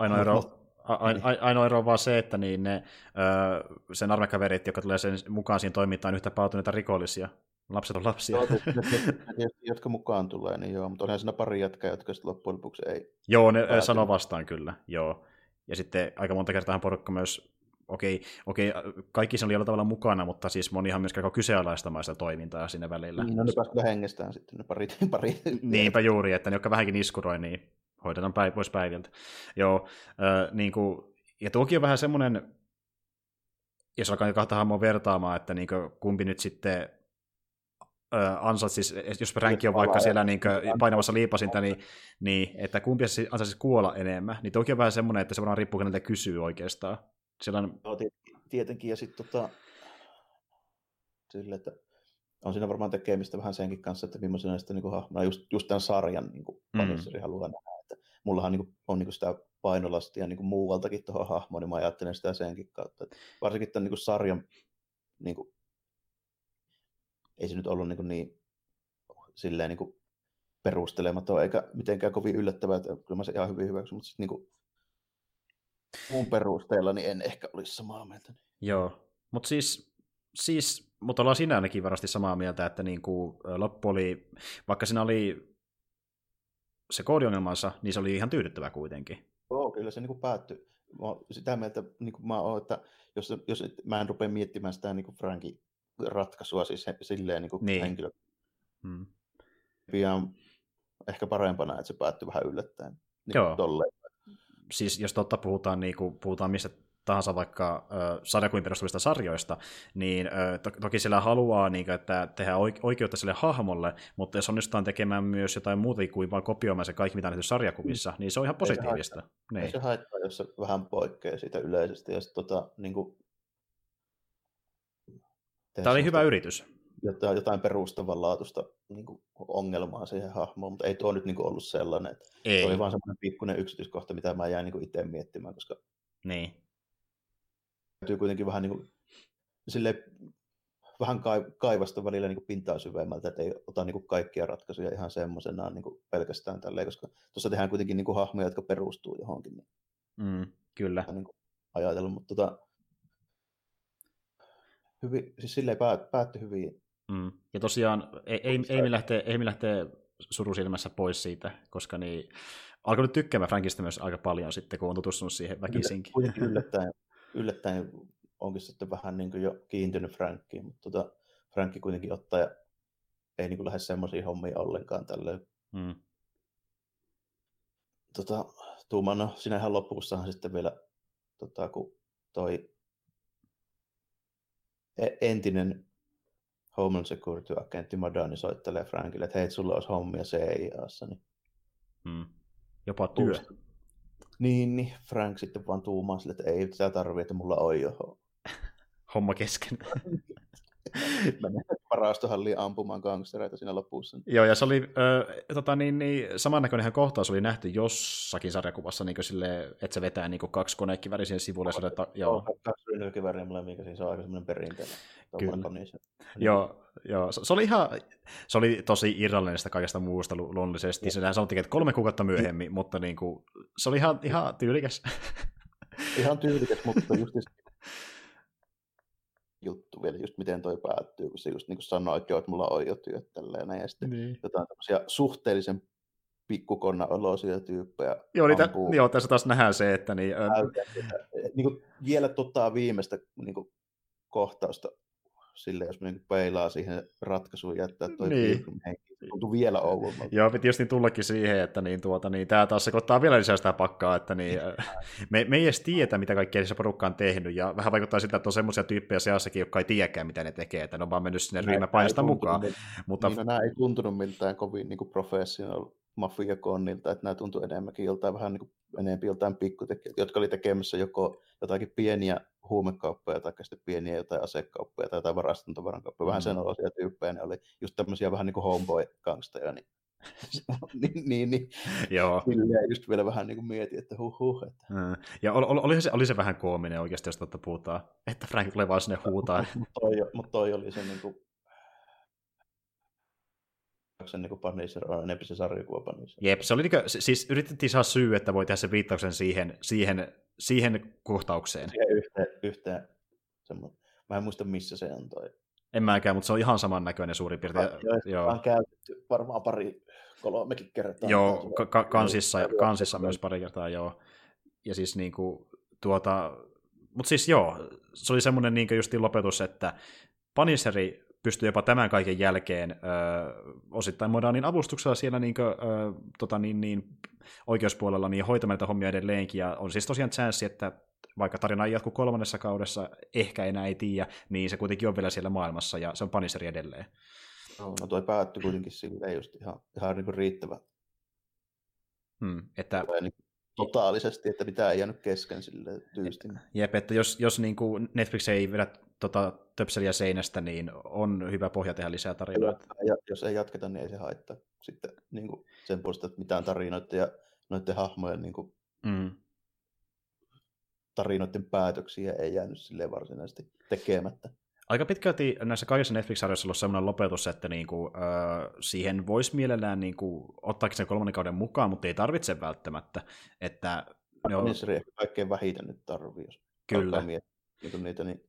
Ainoa ero on vaan se, että niin ne, sen armeijakaverit, jotka tulee sen mukaan siihen toimintaan, yhtä paatuneita rikollisia. Lapset on lapsia. Jotka mukaan tulee, niin joo, mutta onhan siinä pari jätkää, jotka sitten loppujen lopuksi ei... Joo, ne sanoo vastaan kyllä, joo. Ja sitten aika monta kertaa porukka myös, okei, kaikki sen oli jollain tavalla mukana, mutta siis monihan myös aika kyseenalaistamaan sitä toimintaa siinä välillä. Niin, no ne pääsivät hengestään sitten, ne pari. Niinpä juuri, että ne, jotka vähänkin iskuroi, niin hoidetaan pois päiviltä. Joo, niin kuin, ja tuokin on vähän semmoinen, jos alkaa kahta hahmoa vertaamaan, että niin kuin, kumpi nyt sitten ansaitsisi, jos Frank on vaikka siellä niin painamassa liipasinta, niin että kumpi ansaitsisi kuolla enemmän, niin toki on vähän semmoinen, että se varmaan riippuu, keneltä kysyy oikeastaan. On... No, tietenkin, ja sitten sille, että on siinä varmaan tekemistä vähän senkin kanssa, että millaisena sitä niin hahmona just tämän sarjan niin Punisheri haluaa nähdä. Että mullahan niin kuin, on niin kuin sitä painolastia niin kuin muualtakin tuohon hahmoon, niin mä ajattelen sitä senkin kautta. Että varsinkin tämän niin kuin sarjan niin kuin, ei se nyt ollut niin silleen niin kuin perustelematon, eikä mitenkään kovin yllättävää, että kyllä mä se ihan hyvin hyväksyn, mutta sitten niin muun perusteella niin en ehkä olisi samaa mieltä. Joo, mutta mutta ollaan siinä ainakin varmasti samaa mieltä, että niin kuin loppu oli, vaikka siinä oli se koodiongelmansa, niin se oli ihan tyydyttävä kuitenkin. Joo, kyllä se niin kuin päättyi. Sitä mieltä niin kuin mä oon, että jos mä en rupea miettimään sitä niin kuin Frankin ratkaisua siis silleen niin henkilö. Pian ehkä parempana, että se päättyi vähän yllättäen. Niin joo. Tolleen. Siis jos totta puhutaan, niin kuin puhutaan mistä tahansa vaikka sarjakuviin perustuvista sarjoista, niin toki siellä haluaa, niin kuin, että tehdään oikeutta sille hahmolle, mutta jos onnistutaan tekemään myös jotain muuta kuin vain kopioimaan se kaikki, mitä on tehty sarjakuvissa, niin se on ihan positiivista. Ei se haittaa, jos se vähän poikkeaa siitä yleisesti. Ja niin kuin, tämä oli hyvä yritys. Jotain perustavanlaatuista niin kuin ongelmaa siihen hahmoon, mutta ei tuo nyt niin kuin ollut sellainen. Että se oli vaan semmoinen pikkuinen yksityiskohta, mitä mä jäin niin kuin itse miettimään, koska täytyy kuitenkin vähän niin kuin, silleen, vähän kaivasta välillä niin kuin pintaa syvemmältä, että ei ota niin kuin kaikkia ratkaisuja ihan semmoisenaan niin kuin pelkästään tälleen, koska tuossa tehdään kuitenkin niin kuin hahmoja, jotka perustuu johonkin. Niin kyllä. Niin kuin ajatellut, mutta hyvin, siis silleen päättyi hyvin. Ja tosiaan ei me lähtee surusilmässä pois siitä, koska niin alkanut tykkäämään Frankista myös aika paljon sitten, kun on tutustunut siihen väkisinkin. Kuitenkin yllättäen onkin sitten vähän niin kuin jo kiintynyt Frankkiin, mutta Frankki kuitenkin ottaa ja ei niin kuin lähde semmoisia hommia ollenkaan tälleen. Tuumano, siinä ihan loppuussahan sitten vielä, kun toi entinen Homeland Security-agentti Madani soittelee Frankille, että hei, sulla olisi hommia CIA:ssa. Niin... Jopa työ. Niin, Frank sitten vaan tuumaa sille, että ei sitä tarvitse, että mulla on jo homma kesken. Mennään varastohalliin ampumaan gangstereita siinä lopussa. Joo, ja se oli samannäköinenhän kohtaus oli nähty jossakin sarjakuvassa, niin silleen, että se vetää niin 2 konekiväriä siihen sivulle. Joo, 2 rynnäkkiväriä molemmin, se on aika semmoinen perinteinen. Joo, se oli tosi irrallinen sitä kaikesta muusta luonnollisesti. Sehän sanottiin, että 3 kuukautta myöhemmin, mutta niin kuin, se oli ihan tyylikäs. Ihan tyylikäs, mutta just juttu vielä, just miten toi päättyy, kun se just niin kuin sanoo, että mulla on jo työt tälleen, ja sitten jotain tämmöisiä suhteellisen pikkukonna-oloisia tyyppejä. Joo, tässä taas nähdään se, että niin kuin vielä viimeistä niin kuin kohtausta sille, jos me niin peilaa siihen ratkaisuun jättää toi henki, tuntuu vielä oudolta. Joo, piti just niin tullakin siihen, että tämä taas sekoittaa vielä lisää sitä pakkaa, että me ei edes tiedä, mitä kaikkea se porukka on tehnyt, ja vähän vaikuttaa siltä, että on semmoisia tyyppejä seassakin, jotka ei tiedäkään, mitä ne tekee, että ne on vaan mennyt sinne ryhmäpainosta mukaan. Mutta nämä ei tuntunut miltään kovin niin professional mafia-konnilta, että nämä tuntui enemmänkin joltain vähän niin kuin enemmän joltain pikkutekijöitä, jotka oli tekemässä joko jotakin pieniä huumekauppoja tai sitten pieniä jotain asekauppoja tai jotain varastantavarankauppoja. Vähän sen oloisia tyyppejä, ne oli just tämmöisiä vähän niin kuin homeboy-gangsteja. Niin. Joo. Silleen just vielä vähän niin kuin mietin, että huh. Että... Ja oli se vähän koominen oikeasti, jos totta puhutaan, että Frank tulee vaan sinne huutaan. Mutta toi oli se niin kuin sen niin Punisher on enemmän se sarjakuva Punisher. Jep, se oli siis yritettiin saada syy, että voi tehdä sen viittauksen siihen kohtaukseen. Yhteen semmoinen. Mä en muista, missä se on toi. En mäkään, mutta se on ihan samannäköinen suurin piirtein. Joo. On käytetty varmaan 2-3 kertaa. Joo, kansissa myös pari kertaa, joo. Ja siis niinku mutta siis joo, se oli semmoinen niinku justiin lopetus, että Punisheri pystyy jopa tämän kaiken jälkeen osittain modernin avustuksella siellä oikeuspuolella niin hoitamaan näitä hommia edelleenkin, ja on siis tosiaan chanssi, että vaikka tarina ei jatku 3. kaudessa, ehkä enää ei tiedä, niin se kuitenkin on vielä siellä maailmassa, ja se on Punisheri edelleen. No toi päättyi kuitenkin silleen just ihan niin kuin riittävä. Että niin totaalisesti, että mitään ei jäänyt kesken silleen tyystin. Jep, että jos niin kuin Netflix ei vedä töpseliä seinästä, niin on hyvä pohja tehdä lisää tarinoita. Ja jos ei jatketa, niin ei se haittaa. Sitten niin kuin sen puolesta, että mitään tarinoita ja noiden hahmojen niin kuin tarinoiden päätöksiä ei jäänyt silleen varsinaisesti tekemättä. Aika pitkälti näissä kaikissa Netflix-sarjoissa on ollut sellainen lopetus, että niinku, siihen voisi mielellään niinku, ottaakin sen 3. kauden mukaan, mutta ei tarvitse välttämättä. Että ne on ehkä kaikkein vähiten nyt tarvii, jos kyllä. Miettiä niitä, niin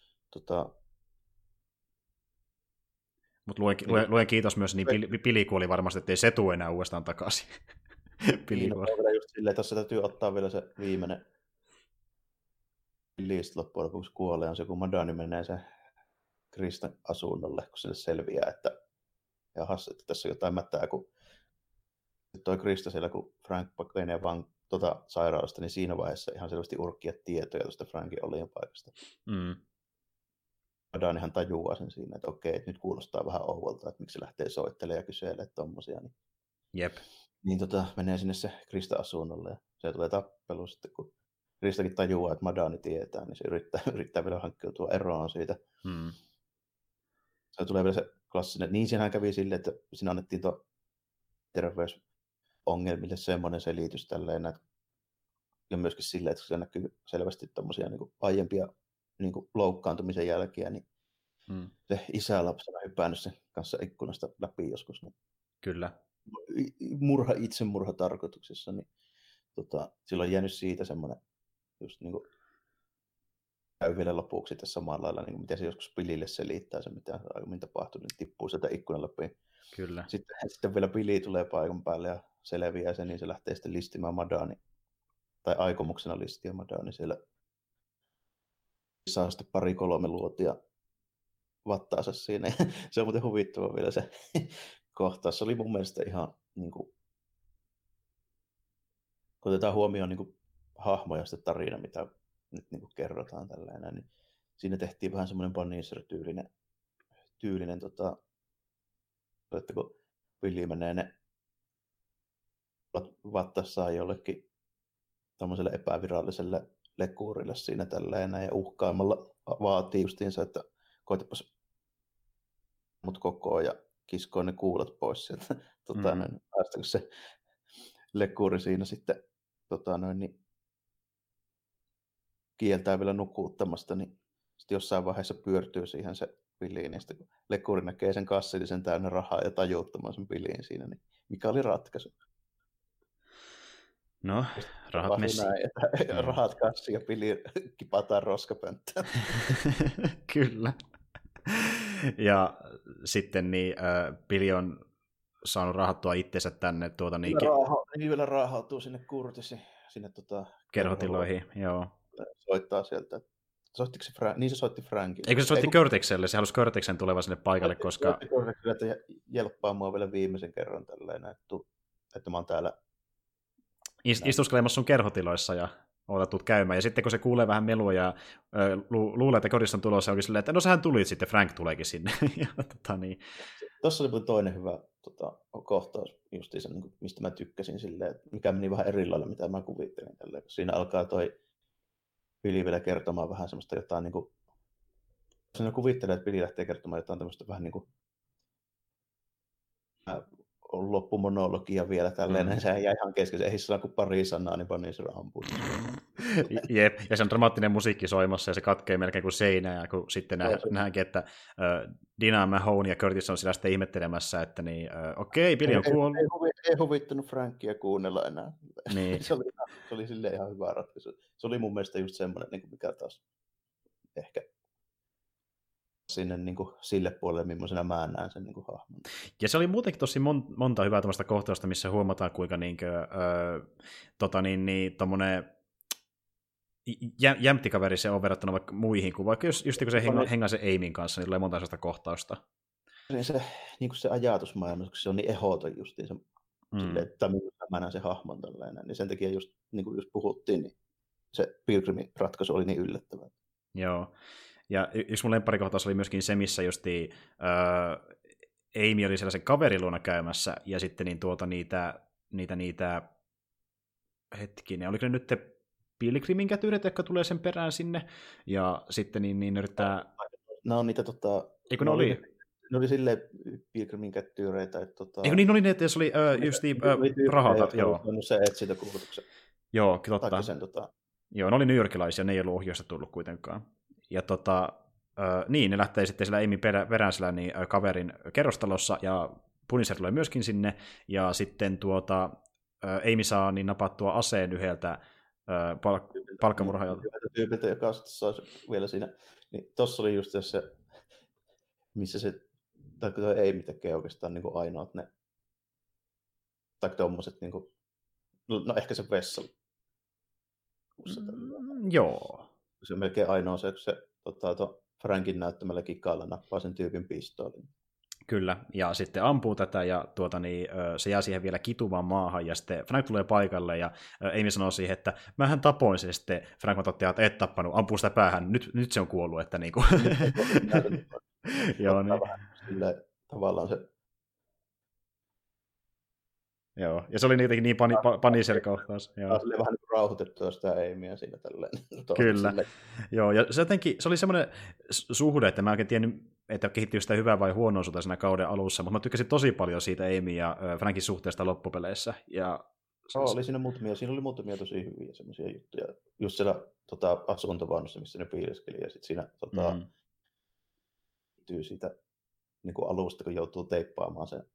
Mutta luen kiitos myös, niin Pili kuoli varmasti, ettei se tule enää uudestaan takaisin. Niin, on just silleen, tässä täytyy ottaa vielä se viimeinen Pillistä loppujen lopuksi kuolee, on se, kun Madani menee sen Kristan asunnolle, kun sille selviää, että jahas, että tässä on jotain mätää, kun toi Krista siellä, kun Frank pakenee vaan sairaalasta, niin siinä vaiheessa ihan selvästi urkkia tietoja tuosta Frankin olinpaikasta. Madanihan tajuaa sen siinä, että okei, että nyt kuulostaa vähän oudolta, että miksi se lähtee soittelemaan ja kyselee tommosia. Niin, Jep. Niin menee sinne se Krista asunnolle ja se tulee tappelu sitten, kun Kristakin tajuaa, että Madani tietää, niin se yrittää vielä hankkiutua eroon siitä. Se tulee vielä se klassinen, niin siinähän kävi silleen, että siinä annettiin tuo terveysongelmille semmoinen selitys tälleen, ja myöskin silleen, että se näkyy selvästi tommosia niin kuin aiempia niin kuin loukkaantumisen jälkiä, niin se isä lapsena hyppäänyt sen kanssa ikkunasta läpi joskus. Niin kyllä. Itsemurha tarkoituksessa, niin silloin on jäänyt siitä semmoinen just niin kuin käy vielä lopuksi tässä samalla lailla, niin miten se joskus Billille selittää se, mitä aiemmin tapahtuu, niin tippuu sieltä ikkunan läpi. Kyllä. Sitten vielä Billy tulee paikan päälle ja selviää sen, niin se lähtee sitten listimään Madani, tai aikomuksena listiä Madani siellä. Saa sitten 2-3 luotia vattaansa siinä. Se on muuten huvittava vielä se kohtaus. Se oli mun mielestä ihan, niin kuin, kun otetaan huomioon niin kuin hahmo ja sitten tarina, mitä nyt niin kuin kerrotaan tällainen, niin siinä tehtiin vähän semmoinen Punisher-tyylinen että kun Billy menee ne vattassaan jollekin tämmöiselle epäviralliselle lekuurille siinä tällainen ja uhkaamalla vaatii justiinsa, että koitapas mut kokoon ja kiskoon ne kuulot pois sieltä. Päästäkö se lekuuri siinä sitten niin kieltää vielä nukuuttamasta, niin sitten jossain vaiheessa pyörtyy siihen se Billy, niin sitten kun lekuuri näkee sen kassillisen täynnä rahaa ja tajuuttamaan sen Billyin siinä, niin mikä oli ratkaisu? No, rahat messiin. Rahat kassi ja Billy kipataan roskapönttään. Kyllä. Ja sitten niin, Billy on saanut rahattua itsensä tänne vielä raahautuu sinne Curtisin sinne kerhotiloihin, joo. Soittaa sieltä. Soittiko se niin se soitti Frankille. Eikö se soitti Curtikselle? Se halusi Curtiksen tulevan sinne paikalle, koska että jelppaa mua vielä viimeisen kerran tälleen, että mä oon täällä istuskelemassa sun kerhotiloissa ja odotat käymään. Ja sitten kun se kuulee vähän melua ja luulee, että Curtis on tulossa, onkin silleen, että no sehän tuli, sitten Frank tuleekin sinne. Niin. Tuossa oli toinen hyvä kohtaus, justiinsa, niin mistä mä tykkäsin silleen, mikä meni vähän eri lailla, mitä mä kuvittelin. Tälleen. Siinä alkaa toi Billy vielä kertomaan vähän semmoista jotain, niin kuin, siinä kuvittelee, että Billy lähtee kertomaan jotain tämmöistä vähän niin kuin loppumonologia vielä tälleen, sehän jäi ihan kesken, se ei sillä kuin pari sanaa, niin Punisher ampuu. Jep, ja se on dramaattinen musiikki soimassa, ja se katkee melkein kuin seinää, ja kun sitten nähdäänkin, että Dina Mahone ja Curtis on sillä sitten ihmettelemässä, että niin, okei, Billy on kuollut. Ei huvittanut Frankia kuunnella enää. Niin. se oli silleen ihan hyvä ratkaisu. Se oli mun mielestä just semmoinen, niin mikä taas ehkä sinne niin kuin sille puolelle, millaisena mä näen sen niin kuin hahmon. Ja se oli muutenkin tosi monta hyvää tämmöistä kohtausta, missä huomataan, kuinka tommonen jämpti kaveri se on verrattuna vaikka muihin, kun vaikka just kun se hengaa se Amyn kanssa, niin tulee monta sellaista kohtausta. Niin se, niin kuin se ajatusmaailma, kun se on niin ehdoton justiin se, silleen, että mä näen se hahmon tällainen, niin sen takia just, niin kuin just puhuttiin, niin se Pilgrimin ratkaisu oli niin yllättävää. Joo, ja yksi mun lempparikohtaus oli myöskin se, missä justi Amy oli sellaisen kaverin luona käymässä, ja sitten niin niitä hetkinen, oliko ne nyt Pilgrimin kätyyret, jotka tulee sen perään sinne, ja sitten niin yrittää... Ne on niitä, Eikö ne oli? Ne oli silleen Pilgrimin kättyyreitä, että... Eikö niin oli ne, että jos oli rahata, joo. Se etsintäkuulutuksen. Joo, totta. Sen, Joo, ne oli newyorkilaisia, ne ei ollut ohjausta tullut kuitenkaan. Ja niin, ne lähtee sitten sillä Amy perään sillä niin, kaverin kerrostalossa, ja Punisher tulee myöskin sinne, ja sitten Amy saa niin napattua aseen yhdeltä palkkamurhaajalta. Tyypiltä, joka olisi vielä siinä. Niin tossa oli just se, missä se, tai Amy tekee oikeastaan niin kuin ainoat ne, tai tommoset, niin kuin, no ehkä se vessel. Joo. Se on melkein ainoa se, kun se Frankin näyttämällä kikkailla nappaa sen tyypin pistoolin. Kyllä, ja sitten ampuu tätä, ja se jää siihen vielä kitumaan maahan, ja sitten Frank tulee paikalle, ja Amy sanoo siihen, että mähän tapoin se, sitten Frank toteaa, että et tappanut, ampuu sitä päähän, nyt se on kuollut, että niinku... Joo, niin. Silleen, tavallaan se... Joo, ja se oli jotenkin niin Punisher-kohtaus. Tämä oli vähän niin rauhoitettua sitä Amyä siinä tälleen. Kyllä, joo, ja se oli semmoinen suhde, että mä en oikein tiennyt, että kehittyy sitä hyvää vai huonoa suuntaan siinä kauden alussa, mutta mä tykkäsin tosi paljon siitä Amy ja Frankin suhteesta loppupeleissä. Ja oli siinä oli muutamia tosi hyviä semmoisia juttuja. Just siellä asuntovaunussa, missä ne piileskeli, ja sitten siinä siitä niin kuin alusta, kun joutuu teippaamaan sen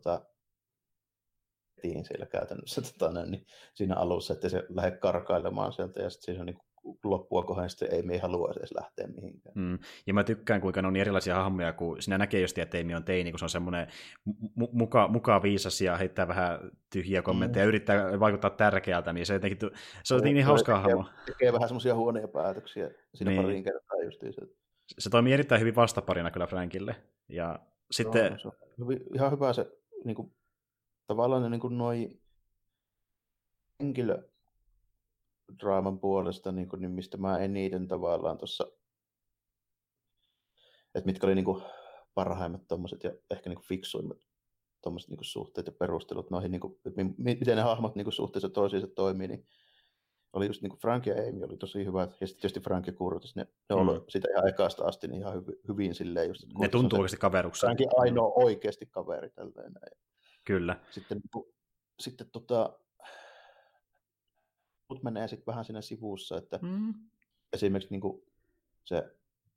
siellä käytännössä niin siinä alussa, että se lähde karkailemaan sieltä, ja sitten siinä on niin loppua kohden sitten ei halua edes lähteä mihinkään. Ja mä tykkään, kuinka ne on niin erilaisia hahmoja, kun sinä näkee just, että Amy on teini, kun se on semmoinen muka viisas ja heittää vähän tyhjiä kommentteja ja yrittää vaikuttaa tärkeältä, niin se jotenkin se on niin hauskaa hahmo. Tekee vähän semmoisia huonoja päätöksiä siinä pariin kertaa justiin. Se toimii erittäin hyvin vastaparina kyllä Frankille. Ja sitten... Se on ihan hyvä se niin kuin, tavallaan ne niin noi henkilödraaman puolesta, niin mistä mä eniten tavallaan tuossa, että mitkä oli niin kuin parhaimmat tommoset ja ehkä niin kuin fiksuimmat tommoset niin kuin suhteet ja perustelut noihin, niin kuin, miten ne hahmot niin kuin suhteessa toisiinsa toimii, niin oli just niin kuin Frank ja Amy oli tosi hyvät, ja sitten tietysti Frank ja Curtis, ne oli sitä ihan ekasta asti niin ihan hyvin silleen just, ne tuntuu oikeasti kaveruksia. Frankin ainoa oikeasti kaveri tälleen näin. Kyllä. Sitten mut menee sitten vähän siinä sivussa, että esimerkiksi niin kuin se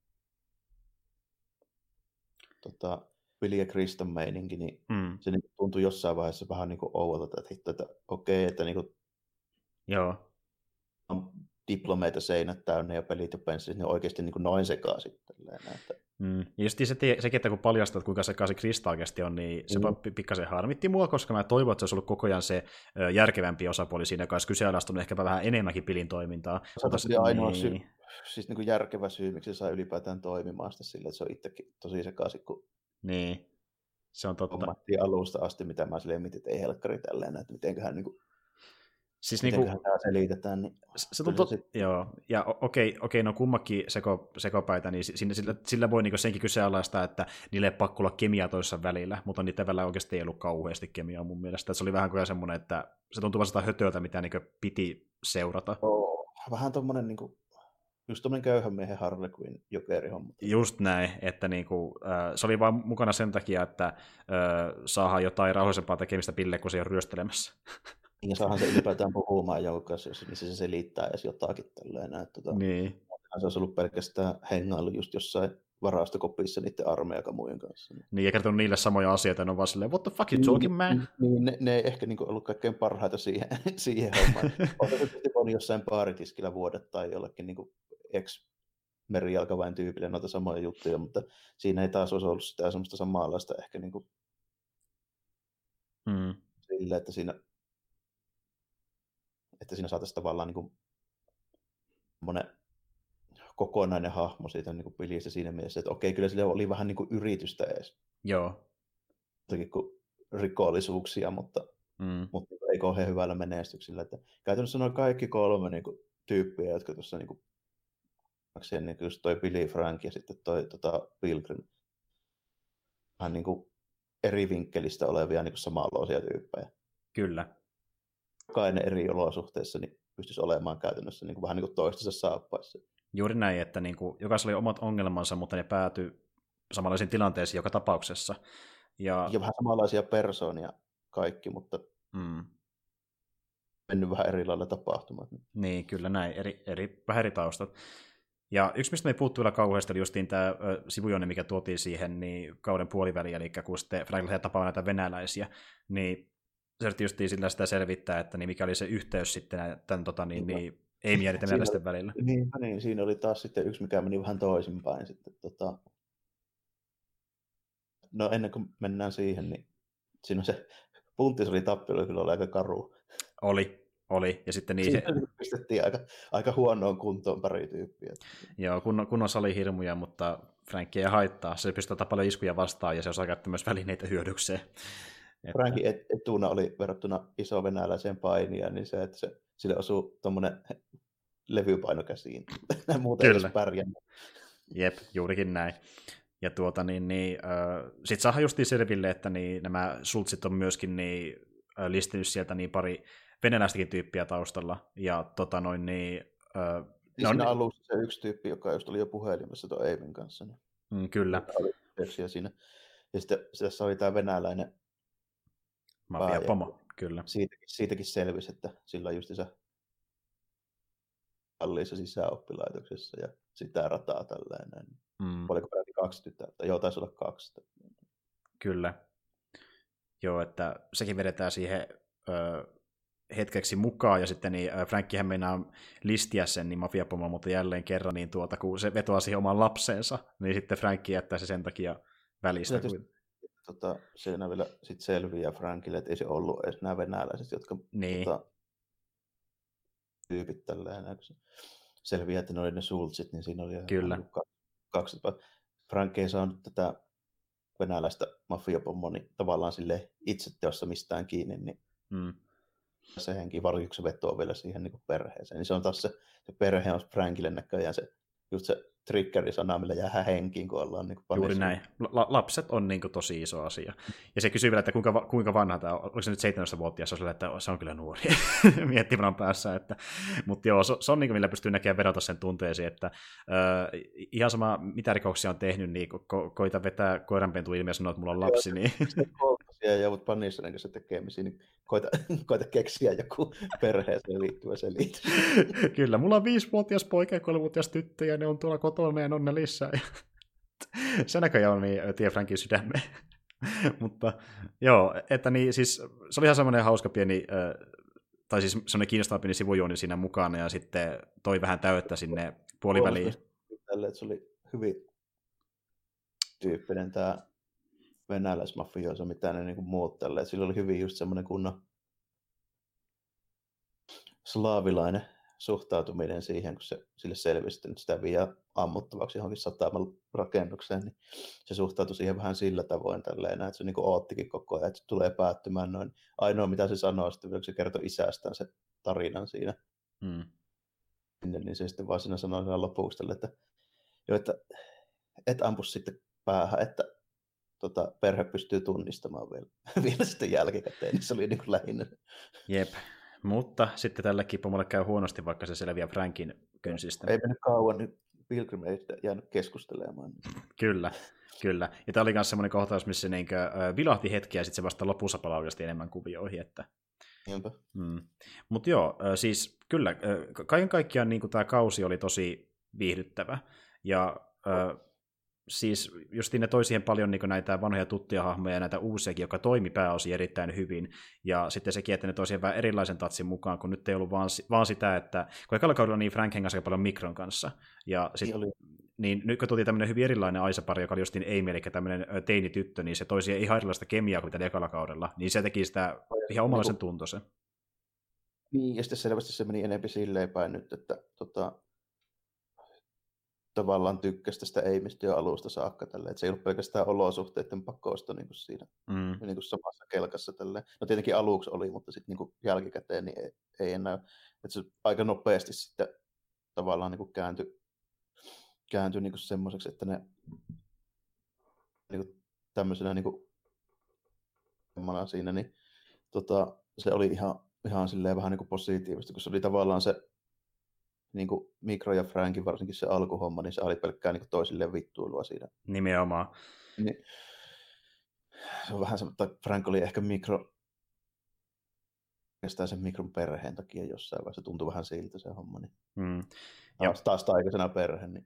Billy ja Kristan meininki, niin se niin tuntui jossain vaiheessa vähän niin kuin ouvolta, että okei, että niin kuin joo. On diplomeita seinät täynnä ja pelit ja penssit, niin oikeasti niin kuin noin sekaisin. Ja just sekin, että kun paljastat, kuinka sekaisin Krista oikeasti on, niin se pikkasen harmitti mua, koska mä toivon, että se olisi ollut koko ajan se järkevämpi osapuoli siinä, joka olisi kyseenalaistunut ehkäpä vähän enemmänkin pilin toimintaa. Se on ainoa syy, siis niin kuin järkevä syy, miksi se saa ylipäätään toimimaan sitä sillä, että se on itsekin tosi sekaisin, kun niin, se on totta. Hommattiin alusta asti, mitä mä silleen mietin, että ei helkkari tälleen, että mitenköhän niin kuin siis mitenköhän tämä selitetään. Niin se tuntuu, joo, ja okei, no kummakin sekopäitä, niin sillä voi niin senkin kyseenalaistaa, että niille ei pakko olla kemiaa toisessa välillä, mutta niiden välillä oikeasti ei ollut kauheasti kemiaa mun mielestä. Se oli vähän kuin semmoinen, että se tuntuu vaan sitä hötöltä, mitä niin piti seurata. Vähän tommonen niin kuin, just tommonen köyhän miehen Harley Quinn jokerihomma. Just näin, että niin kuin, se oli vaan mukana sen takia, että saadaan jotain rauhallisempaa tekemistä Bille, kun se on ryöstelemässä. Ja saahan se ylipäätään puhumaan joukossa, missä se selittää edes jotakin tälleen. Niin. Se olisi ollut pelkästään hengailu just jossain varastokopissa niiden armeijakamujen kanssa. Niin, ja kertonut niille samoja asioita, ne on vaan silleen, what the fuck you talking, man? Niin, ne ei ehkä niinku ollut kaikkein parhaita siihen hommaan. On jossain baaritiskillä vuodet tai jollekin niinku ex-merijalkaväen tyypille noita samoja juttuja, mutta siinä ei taas olisi ollut sitä semmoista samanlaista ehkä niinku sille, että siinä saataisiin tavallaan niin kuin semmoinen kokonainen hahmo siitä niin kuin pelistä siinä mielessä, että okei, kyllä sillä oli vähän niin kuin yritystä edes. Joo. Jotenkin kuin rikollisuuksia, mutta ei kauhean hyvällä menestyksellä. Että käytännössä noin kaikki 3 niin kuin, tyyppiä, jotka tuossa niin kuin, just toi Billy Frank ja sitten toi Pilgrim, vähän niin kuin eri vinkkelistä olevia niin kuin samanlaisia tyyppejä. Kyllä. Jokainen eri olosuhteissa niin pystyisi olemaan käytännössä niin kuin, vähän niin kuin toistensa saappaissa. Juuri näin, että niin kuin, jokaisella oli omat ongelmansa, mutta ne päätyi samanlaisiin tilanteisiin joka tapauksessa. Ja vähän samanlaisia persoonia kaikki, mutta mennyt vähän eri lailla tapahtumat. Niin, kyllä näin, vähän eri taustat. Ja yksi, mistä me ei puhuttu vielä kauheasti, oli justiin tämä sivujuoni, mikä tuotiin siihen niin kauden puoliväliin, eli kun sitten Frank lähtee tapaamaan näitä venäläisiä, niin se yritti justiin sillä sitä selvittää, että niin mikä oli se yhteys sitten tämän Amy ja niiden venäläisten välillä. Niin, siinä oli taas sitten yksi, mikä meni vähän toisinpäin. Sitten, No ennen kuin mennään siihen, niin siinä on se punttisoli-tappelu kyllä oli aika karu. Oli. Ja sitten niin pistettiin aika huonoon kuntoon pari tyyppiä. Joo, kunnon salihirmuja, mutta Frank ei haittaa. Se pystyy ottaa paljon iskuja vastaan ja se osaa käyttää myös välineitä hyödykseen. Frankin etuna oli verrattuna iso venäläiseen painia, niin se, että sille osuu tuommoinen levypaino käsiin. Muuten ei edes pärjännyt. Jep, juurikin näin. Ja sitten saadaan justiin selville, että nämä Schultzit on myöskin listinyt sieltä pari venäläistäkin tyyppiä taustalla. Ja siinä alussa se yksi tyyppi, joka just oli jo puhelimessa tuon Eimin kanssa. Niin kyllä. Siinä. Ja sitten tässä oli tämä venäläinen mafia-pomo, kyllä. Siitäkin selvisi, että sillä on just se kalliissa sisäoppilaitoksessa ja sitä rataa tällainen. Oliko peräti 2 tytärtä? Joo, taisi olla 2. Kyllä. Joo, että sekin vedetään siihen hetkeksi mukaan, ja sitten Frankkihän meinaa listiä sen mafiapomoa, mutta jälleen kerran, kun se vetoaa siihen omaan lapseensa, niin sitten Frankki jättää se sen takia välistä. Siinä vielä sit selviää Frankille, että ei se ollut edes nämä venäläiset, jotka tyypit tälleen, kun se selviää, että ne oli ne Schultzit, niin siinä oli kyllä 2. Frank ei saanut tätä venäläistä mafiapommoa niin tavallaan sille itse teossa mistään kiinni, niin se henki varjoksi vetoo vielä siihen niin kuin perheeseen. Niin se on taas se perhe on Frankille näköjään just se triggeri-sana, millä jää henkiin, kun ollaan niin kuin juuri näin. Lapset on niin kuin tosi iso asia. Ja se kysyy vielä, että kuinka vanha tämä on. Oliko se nyt 17-vuotias? Se on että se on kyllä nuori. Miettimään päässä. Mutta joo, se on niin kuin, millä pystyy näkemään verrata sen tunteisiin, että ihan sama, mitä rikoksia on tehnyt, niin koita vetää koiranpentu ilmi ja sanoa, että mulla on lapsi. Niin ja joudut Punisherin kanssa tekemisiin, niin koita keksiä joku perheeseen liittyvä selitys. Kyllä, mulla on 5-vuotias poika ja 3-vuotias tyttö, ja ne on tuolla kotona ja on nelissä. Se näköjään on tie Frankin sydämeen. Mutta joo, että siis se oli ihan semmoinen hauska pieni, tai siis semmoinen kiinnostava pieni sivujuoni siinä mukana, ja sitten toi vähän täyttä sinne puoliväliin. Että se oli hyvin tyyppinen tämä venäläismafioso, mitä ne niinku muut tälleen. Sillä oli hyvin just semmoinen kunnon slaavilainen suhtautuminen siihen, kun se sille selvisi, että sitä vie ammuttavaksi johonkin sataman rakennukseen, niin se suhtautui siihen vähän sillä tavoin tälleen, että se niinku oottikin koko ajan, että se tulee päättymään noin. Ainoa mitä se sanoo, sitten kun se kertoi isästään se tarinan siinä, niin se sitten vaan siinä sanoi siinä lopuksi tälle, että jo, että et ampu sitten päähän, että perhe pystyy tunnistamaan vielä sitten jälkikäteen, niin se oli niin kuin lähinnä. Jep, mutta sitten tällekin pomolle käy huonosti, vaikka se selviää Frankin kynsistä. Ei mennyt kauan, niin Pilgrim ei jäänyt keskustelemaan. Kyllä. Ja tämä oli myös semmoinen kohtaus, missä se vilahti hetkiä, ja sitten se vasta lopussa palaudesti enemmän kuvioihin. Että Mutta joo, siis kyllä, kaiken kaikkiaan niin tämä kausi oli tosi viihdyttävä, ja siis justiin ne toi siihen paljon niin näitä vanhoja tuttuja hahmoja ja näitä uusiakin, jotka toimi pääosin erittäin hyvin, ja sitten sekin, että ne toi siihen vähän erilaisen tatsin mukaan, kun nyt ei ollut vaan sitä, että kun ekalla kaudella niin Frank hengasi aika paljon Mikron kanssa, ja sitten niin nyt kun tuotiin tämmöinen hyvin erilainen Aisapari, joka oli justiin Amy, eli tämmöinen teinityttö, niin se toi siihen ihan erilaista kemiaa kuin mitä ekalla kaudella, niin se teki sitä ihan omanlaisen tuntoisen. Niin, ja sitten selvästi se meni enemmän silleen päin nyt, että tavallaan tykkäsi tästä Amystä jo alusta saakka. Tälle. Että se ei ollut pelkästään olosuhteiden pakosta niin kuin siinä niin kuin samassa kelkassa. Tälle. No tietenkin aluksi oli, mutta sitten niin jälkikäteen niin ei enää. Että se aika nopeasti sitten tavallaan niin kuin kääntyi niin kuin semmoiseksi, että ne niin kuin tämmöisenä niin kuin siinä, niin se oli ihan silleen vähän niin kuin positiivista, kun se oli tavallaan se niin kuin Mikro ja Frankin varsinkin se alkuhomma, niin se oli pelkkää niin kuin toisilleen vittuilua siinä. Nimenomaan. Niin, se on vähän se, että Frank oli ehkä sen Mikron perheen takia jossain vaiheessa. Se tuntui vähän siltä se homma. Niin. Taas taikaisena perhe. Niin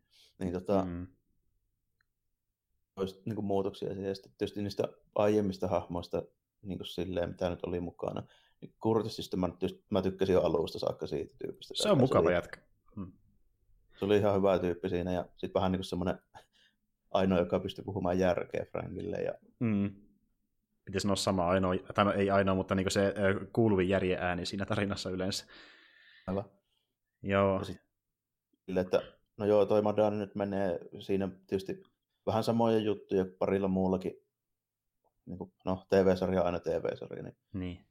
olisi niin kuin muutoksia. Ja sitten tietysti niistä aiemmista hahmoista, niin kuin silleen, mitä nyt oli mukana. Niin Curtisista mä tykkäsin jo alusta saakka siitä tyypistä. Se on mukava jätkä. Se oli ihan hyvä tyyppi siinä. Ja sitten vähän niin kuin semmoinen ainoa, joka pystyi puhumaan järkeä Frankille. Ja piti sanoa sama ainoa, tai no ei ainoa, mutta niin se kuuluvin järjen ääni siinä tarinassa yleensä. Aivan. Joo. Sille, että no joo, toi Madani nyt menee siinä tietysti vähän samoja juttuja kuin parilla muullakin. Niin kuin, no, TV-sarja aina TV-sarja. Niin.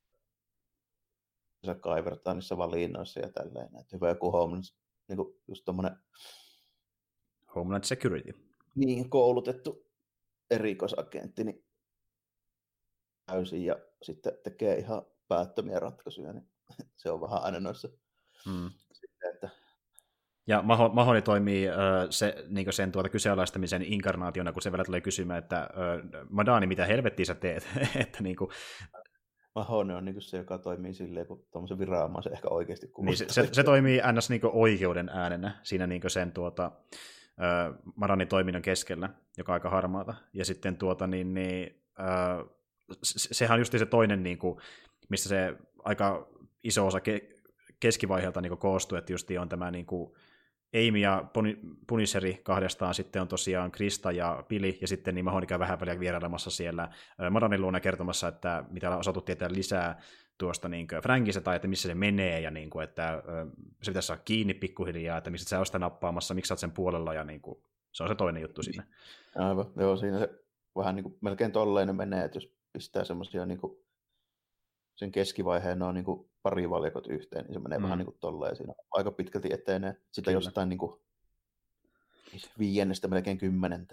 Se kaivertaa niissä valinnoissa ja tälleen. Että hyvä joku Homeland, niin kuin just tommonen Homeland Security. Niin, koulutettu erikoisagentti, niin täysin ja sitten tekee ihan päättömiä ratkaisuja, niin se on vähän aina noissa. Sitten, että ja Mahoni toimii niin sen kyseenalaistamisen inkarnaationa, kun se vielä tulee kysymään, että Madani, mitä helvettiä sä teet? että, niin kuin... Mahone on niin se, joka toimii silleen, kun tuommoisen viranomaisen ehkä oikeasti kuulostaa. Niin se toimii ns. Niin oikeuden äänenä siinä niin sen Madanin toiminnan keskellä, joka on aika harmaata. Ja sitten sehän on just se toinen, niin kuin, mistä se aika iso osa keskivaiheelta niin koostuu, että just on tämä niin kuin Amy ja Punisheri kahdestaan, sitten on tosiaan Krista ja Pili, ja sitten niin Mahoni käy vähän väliä vierailemassa siellä Madanin luona kertomassa, että mitä on osattu tietää lisää tuosta niin Frankista, tai että missä se menee, ja niin kuin, että se pitäisi saada kiinni pikkuhiljaa, että miksi sä oot sitä nappaamassa, miksi sä oot sen puolella, ja niin kuin, se on se toinen juttu siinä. Aivan, joo, siinä se vähän niin kuin melkein tolleen menee, että jos pistää semmoisia niin kuin sen keskivaiheen noin niin kuin pari valikot yhteen, niin se menee vähän niin kuin tolleen siinä. Aika pitkälti etenee. Sitä kyllä. Jostain niin kuin 5. melkein 10.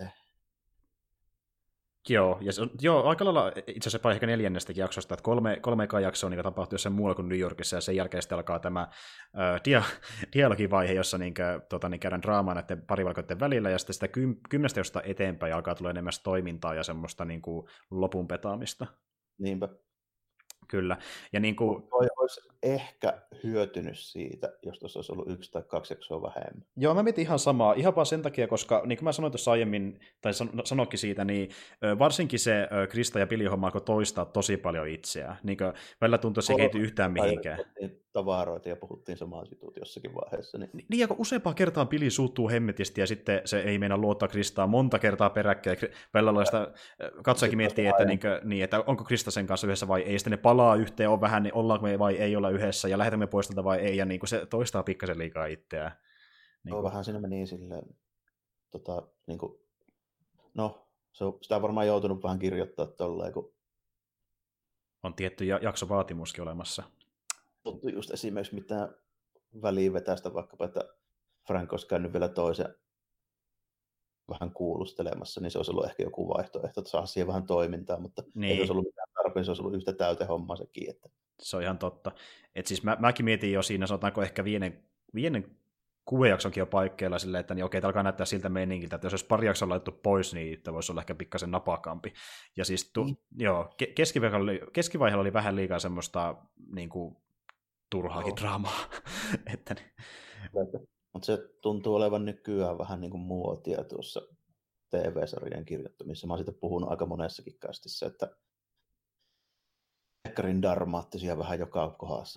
Joo, ja se on, aika lailla itse asiassa ehkä 4. jaksosta, että kolme ekaa jaksoa niin tapahtuu jossain muualla kuin New Yorkissa, ja sen jälkeen sitten alkaa tämä dialogivaihe, jossa käydään draamaa näiden parivalikoiden välillä, ja sitten sitä 10. josta eteenpäin alkaa tulla enemmän toimintaa ja semmoista niin kuin lopun petaamista. Niinpä. Kyllä. Ja niin kuin... olisi ehkä hyötynyt siitä, jos tuossa olisi ollut 1 tai 2 jaksoa vähemmän. Joo, mä mietin ihan samaa. Ihan vaan sen takia, koska niin kuin mä sanoin tuossa aiemmin, tai sanoikin siitä, niin varsinkin se Krista ja Pili homma alkoi toistaa tosi paljon itseään. Niin kuin välillä tuntui, että se ei kehity yhtään mihinkään. Tavaroita ja puhuttiin samaa jutut jossakin vaiheessa. Niin, ja kun useampaan kertaan Pili suuttuu hemmetisti, ja sitten se ei meinaa luottaa Kristaa monta kertaa peräkkäin. Välillä sitä katsojakin miettii, että onko Krista sen kanssa yhdessä vai ei. Sitten ne palaa yhteen, on vähän, niin ollaanko me vai ei olla yhdessä, ja lähetämme pois tältä vai ei, ja niin kuin se toistaa pikkasen liikaa itseään. Niin kuin... Vähän siinä meni silleen, niin kuin... no, sitä on varmaan joutunut vähän kirjoittaa tolleen, kun... On tietty jaksovaatimuskin olemassa. Mutta just esimerkiksi mitään väliinvetäistä vaikkapa, että Frank olisi käynyt vielä toisen vähän kuulustelemassa, niin se olisi ollut ehkä joku vaihtoehto, että saa siihen vähän toimintaa, mutta niin. Ei olisi ollut mitään tarpeen, se olisi ollut yhtä täytehommaa sekin. Että... Se on ihan totta. Et siis mäkin mietin jo siinä, sanotaanko ehkä 5 jaksokin jo paikkeilla silleen, että niin okei, alkaa näyttää siltä meiningiltä, että jos olisi pari jaksoa laittu pois, niin tämä voisi olla ehkä pikkasen napakampi. Ja siis joo, keskivaiheella oli vähän liikaa semmoista niin kuin, turhaakin draamaa. Että... Mutta se tuntuu olevan nykyään vähän niin kuin muotia tuossa TV-sarjan kirjoittamissa. Mä oon siitä puhunut aika monessakin kastissa, että Ekkarin darmaattisia vähän joka kohdassa.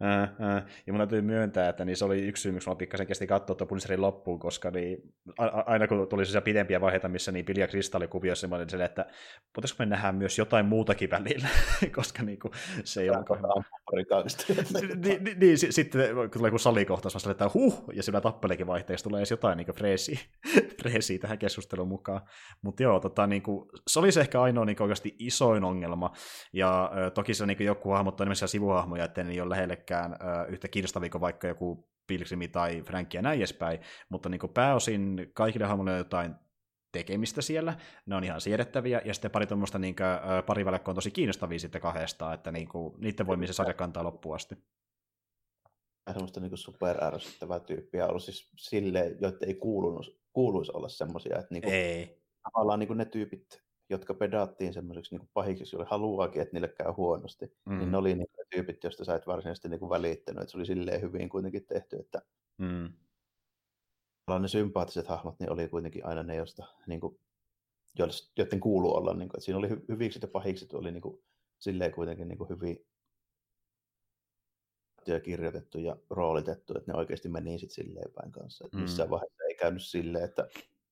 Ja mun täytyy myöntää, että niin se oli yksi syy, miksi mä pikkasen kesti katsoa tuon Punisherin loppuun, koska niin, aina kun tuli sellaisia pidempiä vaiheita, missä niin Billy ja Kristalli kuvioissa, mä olin silleen, että voitaisiinko me nähdä myös jotain muutakin välillä, koska niin kuin, se ei ollut niin, sitten kun tulee joku salikohtaus, mä sanoin, että ja sillä tappeleekin vaihteeksi tulee edes jotain niin freesiä tähän keskusteluun mukaan. Mutta joo, niin kuin, se oli se ehkä ainoa niin oikeasti isoin ongelma, ja toki se niin joku hahmot on nimessä sivuhahmoja, ettei ne ole lähellekään yhtä kiinnostavia kuin vaikka joku Pilgrimi tai Frank ja näin edespäin, mutta niin kuin pääosin kaikille hahmoille on jotain tekemistä siellä, ne on ihan siedettäviä, ja sitten pari tuommoista niin parivaljakkoa on tosi kiinnostavia sitten kahdestaan, että niin kuin, niiden voimia se sarja kantaa loppuun asti. Semmoista niin superärsyttävää tyyppiä ollut siis silleen, joita ei kuuluisi olla semmoisia, että niin kuin, ei. tavallaan niin kuin ne tyypit, jotka pedattiin semmoiseksi niin pahiksiksi, joille haluaakin, että niille käy huonosti, niin ne oli ne tyypit, joista sä et varsinaisesti niin kuin välittänyt, että se oli silleen hyvin kuitenkin tehty, että ne sympaattiset hahmot niin oli kuitenkin aina ne, joista, niin kuin, joiden kuuluu olla. Niin kuin, että siinä oli hyvikset ja pahikset oli niin kuin, silleen kuitenkin niin kuin hyvin ja kirjoitettu ja roolitettu, että ne oikeasti meni sitten silleen päin kanssa. Että missään vaiheessa ei käynyt silleen, että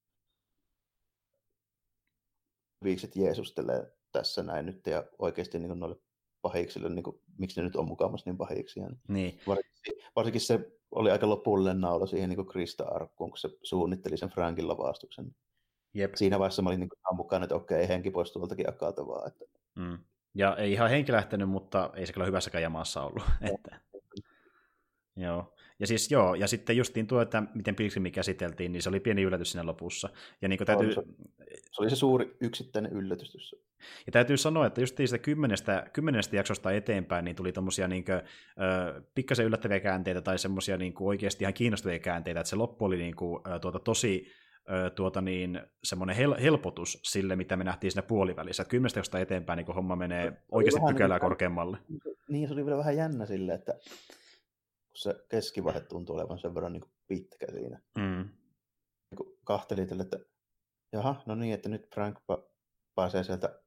viikset jeesustelee tässä näin nyt ja oikeasti niin noille pahiksille, niin kuin, miksi ne nyt on mukaamassa niin pahiksia. Niin. Varsinkin se oli aika lopullinen naula siihen niin Krista-arkkuun, kun se suunnitteli sen Frankin lavastuksen. Jep. Siinä vaiheessa mä olin niin mukaan, että okei, henki pois tuoltakin akatavaa. Että... Ja ei ihan henki lähtenyt, mutta ei se kyllä hyvässäkään jamassa ollut. Että... Joo. Ja siis joo, ja sitten justiin tuo, että miten Pilgrimi käsiteltiin, niin se oli pieni yllätys siinä lopussa. Ja niin täytyy... Se oli se suuri yksittäinen yllätys tuossa. Ja täytyy sanoa, että justiin sitä kymmenestä jaksosta eteenpäin niin tuli tommosia niin pikkasen yllättäviä käänteitä tai semmosia niin oikeasti ihan kiinnostavia käänteitä, että se loppu oli niin kuin, tosi semmoinen helpotus sille, mitä me nähtiin siinä puolivälissä. Että 10 jaksosta eteenpäin niin homma menee oikeasti pykälää korkeammalle. Niin, se oli vielä vähän jännä sille, että se keskivaihe tuntuu olevan sen verran niin kuin pitkä siinä. Niin kahteli tälle, että jaha, no niin, että nyt Frank pääsee sieltä,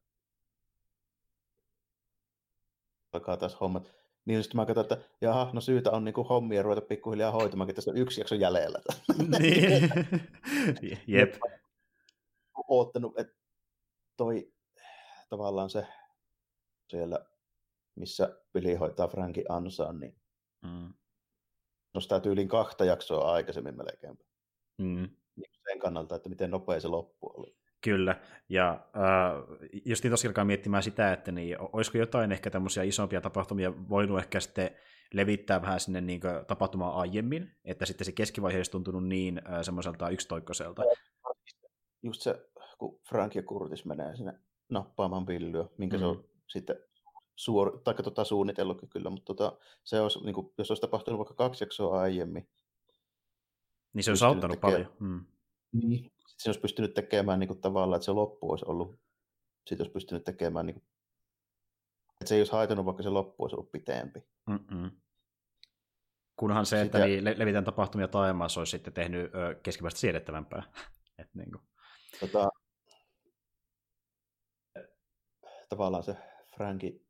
alkaa taas hommat. Niin sitten mä katsoin, että jaha, no syytä on niin kuin hommia ruveta pikkuhiljaa hoitamaan, että tässä on 1 jakso jäljellä. Niin. Jep. Oottanut, että toi tavallaan se siellä, missä Billy hoitaa Frankin ansaan, niin nostaa tyyliin 2 jaksoa aikaisemmin melkein. Sen kannalta, että miten nopea se loppu oli. Kyllä, ja just niin tosiaan alkaa miettimään sitä, että niin, olisiko jotain ehkä tämmöisiä isompia tapahtumia voinut ehkä sitten levittää vähän sinne niin tapahtumaan aiemmin, että sitten se keskivaihe olisi tuntunut niin semmoiselta yksitoikkoiselta. Just se, kun Frank ja Curtis menee sinne nappaamaan Billyä, minkä se on sitten suunnitellutkin kyllä, mutta se olisi, niin kuin, jos olisi tapahtunut vaikka 2 jaksoa aiemmin. Niin se olisi auttanut paljon. Niin. Se olisi pystynyt tekemään niin kuin, tavallaan, että se loppu olisi ollut, sitten olisi pystynyt tekemään, niin kuin, että se ei olisi haitanut, vaikka se loppu olisi ollut pitempi. Kunhan se, että niin, levitään tapahtumia taajamassa, olisi sitten tehnyt keskipäistä siedettävämpää. Niin kuin. Tavallaan se Frankin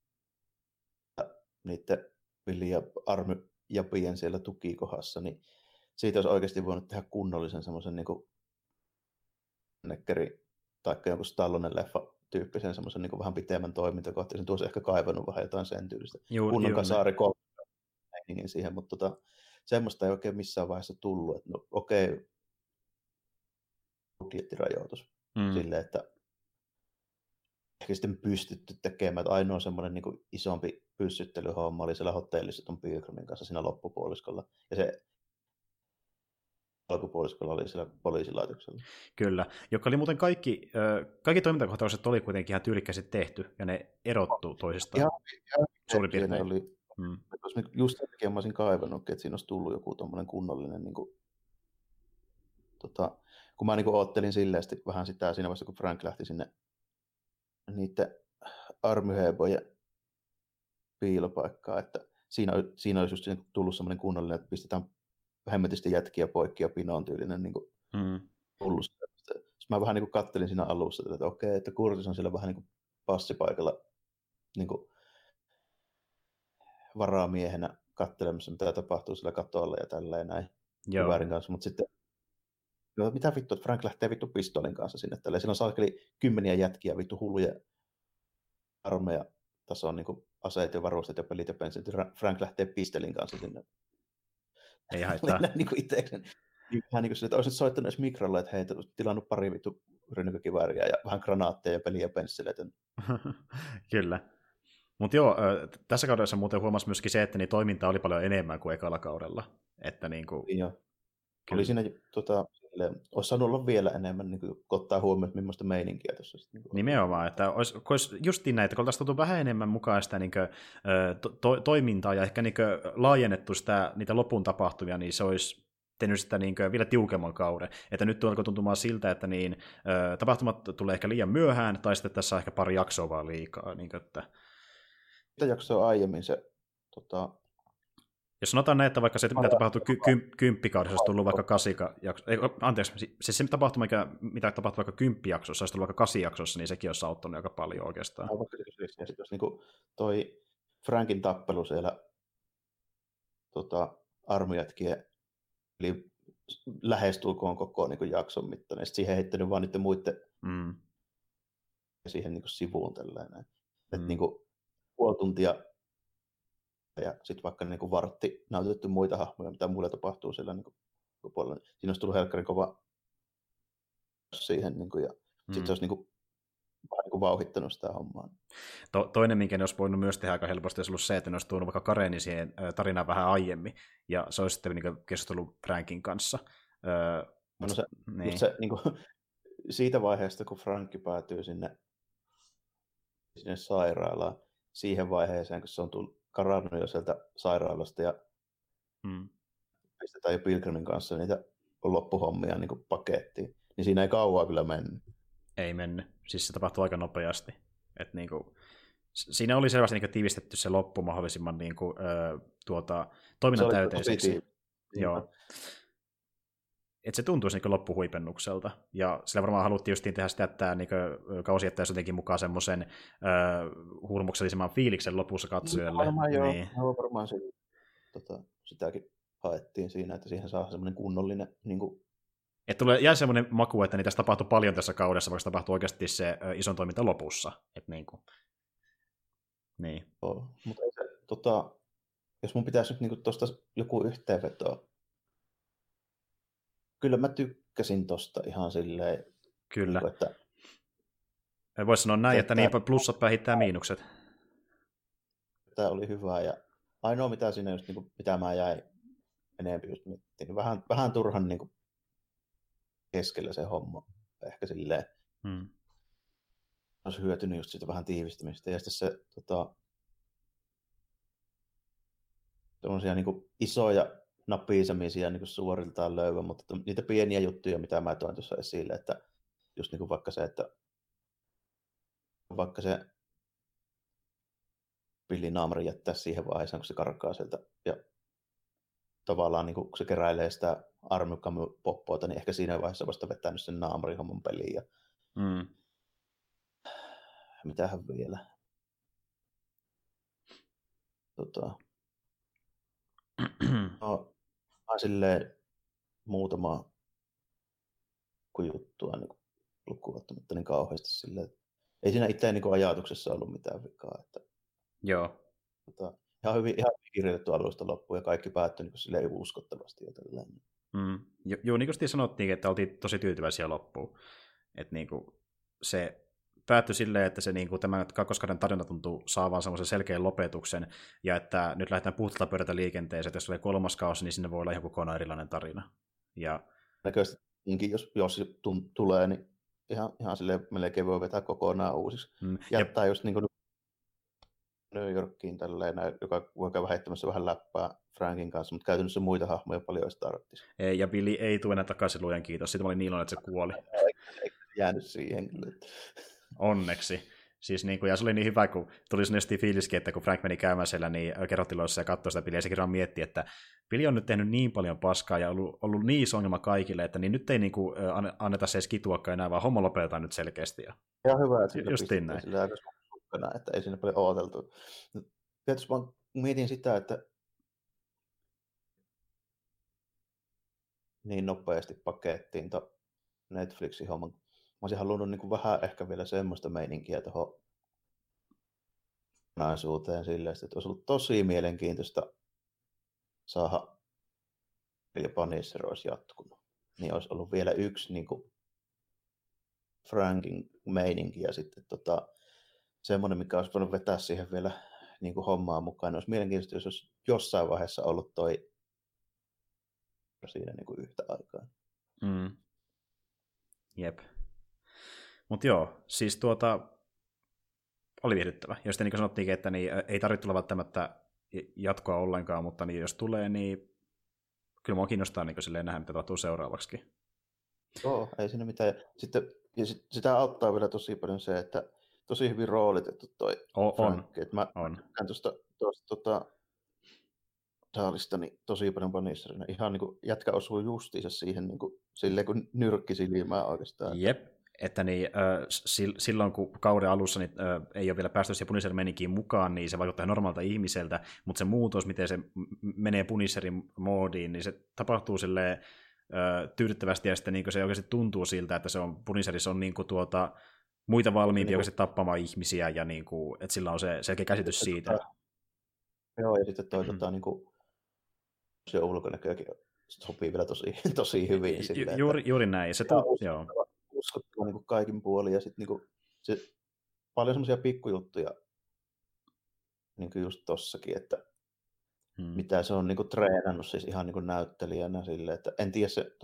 niiden Billy ja Army ja Pien siellä tukikohdassa, niin siitä olisi oikeasti voinut tehdä kunnollisen semmoisen niin kuin nekkeri tai jonkun Stallonen leffa tyyppisen semmoisen niin kuin vähän pitemmän toimintakohtaisen. Tuossa ehkä kaivannut vähän jotain sen tyylistä. Kunnon kasaari kolmeen siihen, mutta semmoista ei oikein missään vaiheessa tullut. Että no okei, budjettirajoitus silleen, että ehkä sitten pystytty tekemään, että ainoa semmoinen niin kuin isompi pyssyttelyhomma oli siellä hotellissa ton Pilgrimin kanssa siinä loppupuoliskolla. Ja se alkupuoliskolla oli siellä poliisilaitoksella. Kyllä, joka oli muuten kaikki toimintakohtaukset oli kuitenkin ihan tyylikkäisesti tehty, ja ne erottu toisistaan. Suurin piirtein. Oli, just sen takia mä olisin kaivannutkin, että siinä olisi tullut joku tommoinen kunnollinen, niin kuin, kun mä niin kuin oottelin silleen vähän sitä siinä vaiheessa, kun Frank lähti sinne niiden armyhebojen piilopaikkaa, että siinä olisi just tullut semmoinen kunnollinen, että pistetään hemmetisti jätkiä poikki ja pinoon tyylinen niin tullut. Sitten mä vähän niin kuin kattelin siinä alussa, että okei, että Curtis on siellä vähän niin kuin passipaikalla niin kuin varamiehenä katselemassa, mitä tapahtuu sillä katolla ja tälleen näin Joo. kiväärin kanssa, mutta sitten mitä vittu, että Frank lähtee vittu pistolin kanssa sinne tälleen. Siinä on saakeli kymmeniä jätkiä vittu hulluja armeija tason niin aseet ja varusteet ja pelit ja penssit. Frank lähtee pistelin kanssa sinne. Ei haittaa. Niin itsekseen. Vähän niin kuin sille, että olisit soittanut edes mikrolla, että hei, tilannut pari vittu rynnäkkökivääriä ja vähän granaatteja ja peliä ja pensseleitä. Kyllä. Mutta joo, tässä kaudessa muuten huomasi myöskin se, että niin toiminta oli paljon enemmän kuin ekalla kaudella. Että niinku, joo. Oli siinä, olisi saanut olla vielä enemmän, niin kun ottaa huomioon, että millaista meininkiä tuossa. Nimenomaan, että olisi justiin näitä, kun oltaisiin tultu vähän enemmän mukaan sitä niin kuin, toimintaa ja ehkä niin kuin, laajennettu niitä lopun tapahtumia, niin se olisi tehnyt sitä niin kuin, vielä tiukemman kauden. Että nyt alkoi tuntumaan siltä, että niin, tapahtumat tulee ehkä liian myöhään, tai sitten tässä on ehkä pari jaksoa vaan liikaa. Niin kuin, että... Mitä jaksoa aiemmin se... Jos sanotaan näin, että vaikka se, mitä tapahtui kymppikaudessa, olisi tullut vaikka 8-jaksossa, anteeksi, se tapahtuma, mitä tapahtui vaikka 10-jaksossa, olisi tullut vaikka 8-jaksossa, niin sekin olisi auttanut aika paljon oikeastaan. Ja sitten jos niin toi Frankin tappelu siellä armeijatkien, eli lähestulkoon koko niin jakson mittainen, ja sitten siihen heittänyt vaan niiden muiden siihen niin sivuun tällainen. Että niin puoli tuntia ja sitten vaikka niin vartti näytetty muita hahmoja, mitä muille tapahtuu siellä niin puolella. Siinä olisi tullut helkkarin kova siihen, niin kuin, ja sitten se olisi niin vauhdittanut sitä hommaa. Toinen, minkä ne olisi voinut myös tehdä aika helposti, olisi ollut se, että ne olisi tuonut vaikka Karenin siihen tarinaan vähän aiemmin, ja se olisi sitten niin keskustellut Frankin kanssa. Se, niin kuin, siitä vaiheesta, kun Frankki päätyy sinne sairaalaan, siihen vaiheeseen, kun se on karannut jo sieltä sairaalasta ja pistetään jo Pilgrimin kanssa niitä loppuhommia niin pakettiin, niin siinä ei kauaa kyllä mennyt. Ei mennyt. Siis se tapahtui aika nopeasti. Et niin kuin, siinä oli selvästi niin tiivistetty se loppu mahdollisimman niin kuin, toiminnan täyteiseksi. Joo. Että se tuntuisi niin loppuhuipennukselta. Ja sillä varmaan haluttiin justiin tehdä sitä, että niin kausi jättäisi jotenkin mukaan semmoisen hurmuksellisemman fiiliksen lopussa katsojalle. Niin. Varmaan sitäkin haettiin siinä, että siihen saa semmoinen kunnollinen... Niin kuin... Että jää semmoinen maku, että niin tässä tapahtui paljon tässä kaudessa, vaikka tapahtui oikeasti se ison toiminta lopussa. Että niin kuin... Niin. Mutta jos mun pitäisi nyt niin tuosta joku yhteenveto, kyllä mä tykkäsin tosta ihan silleen. Kyllä. Niin kuin, että voisi sanoa näin, että niin plussat päihittää miinukset. Tämä oli hyvä ja ainoa mitä siinä just, niin kuin, mitä mä jäin enemmän just miettiin, niin vähän turhan niin kuin, keskellä se homma. Ehkä silleen olisi hyötynyt just siitä vähän tiivistämistä. Ja sitten se semmoisia niin kuin isoja napisemisia niin kuin suoriltaan löyvä, mutta niitä pieniä juttuja, mitä mä toin tuossa esille, että just niin kuin vaikka se, että vaikka se pillinaamari jättää siihen vaiheeseen, kun se karkaa sieltä ja tavallaan niin kun se keräilee sitä armykamupoppoita, niin ehkä siinä vaiheessa vasta vetänyt sen naamarihomman peliin. Ja... Mitähän vielä? No, silleen muutama juttua niin lukuvattamatta niin kauheasti silleen. Ei siinä itse niin ajatuksessa ollut mitään vikaa. Että, joo. Ihan hyvin kirjoitettu alusta loppuun ja kaikki päättyi niin silleen uskottavasti. Joo, niin kuin sanottiin, että oltiin tosi tyytyväisiä loppuun. Että niin kuin se päättyi silleen, että se, niin kuin, tämä kakkoskauden tarina tuntuu saavan semmoisen selkeän lopetuksen, ja että nyt lähdetään puhtaalta pöydältä liikenteeseen, että jos tulee 3. kausi, niin sinne voi olla ihan kokonaan erilainen tarina. Ja... Näköisesti, jos se tulee, niin ihan silleen melkein voi vetää kokonaan uusiksi. Jättää just niin kuin New Yorkiin tälleen, joka voi käydä heittämässä vähän läppää Frankin kanssa, mutta käytännössä muita hahmoja paljon ei tarvitsisi. Ei, ja Billy ei tule enää takaisin, luojan kiitos. Sitten mä olin niin iloinen, että se kuoli. Eikä jäänyt siihen kyllä. Onneksi. Siis niin kuin, ja se oli niin hyvä, kun tuli sinne fiiliskin, että kun Frank meni käymään siellä niin kerrottiloissa ja katsoi sitä Billyä, ja sekin vaan mietti, että Billy on nyt tehnyt niin paljon paskaa ja ollut niin iso ongelma kaikille, että niin nyt ei niin kuin, anneta se edes kituakaan enää, vaan homma lopetetaan nyt selkeästi. Ja hyvä, että justiin näin. Sillä aika sukkana, että ei siinä paljon ooteltu. Tietysti vaan mietin sitä, että niin nopeasti pakettiin Netflixin homman. Mä olisin halunnut niin kuin vähän ehkä vielä semmoista meininkiä tuohon kokonaisuuteen silleen, että olisi ollut tosi mielenkiintoista saada ja Punisher olisi jatkunut. Niin olisi ollut vielä yksi niin kuin Frankin meininki ja sitten semmoinen, mikä olisi voinut vetää siihen vielä niin kuin hommaa mukaan. Olisi mielenkiintoista, jos olisi jossain vaiheessa ollut toi siinä niin kuin yhtä aikaa. Mm. Jep. Mutta joo, siis oli viihdyttävä. Ja sitten niin kuin sanottiinkin, että niin, ei tarvitse tulla välttämättä jatkoa ollenkaan, mutta niin, jos tulee, niin kyllä mua kiinnostaa niin silleen nähdä, mitä tapahtuu seuraavaksi. Joo, ei siinä mitään. Sitä auttaa vielä tosi paljon se, että tosi hyvin roolitettu toi Frank. On. Mä tuosta Daalista niin tosi paljon Punisherina. Ihan niin kuin jätkä osuu justiinsa siihen niin kuin, silleen, kun nyrkki silmää oikeastaan. Jep. Että niin, silloin kun kauden alussa niin, ei ole vielä päästy siihen Punisher-menikiin mukaan, niin se vaikuttaa normaalta ihmiseltä, mutta se muutos, miten se menee Punisherin moodiin, niin se tapahtuu silleen tyydyttävästi, ja sitten niin se oikeasti tuntuu siltä, että se on Punisherissa on niin kuin, muita valmiimpia niin oikeasti tappamaan ihmisiä, ja niin kuin, että sillä on se selkeä käsitys siitä. Joo, ja sitten toi niin kuin, se ulkonäköäkin sopii vielä tosi hyvin. Juuri näin. Se uskottava niin kuin kaikin puolin, ja sitten niin paljon semmoisia pikkujuttuja niin kuin just tossakin, että mitä se on niin kuin treenannut siis ihan niin kuin näyttelijänä silleen, että en tiedä se,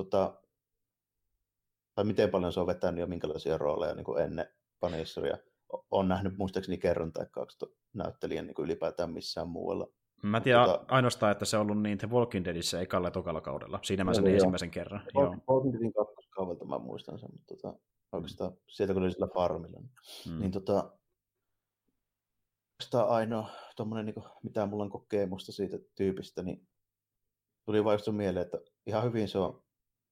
tai miten paljon se on vetänyt ja minkälaisia rooleja niin kuin ennen Punisheria. Olen nähnyt muistaakseni kerran tai kaksi näyttelijän niin kuin ylipäätään missään muualla. Mä tiedän ainoastaan, että se on ollut niin The Walking Deadissä ekalla ja tokalla kaudella. Siinä mä sen ensimmäisen kerran. Walking Deadin kakkoskaudelta mä muistan sen, mutta oikeastaan sieltä kun oli sillä farmilla. Niin oikeastaan ainoa tommonen, niin kuin, mitä mulla on kokemusta siitä tyypistä, niin tuli vaan just mieleen, että ihan hyvin se on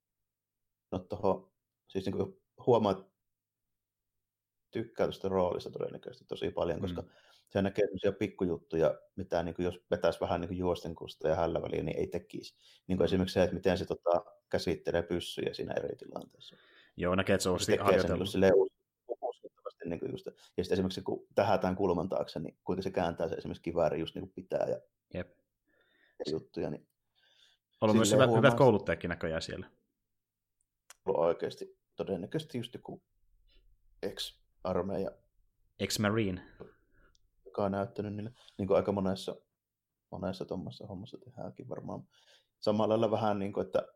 siis niin kuin huomaa, tykkää tuosta roolista todennäköisesti tosi paljon, koska se näkee sellaisia pikkujuttuja, mitä niin kuin jos vetäisi vähän niin kuin juostenkusta ja hällä väliä, niin ei tekisi. Niin kuin esimerkiksi se, että miten se käsittelee pyssyjä siinä eri tilanteessa. Joo, näkee, että se on harjoitellut. Se uskottavasti. Niin just, ja sitten esimerkiksi kun tähätään kulman taakse, niin kuinka se kääntää se esimerkiksi kivääri just niin kuin pitää ja juttuja. Niin ollut myös hyvät kouluttajakin näköjään siellä. Ollut oikeasti todennäköisesti just joku ex-armeija. Ex-marine. Joka on näyttänyt niille, niin kuin aika monessa tuommoisessa hommassa tehdäänkin varmaan. Samalla lailla vähän niin kuin, että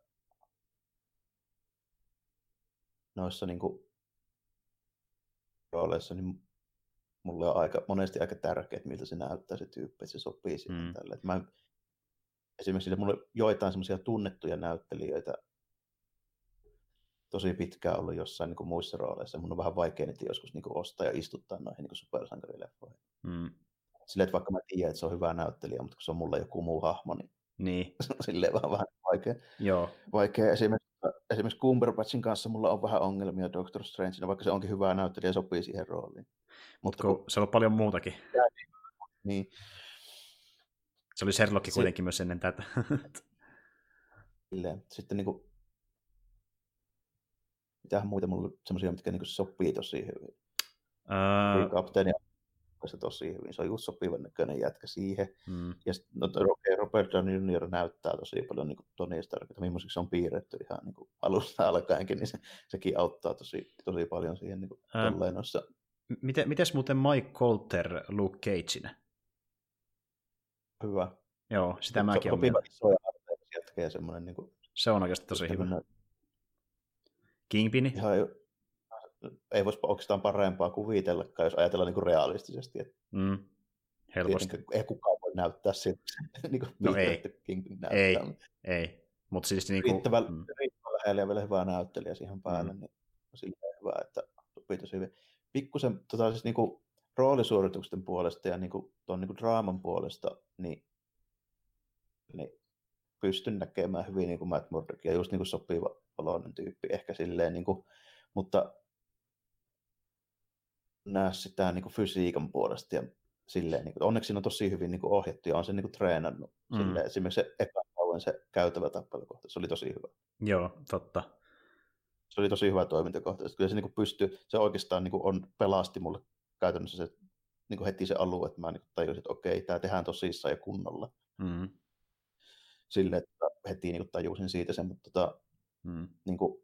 noissa niin kuin rooleissa, niin mulle on monesti aika tärkeää, että miltä se näyttää se tyyppi, että se sopii siihen tälle. Esimerkiksi mulla on joitain semmoisia tunnettuja näyttelijöitä tosi pitkään ollut jossain niin kuin muissa rooleissa. Mun on vähän vaikea niitä joskus niin kuin ostaa ja istuttaa noihin niin supersankarileffoihin. Silleen, että vaikka mä tiedän, että se on hyvä näyttelijä, mutta kun se on mulla joku muu hahmo, niin. Silleen vähän vaikea. Joo. Vaikea esimerkiksi Cumberbatchin kanssa mulla on vähän ongelmia Doctor Strangena, vaikka se onkin hyvä näyttelijä ja sopii siihen rooliin. Mutta se on paljon muutakin. Niin. Se oli Sherlock kuitenkin myös ennen tätä. Sitten niinku mitähän muita mulla on semmoisia, mitkä niinku sopii tosi hyvin. Kapteeni on tosi hyvin. Se on just sopivan näköinen jätkä siihen. Ja Robert Downey Jr. näyttää tosi paljon niin Tony Starkilta. Millaiseksi se on piirretty ihan niin alusta alkaenkin, niin sekin auttaa tosi paljon siihen niin tolleen noissa. Mites muuten Mike Colter Luke Cageina? Hyvä. Joo, sitä mäkin olen. Sopiva isoja arteja jätkä ja semmoinen. Niin kuin, se on oikeasti tosi hyvä. Kingpini? Ei voisi oikeastaan parempaa kuvitellakaan, jos ajatellaan niin kuin realistisesti. Että helposti. Ei kukaan voi näyttää siltä, niin kuin no Kingpin näyttää. Ei. Mutta siis niin kuin riittävän lähellä ja vielä hyvää näyttelijä siihen päälle, niin on silleen hyvä, että sopii tosi hyvin. Pikkusen siis niin kuin roolisuorituksen puolesta ja niin kuin tuon niin kuin draaman puolesta, niin pystyn näkemään hyvin niin kuin Matt Murdock ja just niin kuin sopiva oloinen tyyppi ehkä silleen, niin kuin, mutta näe sitä niin kuin fysiikan puolesta ja silleen, niin kuin, onneksi siinä on tosi hyvin niin kuin ohjattu ja on se niin kuin treenannut. Silleen, esimerkiksi se eka kauan se käytävä tappelukohta. Se oli tosi hyvä. Joo, totta. Se oli tosi hyvä toimintakohta. Kyllä se niin pystyy, se oikeastaan niin pelasti mulle käytännössä se, niin heti se alue, että mä niin tajusin, että okei, tämä tehdään tosissaan ja kunnolla. Mm. Silleen, että heti niin tajusin siitä sen, mutta niin kuin,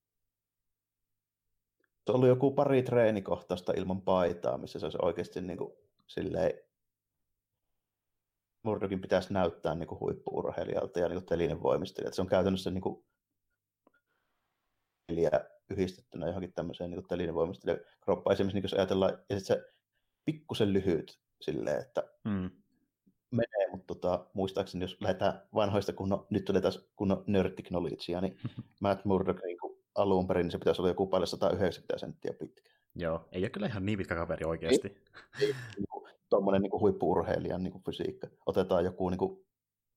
se oli joku pari treenikohtausta ilman paitaa, missä se olisi oikeasti niin kuin, silleen, Murdockin pitäisi näyttää niin kuin huippu-urheilijalta ja niin telinen voimistelijalta. Se on käytännössä niin kuin, yhdistettynä johonkin tämmöiseen niin telinen voimistelijan kroppaan. Esimerkiksi niin jos ajatellaan, ja se pikkusen lyhyt silleen, että menee, mutta muistaakseni, jos lähdetään vanhoista, nyt tulee taas kunnon nerd knowledgea, niin Matt Murdock niin alun perin, niin se pitäisi olla joku paljon 190 senttiä pitkä. Joo, ei ole kyllä ihan niin pitkä kaveri oikeasti. Ei tuommoinen niin huippu-urheilijan niin fysiikka. Otetaan joku niin kuin,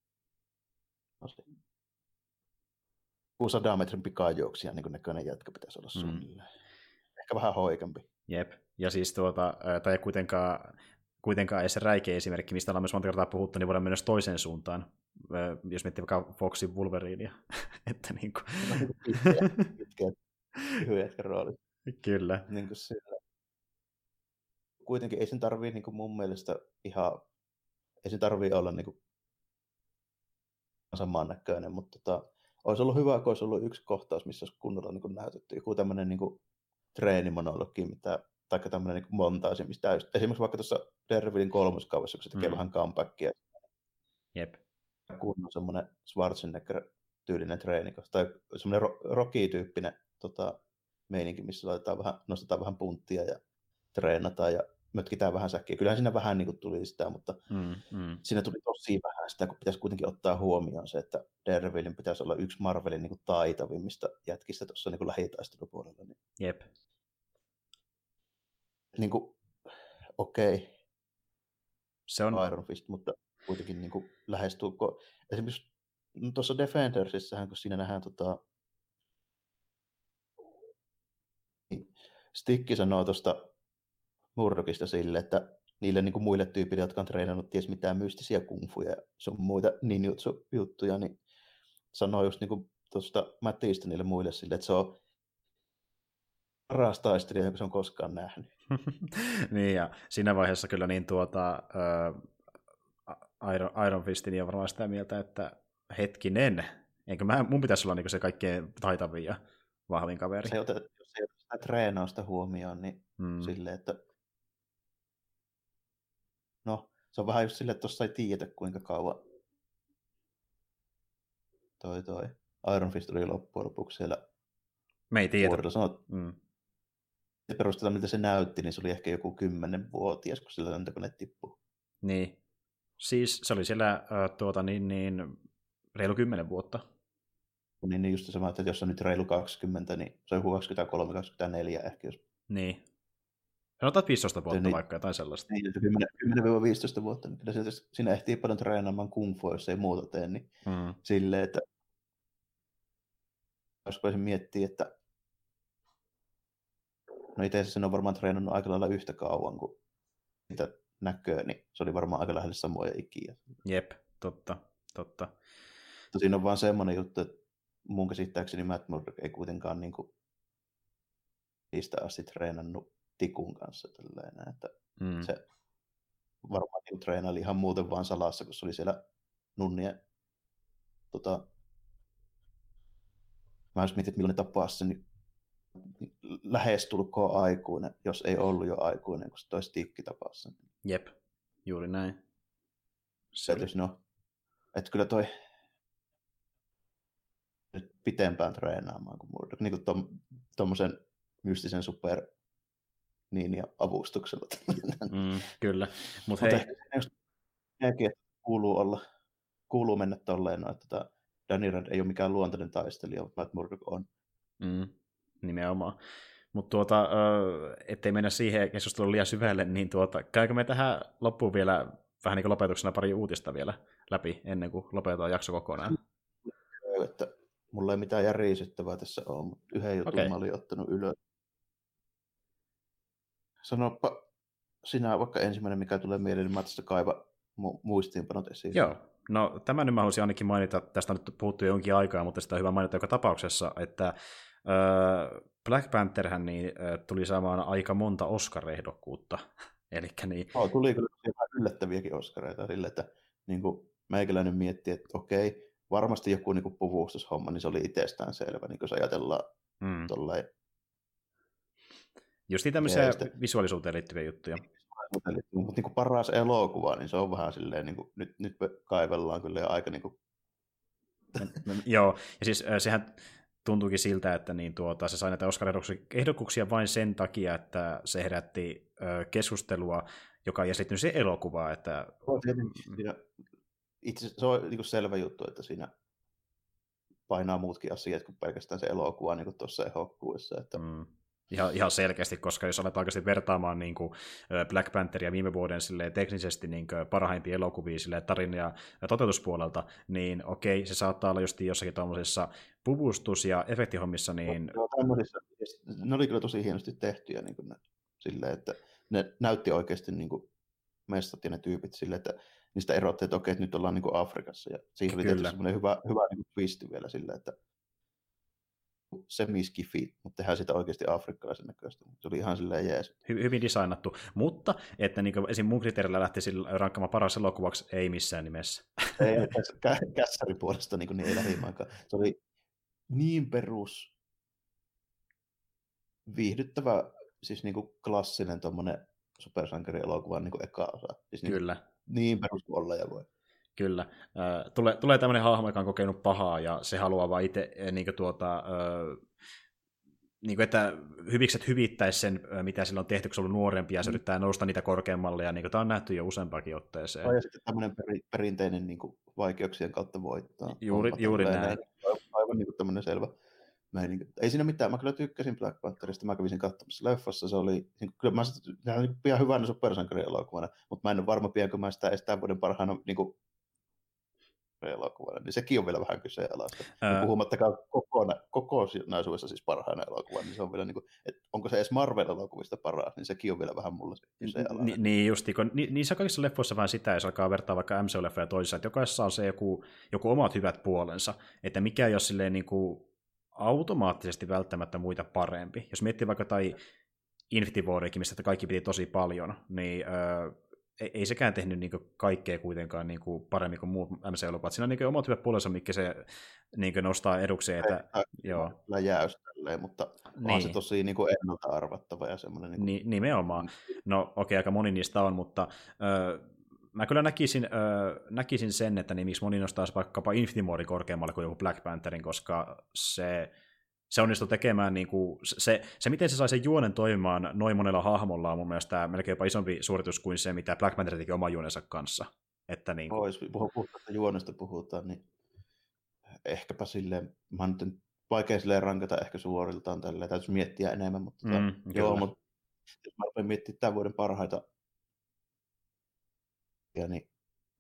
100 metrin pikajuoksija niin näköinen jätkä pitäisi olla suunnilleen. Ehkä vähän hoikampi. Jep, ja siis tai kuitenkaan ei se räikeä esimerkki, mistä ollaan myös monta kertaa puhuttu, niin voidaan mennä toiseen suuntaan, jos miettii vaikka Foxin Wolverinea. Että niin kuin... pitkiä lyhyet roolit. Kyllä. Niin kuin kuitenkin ei sen tarvii niin kuin mun mielestä ihan, ei sen tarvii olla niin kuin samannäköinen, mutta olisi ollut hyvä, kun olisi ollut yksi kohtaus, missä olisi kunnolla niin kuin näytetty joku tämmöinen niin kuin treenimonologi, tai tämmöinen niin montaasi, mistä esimerkiksi vaikka tuossa Daredevilin 3. kaudessa, kun se tekee vähän comebackia. Jep. Kunnon semmoinen Schwarzenegger-tyylinen treeni, tai semmoinen Rocky-tyyppinen meininki, missä nostetaan vähän punttia ja treenataan ja mötkitään vähän säkkiä. Kyllähän siinä vähän niin kuin tuli sitä, mutta siinä tuli tosi vähän sitä, kun pitäisi kuitenkin ottaa huomioon se, että Daredevilin pitäisi olla yksi Marvelin niin kuin taitavimmista jätkistä tuossa niin kuin lähitaistelupuolella. Niin. Jep. Niin kuin, okei. Se on Iron Fist, mutta kuitenkin niin kuin lähestulkoon. Esimerkiksi tuossa Defendersissähän, kun siinä nähdään Sticky sanoo tuosta Murdockista sille, että niille niin kuin muille tyypille, jotka on treenannut ties mitään mystisiä kungfuja ja sun muita ninjutsu-juttuja, niin sanoo just niin kuin tuosta Matt Eastonille muille sille, että se on paras taistelija, jonka se on koskaan nähnyt. Niin, ja siinä vaiheessa kyllä niin Iron Fistin ja varmaan sitä mieltä, että hetkinen, eikö mun pitäisi olla niin se kaikkein taitavin ja vahvin kaveri. Jos ei ota sitä treenausta huomioon, niin silleen, että no, se on vähän just silleen, että tuossa ei tiedetä, kuinka kauan toi Iron Fist oli loppujen lopuksi siellä. Me ei tiedä. Perusteella, miltä se näytti, niin se oli ehkä joku 10-vuotias, kun sillä lentokone tippui. Niin. Siis se oli siellä reilu 10 vuotta. Niin just sama, että jos on nyt reilu 20, niin se on joku 23-24 ehkä. Jos... Niin. Sanotaan 15 vuotta niin, vaikka jotain sellaista. Niin, 10-15 vuotta. Niin kyllä siinä ehtii paljon treenaamaan kung-fua, jos ei muuta tee. Niin silleen, että jos voisin miettiä, että no itse asiassa sen on varmaan treenannut aika lailla yhtä kauan kuin mitä näköä, niin se oli varmaan aika lähellä samoja ikiä. Jep, totta. Siinä on vaan semmoinen juttu, että mun käsittääkseni Matt Murdock ei kuitenkaan niin kuin niistä asti treenannut tikun kanssa. Tällainen, että se varmaan niin treenaili ihan muuten vaan salassa, kun se oli siellä nunnien mä jos mietin, että milloin ne tapasi sen, niin lähestulkoon aikuinen, jos ei ollut jo aikuinen, kun se toi Sticky tapasi sen. Jep, juuri näin. Että kyllä toi nyt pitempään treenaamaan kuin Murdock, niin kuin tommosen mystisen super ja avustuksella. Kyllä. Mutta ehkä kuuluu mennä tolleen, että Danny Rand ei ole mikään luontainen taistelija, mutta Matt Murdock on. Nimenomaan. Mutta ettei mennä siihen keskusteluun liian syvälle, niin käykö me tähän loppuun vielä vähän niin kuin lopetuksena pari uutista vielä läpi, ennen kuin lopetetaan jakso kokonaan? Että mulla ei mitään järisyttävää tässä ole, mutta yhden jutun mä olin ottanut ylös. Sanoppa sinä vaikka ensimmäinen, mikä tulee mieleen, niin mä tästä kaiva muistiinpanot esiin. Joo, No, tämän nyt mä haluaisin ainakin mainita, tästä on nyt puhuttu jonkin aikaa, mutta sitä on hyvä mainita joka tapauksessa, että Black Pantherhän niin, tuli saamaan aika monta Oscar-ehdokkuutta. Elikkä niin... Tuli kyllä vähän yllättäviäkin Oscareita sille, että niin kuin meikäläinen mietti, että okei, varmasti joku niin puvustushomma, niin se oli itsestään selvä, niin jos ajatellaan tollain. Justiin tämmöisiä visuaalisuuteen liittyviä juttuja. Mutta niin paras elokuva, niin se on vähän silleen, niin kuin, nyt kaivellaan kyllä aika... Niin kuin... Joo, ja siis sehän tuntuukin siltä, että niin se sai näitä Oscar-ehdokkuuksia vain sen takia, että se herätti keskustelua, joka ei esittynyt se elokuvaa. Että... Itse se on niin selvä juttu, että siinä painaa muutkin asiat kuin pelkästään se elokuva niin tuossa ehdokkuudessa. Että... Ihan selkeästi, koska jos aletaan oikeasti vertaamaan niin kuin Black Pantheria viime vuoden teknisesti niin parhaimpia elokuvia tarina- ja toteutuspuolelta, niin okei, se saattaa olla just jossakin tuollaisessa puvustus- ja efektihommissa. Niin... Ne oli kyllä tosi hienosti tehtyjä niin ne, silleen, että ne näytti oikeasti niin kuin mestat ja ne tyypit silleen, että niistä erotti, että okei, että nyt ollaan niin kuin Afrikassa. Ja siihen oli tietysti semmoinen hyvä niin kuin twisti vielä silleen, että semi-skifi, mutta tehdään sitä oikeasti afrikkalaisen näköistä. Se oli ihan silleen jees. Hyvin designattu, mutta että niin esim. Mun kriteerillä lähti rankkaamaan paras elokuvaksi, ei missään nimessä. Ei, kässärin puolesta niin ei lähimaankaan. Se oli niin perus viihdyttävä, siis niin kuin klassinen tommonen supersankarielokuva niin kuin eka osa. Siis Kyllä. Niin perus kuin olla ja voi. Kyllä. Tulee tämmöinen hahmo, joka on kokenut pahaa, ja se haluaa vaan itse, että hyvikset hyvittäisi sen, mitä sillä on tehty, kun se on ollut nuorempi, ja se yrittää nousta niitä korkeammalle, ja tämä on nähty jo useampaakin otteeseen. Ja sitten tämmöinen perinteinen niin kuin vaikeuksien kautta voittaa. Juuri näin. Aivan niin kuin tämmöinen selvä meininki. Ei siinä mitään, mä kyllä tykkäsin Black Pantherista, mä kävisin katsomassa leffassa, se oli, kyllä mä sitä pian hyvänä supersankarielokuvana, mutta mä en ole varma piankö mä sitä edes tämän vuoden parhaana niin kuin elokuvana, niin sekin on vielä vähän kyseenalaista. Puhumattakaan kokonaisuudessa siis parhaana elokuvana, niin se on vielä niin kuin, että onko se edes Marvel-elokuvista paras, niin sekin on vielä vähän mulla kyseenalainen. Niin justi, kun niissä kaikissa leffoissa vähän sitä, jos alkaa vertaa vaikka MCU-leffoja toisissa, että jokaisessa on se joku omat hyvät puolensa, että mikä ei ole silleen niin kuin automaattisesti välttämättä muita parempi. Jos miettii vaikka tai Infinity Warikin, mistä kaikki piti tosi paljon, niin ei sekään tehnyt niin kaikkea kuitenkaan niin paremmin kuin muut MCU-elokuvat. Siinä on niin omat hyvät puolensa, mikä se niin nostaa edukseen. Joo. Läjäys tälleen, mutta on se tosi niin ennalta arvattava ja semmoinen. Nimenomaan. No okei, aika moni niistä on, mutta mä kyllä näkisin sen, että niin, miksi moni nostaisi vaikkapa Infinity Warin korkeammalle kuin joku Black Pantherin, koska se onnistui tekemään, niin kuin, se miten se sai sen juonen toimimaan noin monella hahmolla on mun mielestä melkein jopa isompi suoritus kuin se, mitä Black Panther teki oman juonensa kanssa. Että niin kuin... Jos puhutaan juonesta puhutaan, niin ehkäpä silleen, mä nyt vaikea silleen rankata ehkä suoriltaan tälleen, täytyisi miettiä enemmän, mutta mutta jos mä rupean miettimään tämän vuoden parhaita, ja niin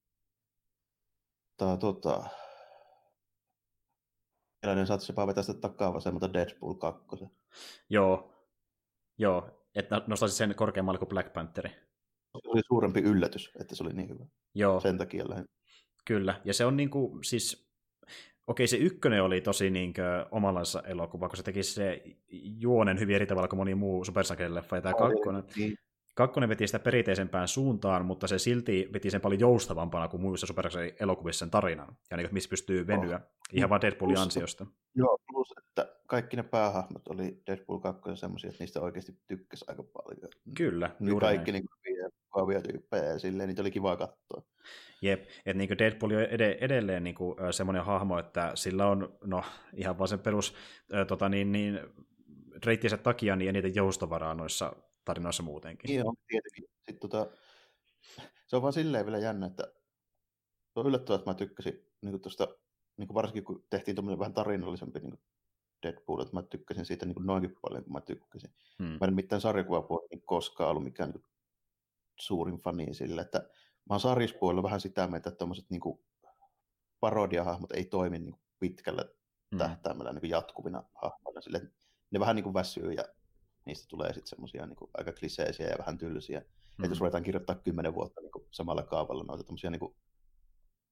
Eläinen saattaisi jopa vetää sitä takaa vasemmalta Deadpool 2. Joo, että nostaisin sen korkeammalle kuin Black Pantheri. Se oli suurempi yllätys, että se oli niin hyvä. Joo. Sen takia lähdin. Kyllä, ja se on niinku, siis, okei, se ykkönen oli tosi niinkö omanlaisessa elokuva, kun se teki se juonen hyvin eri tavalla kuin moni muu supersankarileffa, ja tämä kakkonen veti sitä perinteisempään suuntaan, mutta se silti veti sen paljon joustavampana kuin muissa supersankarileffa-elokuvissa sen tarinan, ja niin, missä pystyy venyä, ihan vaan Deadpoolin ansiosta. Joo, plus, että kaikki ne päähahmot oli Deadpool 2 semmoisia, että niistä oikeasti tykkäsi aika paljon. Kyllä, juuri kaikki niin mukavia tyyppejä, ja silleen niitä oli kiva katsoa. Jep, että niin Deadpool on edelleen niin semmoinen hahmo, että sillä on ihan vaan sen perus reittiensä takia niin eniten joustovaraa noissa tarinoissa muutenkin. Niin on, tietenkin. Sitten se on vaan silleen vielä jännä, että se on yllättävää, että mä tykkäsin niin tuosta, niin varsinkin kun tehtiin tuommoinen vähän tarinallisempi niin Deadpool, että mä tykkäsin siitä niin noinkin paljon kuin mä tykkäsin. Mä en mitään sarjakuvapuolella koskaan ollut mikään niin suurin fani sille, että mä oon sarjispuolella vähän sitä mieltä, että tommoset niin parodiahahmot ei toimi niin pitkällä tähtäimellä niin jatkuvina hahmoina. Sille, ne vähän niin väsyy ja niistä tulee sitten semmosia niin aika kliseisiä ja vähän tylsiä. Että jos ruvetaan kirjoittaa 10 vuotta niin samalla kaavalla noita tommosia niin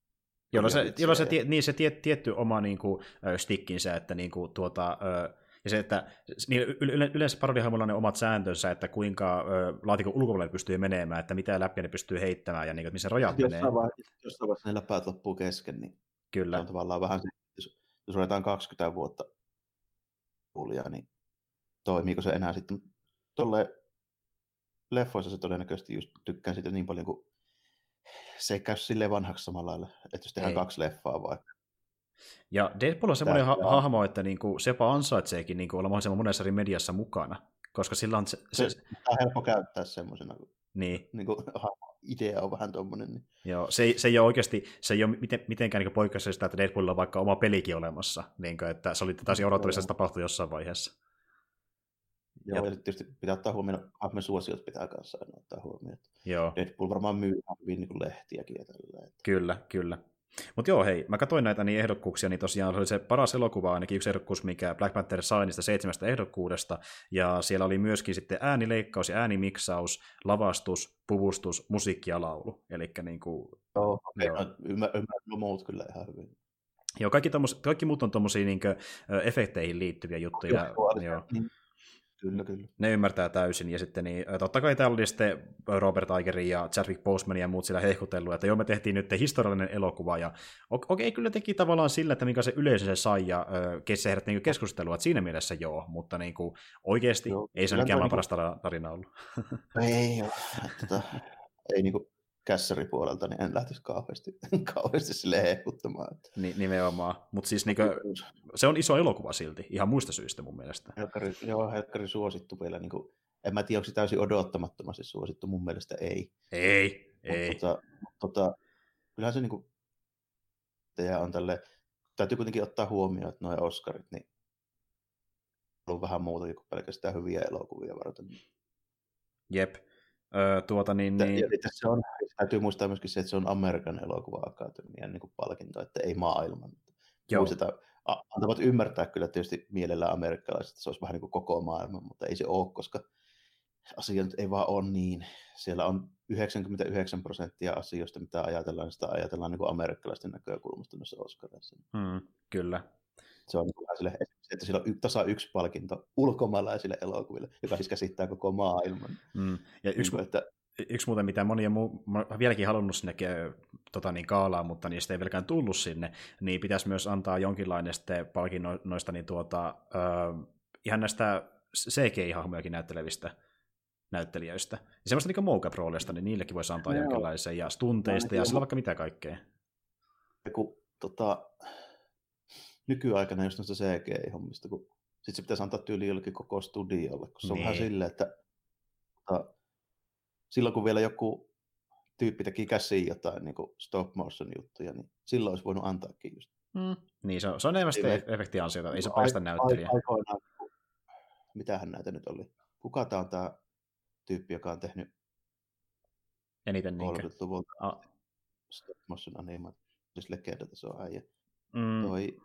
tietty oma niin kuin, stickinsä, että niin kuin, ja se, että yleensä parodiahahmoilla on ne omat sääntönsä, että kuinka laatikon ulkopuolelle pystyy menemään, että mitä läpi ne pystyy heittämään ja niin, missä rajat menee. Jossain vaiheessa ne läpäät loppuu kesken, niin kyllä. Se on tavallaan vähän se, jos ruvetaan 20 vuotta kuulijaa, niin toimiiko se enää sitten. Tuolle leffoissa se todennäköisesti just tykkään siitä niin paljon, kun se ei käy silleen vanhaksi samalla lailla, että jos tehdään 2 leffaa vaikka. Ja Deadpool on semmoinen hahmo, että niinku, se jopa ansaitseekin niinku, olla mahdollisimman monessa eri mediassa mukana, koska sillä on se on helppo käyttää semmoisena, niin. Idea on vähän tommoinen. Niin. Joo, se ei ole oikeasti, se ei ole mitenkään niin poikkeus sitä, että Deadpoolilla on vaikka oma pelikin olemassa, niin kuin, että se oli täysin odottavissa, että se tapahtui jossain vaiheessa. Joo, ja tietysti pitää ottaa huomioon, hahmojen suosiot pitää kanssa aina ottaa huomioon. Joo. Deadpool varmaan myy hyvin niin kuin lehtiäkin ja tällä. Kyllä. Mutta joo, hei, mä katsoin näitä niin ehdokkuuksia, niin tosiaan oli se paras elokuva, ainakin yksi ehdokkuus, mikä Black Panther sai niistä 7 ehdokkuudesta, ja siellä oli myöskin sitten äänileikkaus ja äänimiksaus, lavastus, puvustus, musiikki ja laulu. Elikkä niinku... Joo. Ymmärrän muut kyllä ihan hyvin. Joo, kaikki muut on tommosia niinku, efekteihin liittyviä juttuja. Joo. Kyllä. Ne ymmärtää täysin, ja sitten niin, totta kai täällä oli sitten Robert Igerin ja Chadwick Boseman ja muut siellä hehkutellut, että joo, me tehtiin nyt historiallinen elokuva, ja okei, kyllä teki tavallaan sillä, että minkä se yleisö se sai, ja se herätti niin keskustelua, että siinä mielessä joo, mutta niin kuin, oikeasti ei se ole mikään paras tarina ollut. Ei ole, ei niin kuin kässäripuolelta, niin en lähtisi kauheasti silleen hehkuttamaan. Nimenomaan, mutta siis niin kuin, se on iso elokuva silti, ihan muista syistä mun mielestä. Helkkari suosittu vielä, niin kuin, en mä tiedä, onko se täysin odottamattomasti suosittu, mun mielestä ei. Ei. Kyllähän se niin kuin, on tälle, täytyy kuitenkin ottaa huomioon, että nuo Oscarit, niin on vähän muutakin kuin pelkästään hyviä elokuvia varten. Jep. Ja se on, täytyy muistaa myöskin se, että se on Amerikan elokuva-akatemian niin kuin palkinto, että ei maailman. Muistetaan, antavat ymmärtää kyllä tietysti mielellään amerikkalaiset, että se olisi vähän niin kuin koko maailman, mutta ei se ole, koska asia nyt ei vaan ole niin. Siellä on 99% asioista, mitä ajatellaan, sitä ajatellaan niin kuin amerikkalaisten näkökulmasta noissa Oscarissa. Kyllä. Se on sille, että siellä on tasa yksi palkinto ulkomaalaisille elokuville, joka siis käsittää koko maailman. Ja yksi muuten, mitä moni on vieläkin halunnut sinne kaalaan, mutta niistä ei vieläkään tullut sinne, niin pitäisi myös antaa jonkinlainen palkinnoista niin ihan näistä CGI-hahmojakin näyttelevistä näyttelijöistä. Ja semmoista niin mocap-rooleista, niin niillekin voisi antaa jonkinlaisen, ja stunteista, ja sillä vaikka mitä kaikkea. Nykyaikana just noista CGI-hommista, kun sitten se pitäisi antaa tyyli jollekin koko studiolle, kun se on vähän silleen, että silloin kun vielä joku tyyppi teki käsiin jotain niin kuin stop motion juttuja, niin silloin olisi voinut antaakin just. Niin, se on enemmän sitten efektiansiota, ei se paista näyttelijä. Aikoinaan, mitähän näitä nyt oli? Kuka tämä on tämä tyyppi, joka on tehnyt eniten 30-luvulta stop motion animaatio, siis legendata se on äijä. Toi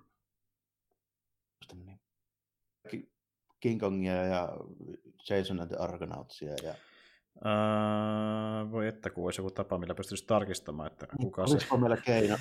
King Kongia ja Jason and the Argonautsia ja voi että kun olisi joku tapa, millä pystyisi tarkistamaan, että kuka se... Olisiko meillä keino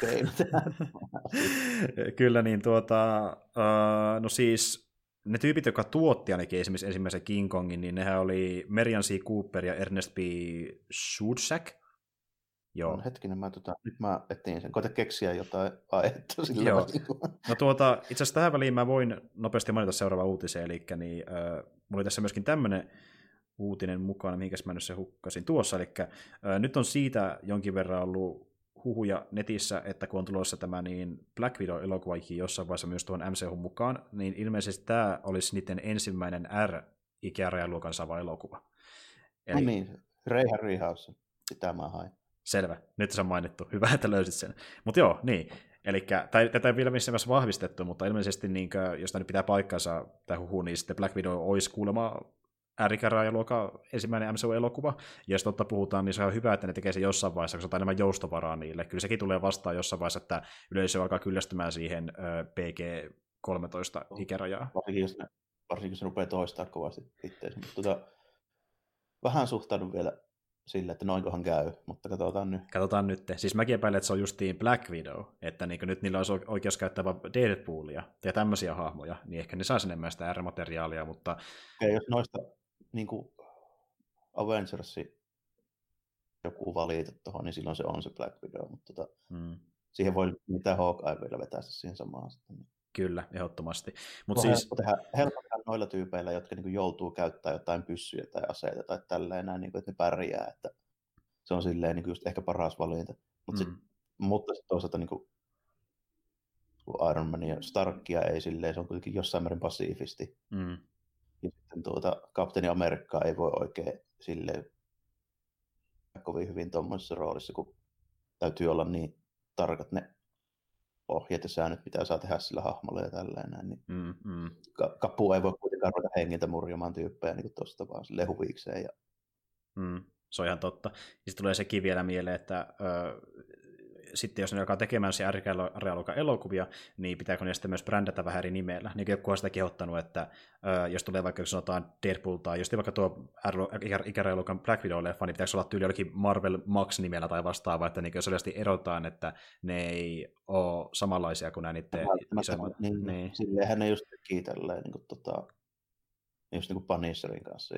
Kyllä, niin no siis ne tyypit, jotka tuotti ainakin esimerkiksi ensimmäisen King Kongin, niin nehän oli Merian C. Cooper ja Ernest B. Schutzack. Joo. Hetkinen, nyt mä etsin sen. Koita keksiä jotain aihetta sillä. Joo. No itse asiassa tähän väliin mä voin nopeasti mainita seuraava uutisen, eli niin, mulla oli tässä myöskin tämmöinen uutinen mukana, mihinkäs mä nyt se hukkasin tuossa, eli nyt on siitä jonkin verran ollut huhuja netissä, että kun on tulossa tämä niin Black Widow-elokuvakin jossain vaiheessa myös tuohon MCU:n mukaan, niin ilmeisesti tämä olisi niiden ensimmäinen R-ikärajaluokan saava elokuva. Eli... No niin, Ray Harryhausen, sitä mä hain. Selvä, nyt se on mainittu. Hyvä, että löysit sen. Mutta joo, niin. Elikkä, tätä ei vielä missään vaiheessa vahvistettu, mutta ilmeisesti, niin kuin, jos tämä nyt pitää paikkansa, tämä huhu, niin sitten Black Widow olisi kuulemma R-ikärajaluokan ensimmäinen MCU-elokuva. Ja jos totta puhutaan, niin se on hyvä, että ne tekee sen jossain vaiheessa, koska se on enemmän joustovaraa niille. Kyllä sekin tulee vastaan jossain vaiheessa, että yleisö alkaa kyllästymään siihen PG-13 ikärajaa. Varsinkin jos ne rupeaa toistaa kovasti itseänsä. Mutta vähän suhtaudun vielä sille, että noinkohan käy, mutta katsotaan nyt. Katsotaan nyt. Siis mäkin epäilen, että se on justiin Black Widow, että niin nyt niillä olisi oikeus käyttää vaan Deadpoolia ja tämmöisiä hahmoja, niin ehkä ne saisi enemmän sitä R-materiaalia, mutta... Okei, jos noista niin Avengersin joku valita tuohon, niin silloin se on se Black Widow, mutta siihen voi mitään Hawkeye vielä vetää siihen samaan. Kyllä, ehdottomasti. Mutta siis... helpotetaan noilla tyypeillä, jotka niin joutuu käyttämään jotain pyssyjä tai aseita tai tälleen näin, niin kuin, että ne pärjää, että se on silleen niin just ehkä paras valinta. Mutta sitten toisaalta niin kuin Iron Man ja Starkia ei silleen, se on kuitenkin jossain määrin pasiifisti. Ja sitten Kapteeni Amerikkaa ei voi oikein silleen kovin hyvin tuommoisessa roolissa, kun täytyy olla niin tarkat ne ohjeet ja säännöt, mitä saa tehdä sillä hahmolla ja tällainen. Niin Kapu ei voi kuitenkaan ruveta hengiltä murjamaan tyyppejä niin tuosta vaan lehuviikseen. Ja... Se on ihan totta. Ja sitten tulee sekin vielä mieleen, että sitten jos ne alkaa tekemään se R-luokan elokuvia, niin pitääkö ne sitten myös brändätä vähän eri nimellä. Niin joku on sitä kehottanut, että jos tulee vaikka, jos sanotaan Deadpool tai jos vaikka tuo R-luokan Black Widow-leffa, niin pitääkö olla tyyli jollakin Marvel Max-nimellä tai vastaava, että niin selvästi erotaan, että ne ei ole samanlaisia kuin nämä niiden isommat. Niin. Silleenhän ne just teki tälleen, just niin kuin Punisherin kanssa.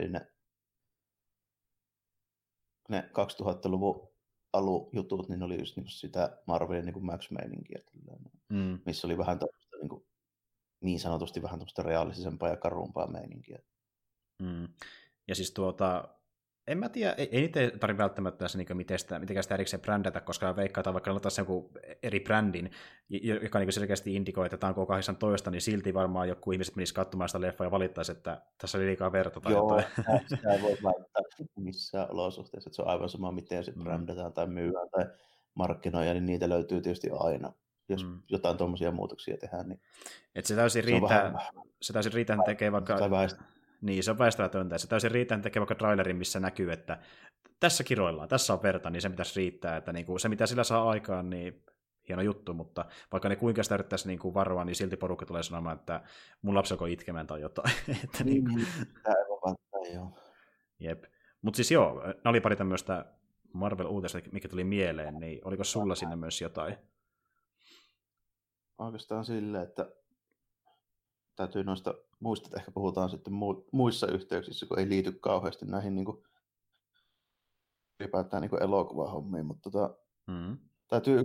Ne 2000-luvun alujutut, niin oli just sitä Marvelin niin Max-meininkiä, missä oli vähän tämmöistä niin sanotusti vähän tämmöistä realistisempaa ja karumpaa meininkiä. Ja siis en mä tiedä, ei niitä tarvitse välttämättä mitenkään sitä erikseen brändätä, koska veikkaataan vaikka ottaa sen joku eri brändin, joka niin selkeästi indikoi, että tämä on K18, niin silti varmaan joku ihmiset menisi katsomaan sitä leffaa ja valittaisi, että tässä oli liikaa verta. Joo, sitä ei voi välttää missään olosuhteessa, että se on aivan sama, miten se brändätään tai myydään tai markkinoidaan, niin niitä löytyy tietysti aina. Jos jotain tuommoisia muutoksia tehdään, niin et se täysin riittää, että tekee vaikka... Niin, se on väistämätöntä. Se täysin riittää, että tekee vaikka trailerin, missä näkyy, että tässä kiroillaan, tässä on verta, niin se pitäisi riittää. Että niin kuin se, mitä sillä saa aikaan, niin hieno juttu, mutta vaikka ne kuinka sitä yrittäisi niin kuin varoa, niin silti porukka tulee sanomaan, että mun lapsi alkoi itkemään tai jotain. Että niin kuin... Tämä ei voi välttää, joo. Jep. Mutta siis joo, ne oli pari tämmöistä Marvel-uutista, mikä tuli mieleen, niin oliko sulla sinne myös jotain? Oikeastaan silleen, että täytyy noista muistaa, että ehkä puhutaan sitten muissa yhteyksissä, kun ei liity kauheasti näihin niin kuin, ylipäätään niin elokuvahommiin, mutta täytyy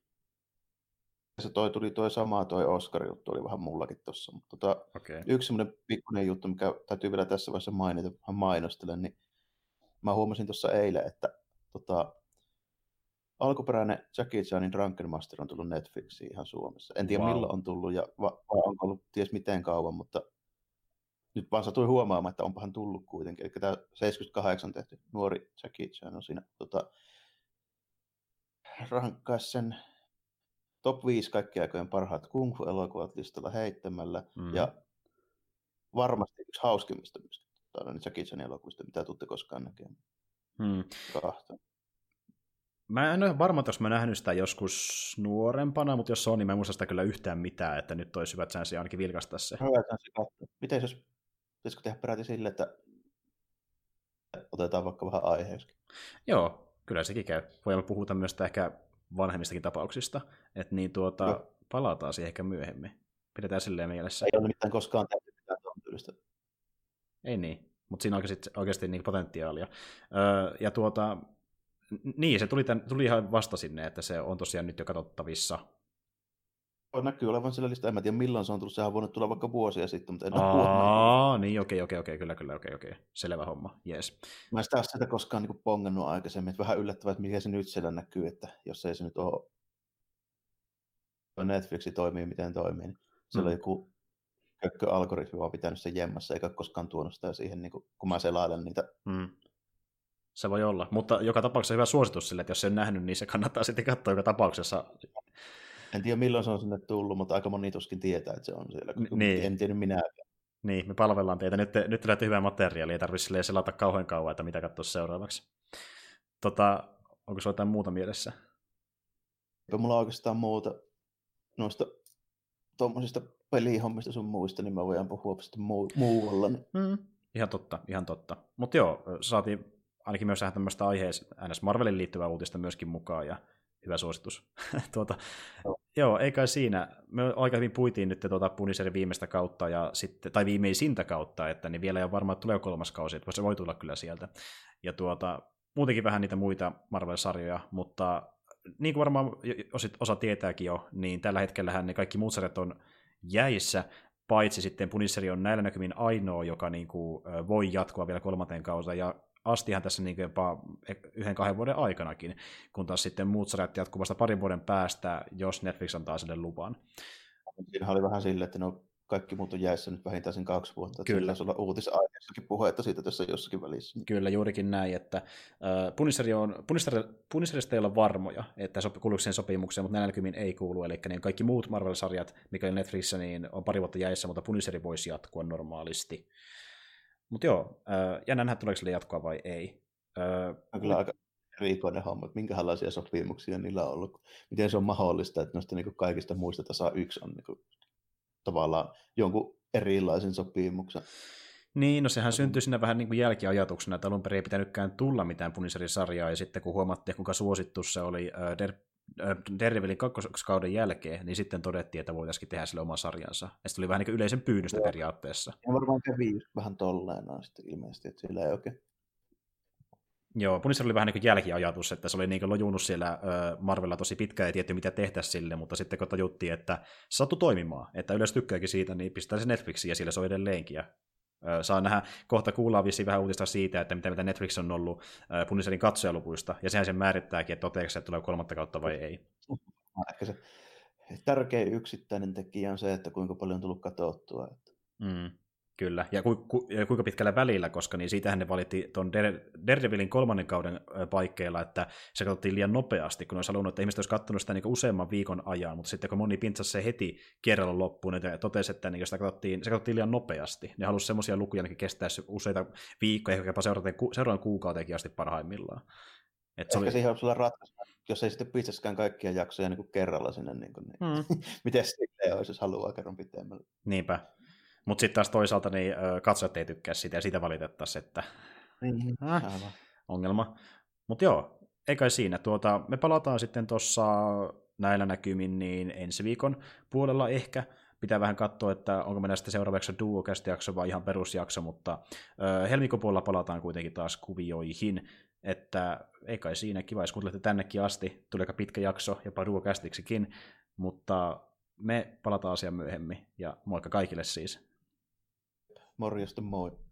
tuli toi Oscar-juttu, oli vähän mullakin tuossa, mutta yksi semmoinen pikkuinen juttu, mikä täytyy vielä tässä vaiheessa mainita, vähän mainostelen, niin mä huomasin tuossa eilen, että alkuperäinen Jackie Chanin Drunken Master on tullut Netflixiin ihan Suomessa. En tiedä milloin on tullut ja onko ollut ties miten kauan, mutta nyt vaan satuin huomaamaan, että onpahan tullut kuitenkin. Eli tämä 78 tehty nuori Jackie Chan on siinä rankkaisi sen top 5 kaikkien aikojen parhaat kung fu-elokuvat listalla heittämällä. Ja varmasti yksi hauskimmista myös Jackie Chanin elokuvista, mitä tuutte koskaan näkemään. Kahta. Mä en ole varma, jos mä nähnyt sitä joskus nuorempana, mutta jos on, niin mä en muista sitä kyllä yhtään mitään, että nyt olisi hyvät säänsi ainakin vilkastaa se. Miten jos pitäisikö tehdä peräti sille, että otetaan vaikka vähän aiheeksi? Joo, kyllä sekin käy. Voimme puhuta myös ehkä vanhemmistakin tapauksista, että niin palataan siihen ehkä myöhemmin. Pidetään silleen mielessä. Ei ole nimittäin koskaan tehty mitään tuon tyylistä. Ei niin, mutta siinä on oikeasti niin potentiaalia. Ja niin, se tuli ihan vasta sinne, että se on tosiaan nyt jo katsottavissa. Näkyy olevan sillä listalla. En mä tiedä milloin se on tullut. Sehän on voinut tulla vaikka vuosia sitten, mutta en ole huomannut. Niin, okei, kyllä. Selvä homma, jees. Mä en sitä koskaan niin pongannut aikaisemmin. Että vähän yllättävää, että mikä se nyt siellä näkyy, että jos ei se nyt ole Netflixi toimii, miten toimii. Niin siellä on joku kökkö-algoritmi vaan pitänyt sen jemmassa, eikä koskaan tuonut sitä siihen, niin kun mä selailen niitä. Se voi olla, mutta joka tapauksessa hyvä suositus sille, että jos se on nähnyt, niin se kannattaa sitten katsoa joka tapauksessa. En tiedä milloin se on sinne tullut, mutta aika moni tuskin tietää, että se on siellä. Niin. En tiedä minäkään. Niin, me palvellaan teitä. Nyt lähtee hyvää materiaalia, ei tarvitse selata kauhean kauan, että mitä katsoa seuraavaksi. Onko sulla jotain muuta mielessä? Eipä mulla oikeastaan muuta noista tuommoisista pelihommista sun muista, niin mä voin puhua sitten muualla. Ihan totta. Mutta joo, saatiin ainakin myös tämmöistä aiheeseen NS Marvelin liittyvää uutista myöskin mukaan, ja hyvä suositus. Joo, ei kai siinä. Me aika hyvin puitiin nyt Punisherin viimeistä kautta, tai viimeisintä kautta, että niin vielä ei ole varmaan, että tulee 3. kausi, että se voi tulla kyllä sieltä. Ja muutenkin vähän niitä muita Marvel-sarjoja, mutta niin kuin varmaan osa tietääkin jo, niin tällä hetkellähän ne kaikki muut sarjat on jäissä, paitsi sitten Punisher on näillä näkymin ainoa, joka niin kuin voi jatkua vielä 3. kautta, ja astihan tässä niin jopa 1-2 vuoden aikanakin, kun taas sitten muut sarjat jatkuu vasta 2 vuoden päästä, jos Netflix antaa sille luvan. Siinähän oli vähän silleen, että kaikki muut on jäissä nyt vähintään sen 2 vuotta. Kyllä. Sillä olla uutisaiheessakin puhetta siitä tässä jossakin välissä. Kyllä, juurikin näin, että Punisherista ei olla varmoja, että kuuluuko sen sopimukseen, mutta näillä ei kuulu, eli niin kaikki muut Marvel-sarjat, mikä on Netflixissä, niin on 2 vuotta jäissä, mutta Punisheri voisi jatkua normaalisti. Mutta joo, jännä nähdä, tuleeko sille jatkoa vai ei. On kyllä aika erikoinen homma, että minkälaisia sopimuksia niillä on ollut. Miten se on mahdollista, että noista niin kaikista muista tasa 1 on niin tavallaan jonkun erilaisen sopimuksen. Niin, no sehän syntyi siinä vähän niin kuin jälkiajatuksena, että alun perin ei pitänytkään tulla mitään Punisherin-sarjaa, ja sitten kun huomattiin, kuinka suosittu se oli Daredevilin 2. kauden jälkeen, niin sitten todettiin, että voitaisiin tehdä sille oma sarjansa. Ja sitten oli vähän niin kuin yleisen pyynnöstä periaatteessa. Ja varmaan kävi vähän tolleen sitten ilmeisesti, että sillä ei oikein. Joo, Punisher oli vähän niin kuin jälkiajatus, että se oli niin kuin lojunut siellä Marvelilla tosi pitkään ja tietty mitä tehdä sille, mutta sitten kun tajuttiin, että se sattui toimimaan, että yleensä tykkääkin siitä, niin pistää se Netflixiin ja siellä se on edelleenkin. Ja saa nähdä, kohta kuullaan vissiin vähän uutista siitä, että mitä Netflix on ollut Punisherin katsojaluvuista, ja sehän sen määrittääkin, että toteako se, että tulee 3. kautta vai ei. Ehkä se tärkein yksittäinen tekijä on se, että kuinka paljon on tullut katsottua. Kyllä, ja kuinka pitkällä välillä, koska niin siitähän ne valitti tuon Daredevilin 3. kauden paikkeilla, että se katsottiin liian nopeasti, kun olisi halunnut, että ihmiset olisi katsonut sitä niin useamman viikon ajan, mutta sitten kun moni pintsasi se heti kerralla loppuun, niin totesi, että niin se katsottiin liian nopeasti. Ne halusi semmoisia lukuja, jotka kestäisi useita viikkoja, ehkä jopa seuraavan kuukautenkin asti parhaimmillaan. Ehkä siihen olisi olla ratkaisu, jos ei sitten pistäisikään kaikkia jaksoja niin kerralla sinne. Miten sitten olisi, jos haluaa kerran pitemmälle. Niinpä. Mutta sitten taas toisaalta niin katsojat ei tykkää sitä ja siitä valitettaisiin, että ongelma. Mutta joo, ei kai siinä. Me palataan sitten tuossa näillä näkymin niin ensi viikon puolella ehkä. Pitää vähän katsoa, että onko meillä sitten seuraavaksi Duocast-jakso vai ihan perusjakso, mutta helmikuun puolella palataan kuitenkin taas kuvioihin. Että ei kai siinä, kiva, jos kuuntelette tännekin asti. Tuli aika pitkä jakso, jopa Duocastiksikin, mutta me palataan asiaan myöhemmin. Ja moikka kaikille siis. Morjesta, moi.